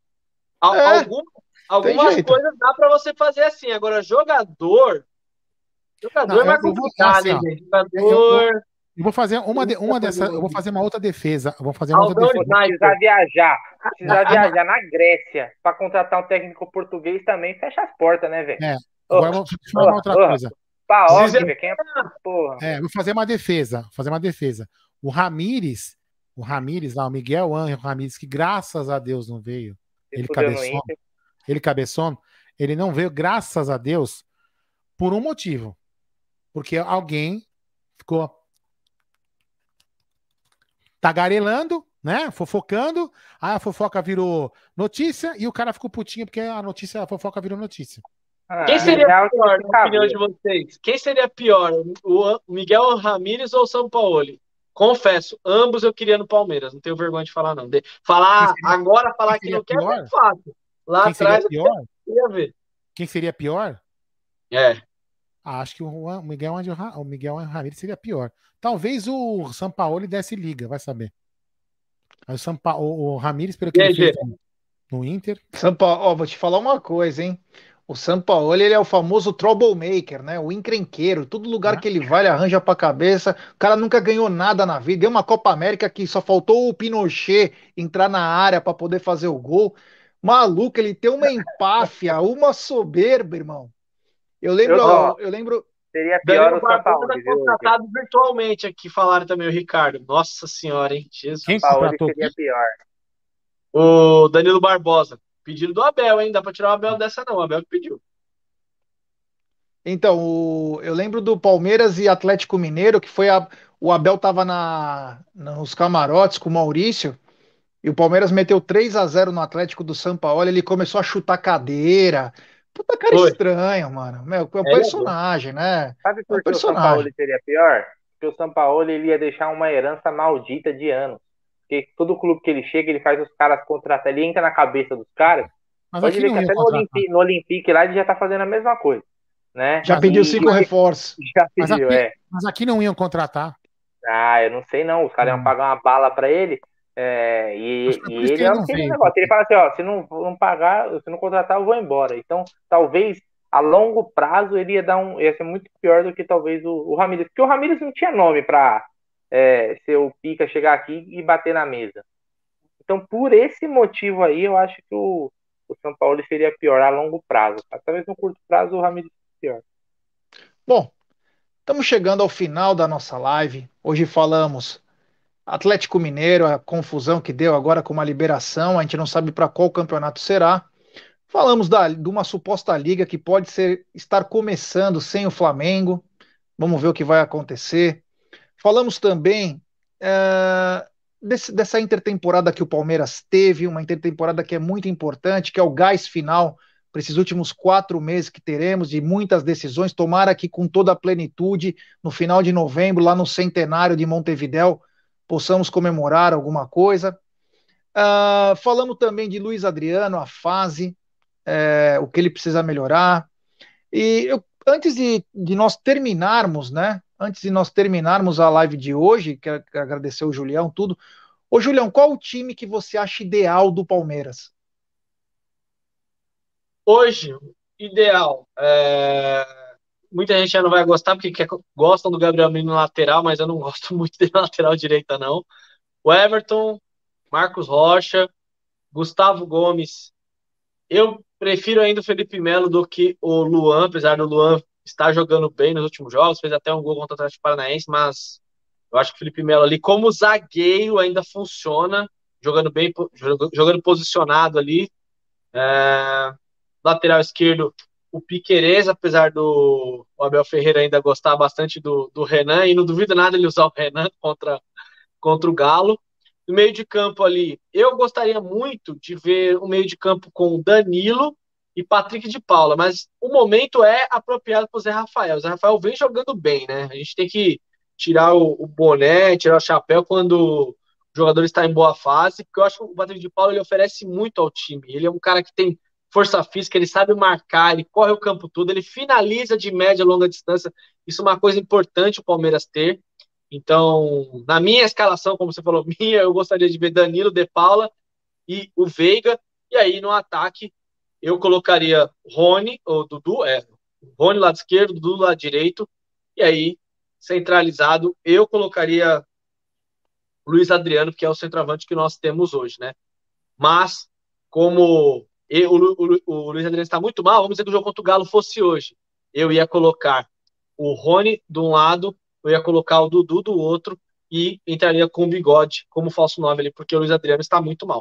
Speaker 6: Algumas coisas dá pra você fazer assim. Agora, jogador é mais complicado, hein, gente? Jogador.
Speaker 3: Eu vou fazer eu vou fazer uma outra defesa. Eu vou fazer
Speaker 5: uma outra defesa. Precisar viajar na Grécia para contratar um técnico português também fecha as portas, né, velho?
Speaker 3: Agora eu vou falar uma outra coisa.
Speaker 5: Quem é porra?
Speaker 3: Vou fazer uma defesa. O Ramires lá, o Miguel Ángel Ramires, que graças a Deus não veio. Ele cabeçono, ele não veio, graças a Deus, por um motivo. Porque alguém ficou tagarelando, né? Fofocando, aí a fofoca virou notícia e o cara ficou putinho porque a fofoca virou notícia.
Speaker 6: Quem seria pior, na opinião de vocês? Quem seria pior, o Miguel Ramírez ou o Sampaoli? Confesso, ambos eu queria no Palmeiras, não tenho vergonha de falar, não. Falar que não quer é fácil. Lá atrás eu queria ver.
Speaker 3: Quem seria pior? Acho que o Miguel Ramírez seria pior. Talvez o Sampaoli desse liga, vai saber. Mas o Ramírez, pelo que ele fez no Inter.
Speaker 4: Vou te falar uma coisa, hein? O Sampaoli, ele é o famoso troublemaker, né? O encrenqueiro. Todo lugar que ele vai, ele arranja pra cabeça. O cara nunca ganhou nada na vida. Deu uma Copa América que só faltou o Pinochet entrar na área pra poder fazer o gol. Maluco, ele tem uma empáfia, uma soberba, irmão. Eu lembro.
Speaker 5: Seria pior o Sampaoli.
Speaker 6: Contratado virtualmente aqui, falaram também o Ricardo. Nossa senhora, hein? Jesus.
Speaker 3: Quem
Speaker 5: Sampaoli seria pior.
Speaker 6: O Danilo Barbosa. Pedido do Abel, hein? Dá pra tirar o Abel dessa não. O Abel que pediu.
Speaker 4: Então, eu lembro do Palmeiras e Atlético Mineiro, que foi o Abel tava nos camarotes com o Maurício, e o Palmeiras meteu 3-0 no Atlético do Sampaoli, ele começou a chutar cadeira, Puta cara
Speaker 6: Oi.
Speaker 4: estranho, mano. Meu, é um
Speaker 6: É, ele é bom.
Speaker 4: personagem, né?
Speaker 5: Sabe
Speaker 4: É um
Speaker 5: por que o Sampaoli
Speaker 4: personagem.
Speaker 5: seria pior? Porque o Sampaoli ele ia deixar uma herança maldita de anos. Porque todo clube que ele chega, ele faz os caras contratar, ele entra na cabeça dos caras.
Speaker 3: Mas
Speaker 5: Pode
Speaker 3: aqui
Speaker 5: ver
Speaker 3: não
Speaker 5: que
Speaker 3: ia
Speaker 5: até
Speaker 3: contratar.
Speaker 5: No Olympique lá ele já tá fazendo a mesma coisa, né?
Speaker 4: Já
Speaker 3: Mas,
Speaker 4: pediu
Speaker 5: E
Speaker 4: 5 reforços.
Speaker 5: já
Speaker 3: mas
Speaker 5: pediu,
Speaker 3: aqui,
Speaker 5: é.
Speaker 3: mas aqui não iam contratar.
Speaker 5: Ah, eu não sei não. Os caras iam
Speaker 3: Hum.
Speaker 5: pagar uma bala pra ele.
Speaker 3: Acho que é
Speaker 5: E
Speaker 3: por isso que
Speaker 5: ele
Speaker 3: ele
Speaker 5: é
Speaker 3: não
Speaker 5: aquele
Speaker 3: veio.
Speaker 5: negócio. Ele fala assim, ó, se não pagar, se não contratar, eu vou embora. Então, talvez a longo prazo ele ia ser muito pior do que talvez o Ramires. Porque o Ramires não tinha nome pra ser o pica, chegar aqui e bater na mesa. Então, por esse motivo aí, eu acho que o São Paulo seria pior a longo prazo. Tá? Talvez no curto prazo o Ramires seria pior.
Speaker 4: Bom, estamos chegando ao final da nossa live. Hoje falamos Atlético Mineiro, a confusão que deu agora com uma liberação, a gente não sabe para qual campeonato será. Falamos de uma suposta liga que pode estar começando sem o Flamengo. Vamos ver o que vai acontecer. Falamos também dessa intertemporada que o Palmeiras teve, uma intertemporada que é muito importante, que é o gás final para esses últimos 4 meses que teremos, de muitas decisões. Tomara que com toda a plenitude, no final de novembro, lá no centenário de Montevidéu, possamos comemorar alguma coisa. Falamos também de Luiz Adriano, a fase, o que ele precisa melhorar. Antes de nós terminarmos, né? Antes de nós terminarmos a live de hoje, quero agradecer o Julião, tudo. Ô, Julião, qual o time que você acha ideal do Palmeiras?
Speaker 6: Hoje, ideal. Muita gente já não vai gostar porque gostam do Gabriel Menino na lateral, mas eu não gosto muito dele na lateral direita, não. O Everton, Marcos Rocha, Gustavo Gomes. Eu prefiro ainda o Felipe Melo do que o Luan, apesar do Luan estar jogando bem nos últimos jogos, fez até um gol contra o Atlético Paranaense, mas eu acho que o Felipe Melo ali, como zagueiro, ainda funciona, jogando bem, jogando posicionado ali. Lateral esquerdo, o Piquerez, apesar do Abel Ferreira ainda gostar bastante do Renan, e não duvido nada ele usar o Renan contra o Galo. No meio de campo ali, eu gostaria muito de ver um meio de campo com Danilo e Patrick de Paula, mas o momento é apropriado para o Zé Rafael. O Zé Rafael vem jogando bem, né? A gente tem que tirar o boné, tirar o chapéu quando o jogador está em boa fase, porque eu acho que o Patrick de Paula ele oferece muito ao time. Ele é um cara que tem força física, ele sabe marcar, ele corre o campo todo, ele finaliza de média e longa distância. Isso é uma coisa importante o Palmeiras ter. Então, na minha escalação, como você falou, minha, eu gostaria de ver Danilo, De Paula e o Veiga. E aí, no ataque, eu colocaria Rony, ou Dudu, Rony lado esquerdo, Dudu lado direito. E aí, centralizado, eu colocaria Luiz Adriano, que é o centroavante que nós temos hoje, né? Mas, como o Luiz Adriano está muito mal, vamos dizer que o jogo contra o Galo fosse hoje. Eu ia colocar o Rony de um lado, eu ia colocar o Dudu do outro e entraria com o Bigode como falso 9 ali, porque o Luiz Adriano está muito mal.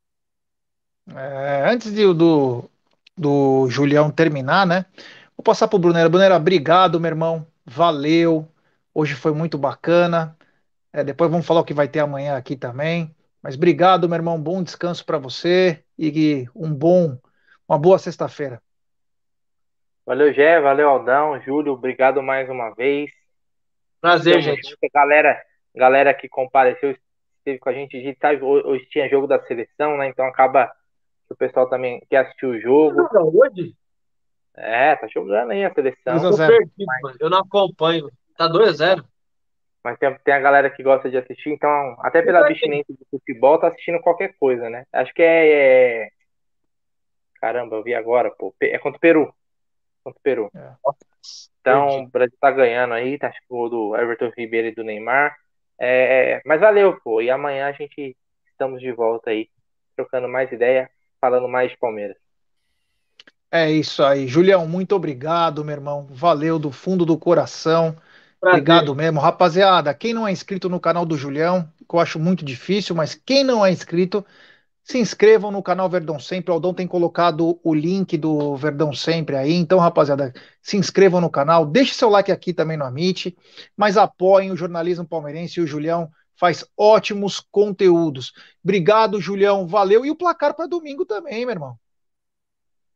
Speaker 4: Antes do Julião terminar, né? Vou passar pro Brunera. Brunera, obrigado, meu irmão. Valeu. Hoje foi muito bacana. Depois vamos falar o que vai ter amanhã aqui também. Mas obrigado, meu irmão. Bom descanso para você e uma boa sexta-feira.
Speaker 5: Valeu, Gé, valeu, Aldão, Júlio, obrigado mais uma vez.
Speaker 6: Prazer,
Speaker 5: Tamo
Speaker 6: gente.
Speaker 5: junto. Galera que compareceu, esteve com a gente. Hoje tinha jogo da seleção, né? Então acaba que o pessoal também quer assistir o jogo.
Speaker 6: Hoje?
Speaker 5: Tá jogando aí a seleção.
Speaker 4: 2 a
Speaker 6: Tô
Speaker 4: 0.
Speaker 6: perdido, mano. Eu não acompanho. Tá 2-0.
Speaker 5: Mas tem a galera que gosta de assistir, então, até pela abstinência do futebol, tá assistindo qualquer coisa, né? Acho que Caramba, eu vi agora, pô. É contra o Peru. Contra o Peru. Então, o Brasil tá ganhando aí, tá? Acho que o gol do Everton Ribeiro e do Neymar. Mas valeu, pô. E amanhã a gente estamos de volta aí, trocando mais ideia, falando mais de Palmeiras.
Speaker 4: É isso aí. Julião, muito obrigado, meu irmão. Valeu do fundo do coração.
Speaker 6: Prazer.
Speaker 4: Obrigado mesmo. Rapaziada, quem não é inscrito no canal do Julião, que eu acho muito difícil, mas quem não é inscrito, se inscrevam no canal Verdão Sempre. O Aldão tem colocado o link do Verdão Sempre aí. Então, rapaziada, se inscrevam no canal. Deixe seu like aqui também no Amit, mas apoiem o jornalismo palmeirense e o Julião faz ótimos conteúdos. Obrigado, Julião. Valeu. E o placar para domingo também, meu irmão.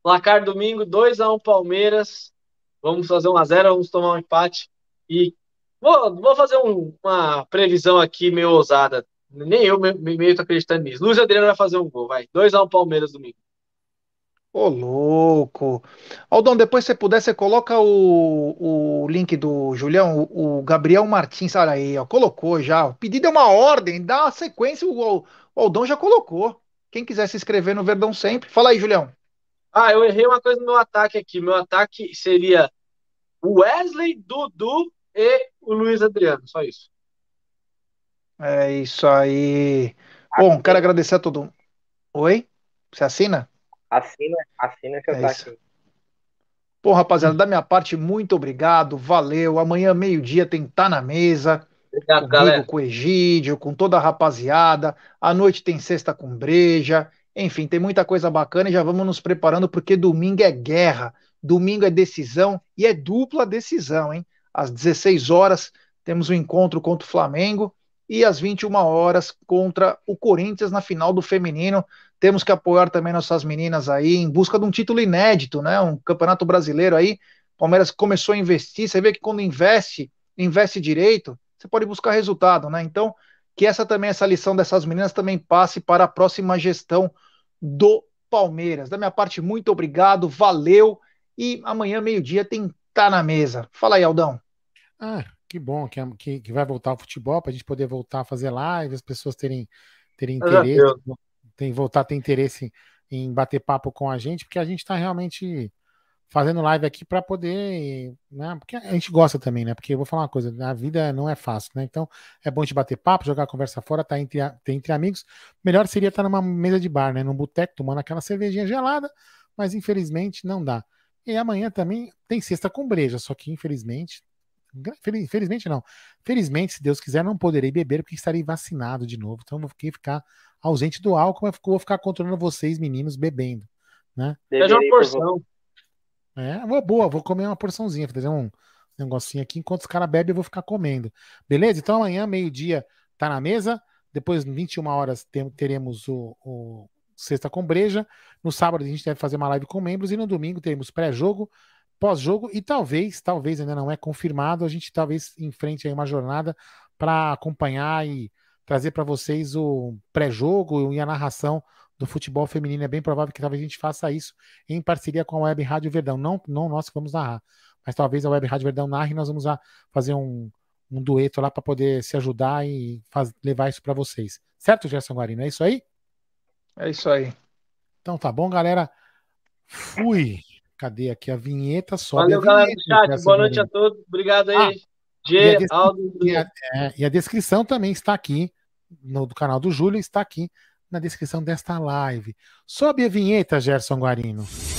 Speaker 6: Placar domingo, 2-1 Palmeiras. Vamos fazer 1-0, vamos tomar um empate. E vou fazer uma previsão aqui meio ousada. Nem eu meio tô acreditando nisso. Luiz Adriano vai fazer um gol, vai. 2-1 Palmeiras domingo.
Speaker 4: Ô, louco. Aldão, depois se você puder, você coloca o link do Julião, o Gabriel Martins, olha aí, ó, colocou já. O pedido é uma ordem, dá uma sequência, o Aldão já colocou. Quem quiser se inscrever no Verdão Sempre. Fala aí, Julião.
Speaker 6: Ah, eu errei uma coisa no meu ataque aqui. Meu ataque seria o Wesley, Dudu e o Luiz Adriano. Só isso.
Speaker 4: É isso aí. Bom, quero
Speaker 5: Assina,
Speaker 4: agradecer a todo mundo. Oi? Você assina?
Speaker 5: assina esse
Speaker 4: É isso.
Speaker 5: ataque.
Speaker 4: Bom, rapaziada, da minha parte, muito obrigado, valeu. Amanhã, meio-dia, tem Tá na Mesa,
Speaker 6: Obrigado,
Speaker 4: comigo,
Speaker 6: galera.
Speaker 4: com o Egídio, com toda a rapaziada. À noite tem Sexta com Breja. Enfim, tem muita coisa bacana e já vamos nos preparando porque domingo é guerra, domingo é decisão e é dupla decisão, hein? Às 16 horas temos um encontro contra o Flamengo e às 21 horas contra o Corinthians na final do feminino. Temos que apoiar também nossas meninas aí em busca de um título inédito, né? Um campeonato brasileiro aí. Palmeiras começou a investir. Você vê que quando investe direito, você pode buscar resultado, né? Então, que essa lição dessas meninas também passe para a próxima gestão do Palmeiras. Da minha parte, muito obrigado, valeu. E amanhã, meio-dia, tem Tá na Mesa. Fala aí, Aldão.
Speaker 3: Ah, que bom que vai voltar o futebol para a gente poder voltar a fazer live, as pessoas terem
Speaker 6: Graças a
Speaker 3: interesse,
Speaker 6: Deus.
Speaker 3: voltar a ter interesse em bater papo com a gente, porque a gente está realmente fazendo live aqui para poder, né? Porque a gente gosta também, né? Porque eu vou falar uma coisa, a vida não é fácil, né? Então é bom a gente bater papo, jogar a conversa fora, tá entre amigos. Melhor seria estar numa mesa de bar, né? Num boteco, tomando aquela cervejinha gelada, mas infelizmente não dá. E amanhã também tem sexta com breja, só que infelizmente não. Felizmente, se Deus quiser, não poderei beber porque estarei vacinado de novo. Então, eu vou ficar ausente do álcool, mas vou ficar controlando vocês, meninos, bebendo, né?
Speaker 6: Seja uma
Speaker 5: Deverei por você.
Speaker 6: porção.
Speaker 3: É uma boa, vou comer uma porçãozinha, fazer um negocinho aqui, enquanto os caras bebem, eu vou ficar comendo. Beleza? Então amanhã, meio-dia, tá na mesa. Depois, 21 horas, teremos o Sexta com Breja. No sábado, a gente deve fazer uma live com membros. E no domingo, teremos pré-jogo, pós-jogo. E talvez ainda não é confirmado, a gente talvez enfrente aí uma jornada para acompanhar e trazer para vocês o pré-jogo e a narração do futebol feminino. É bem provável que talvez a gente faça isso em parceria com a Web Rádio Verdão. Não nós que vamos narrar, mas talvez a Web Rádio Verdão narre e nós vamos fazer um dueto lá para poder se ajudar e levar isso para vocês. Certo, Gerson Guarino? É isso aí?
Speaker 4: É isso aí.
Speaker 3: Então tá bom, galera. Fui. Cadê aqui a vinheta? Sobe
Speaker 6: Valeu,
Speaker 3: a
Speaker 6: galera do
Speaker 3: vinheta,
Speaker 6: chat.
Speaker 3: Gerson
Speaker 6: Boa noite a
Speaker 3: Guarino.
Speaker 6: todos. Obrigado
Speaker 3: Ah,
Speaker 6: aí, G, Aldo.
Speaker 3: e a descrição também está aqui do canal do Júlio, está aqui na descrição desta live. Sobe a vinheta, Gerson Guarino.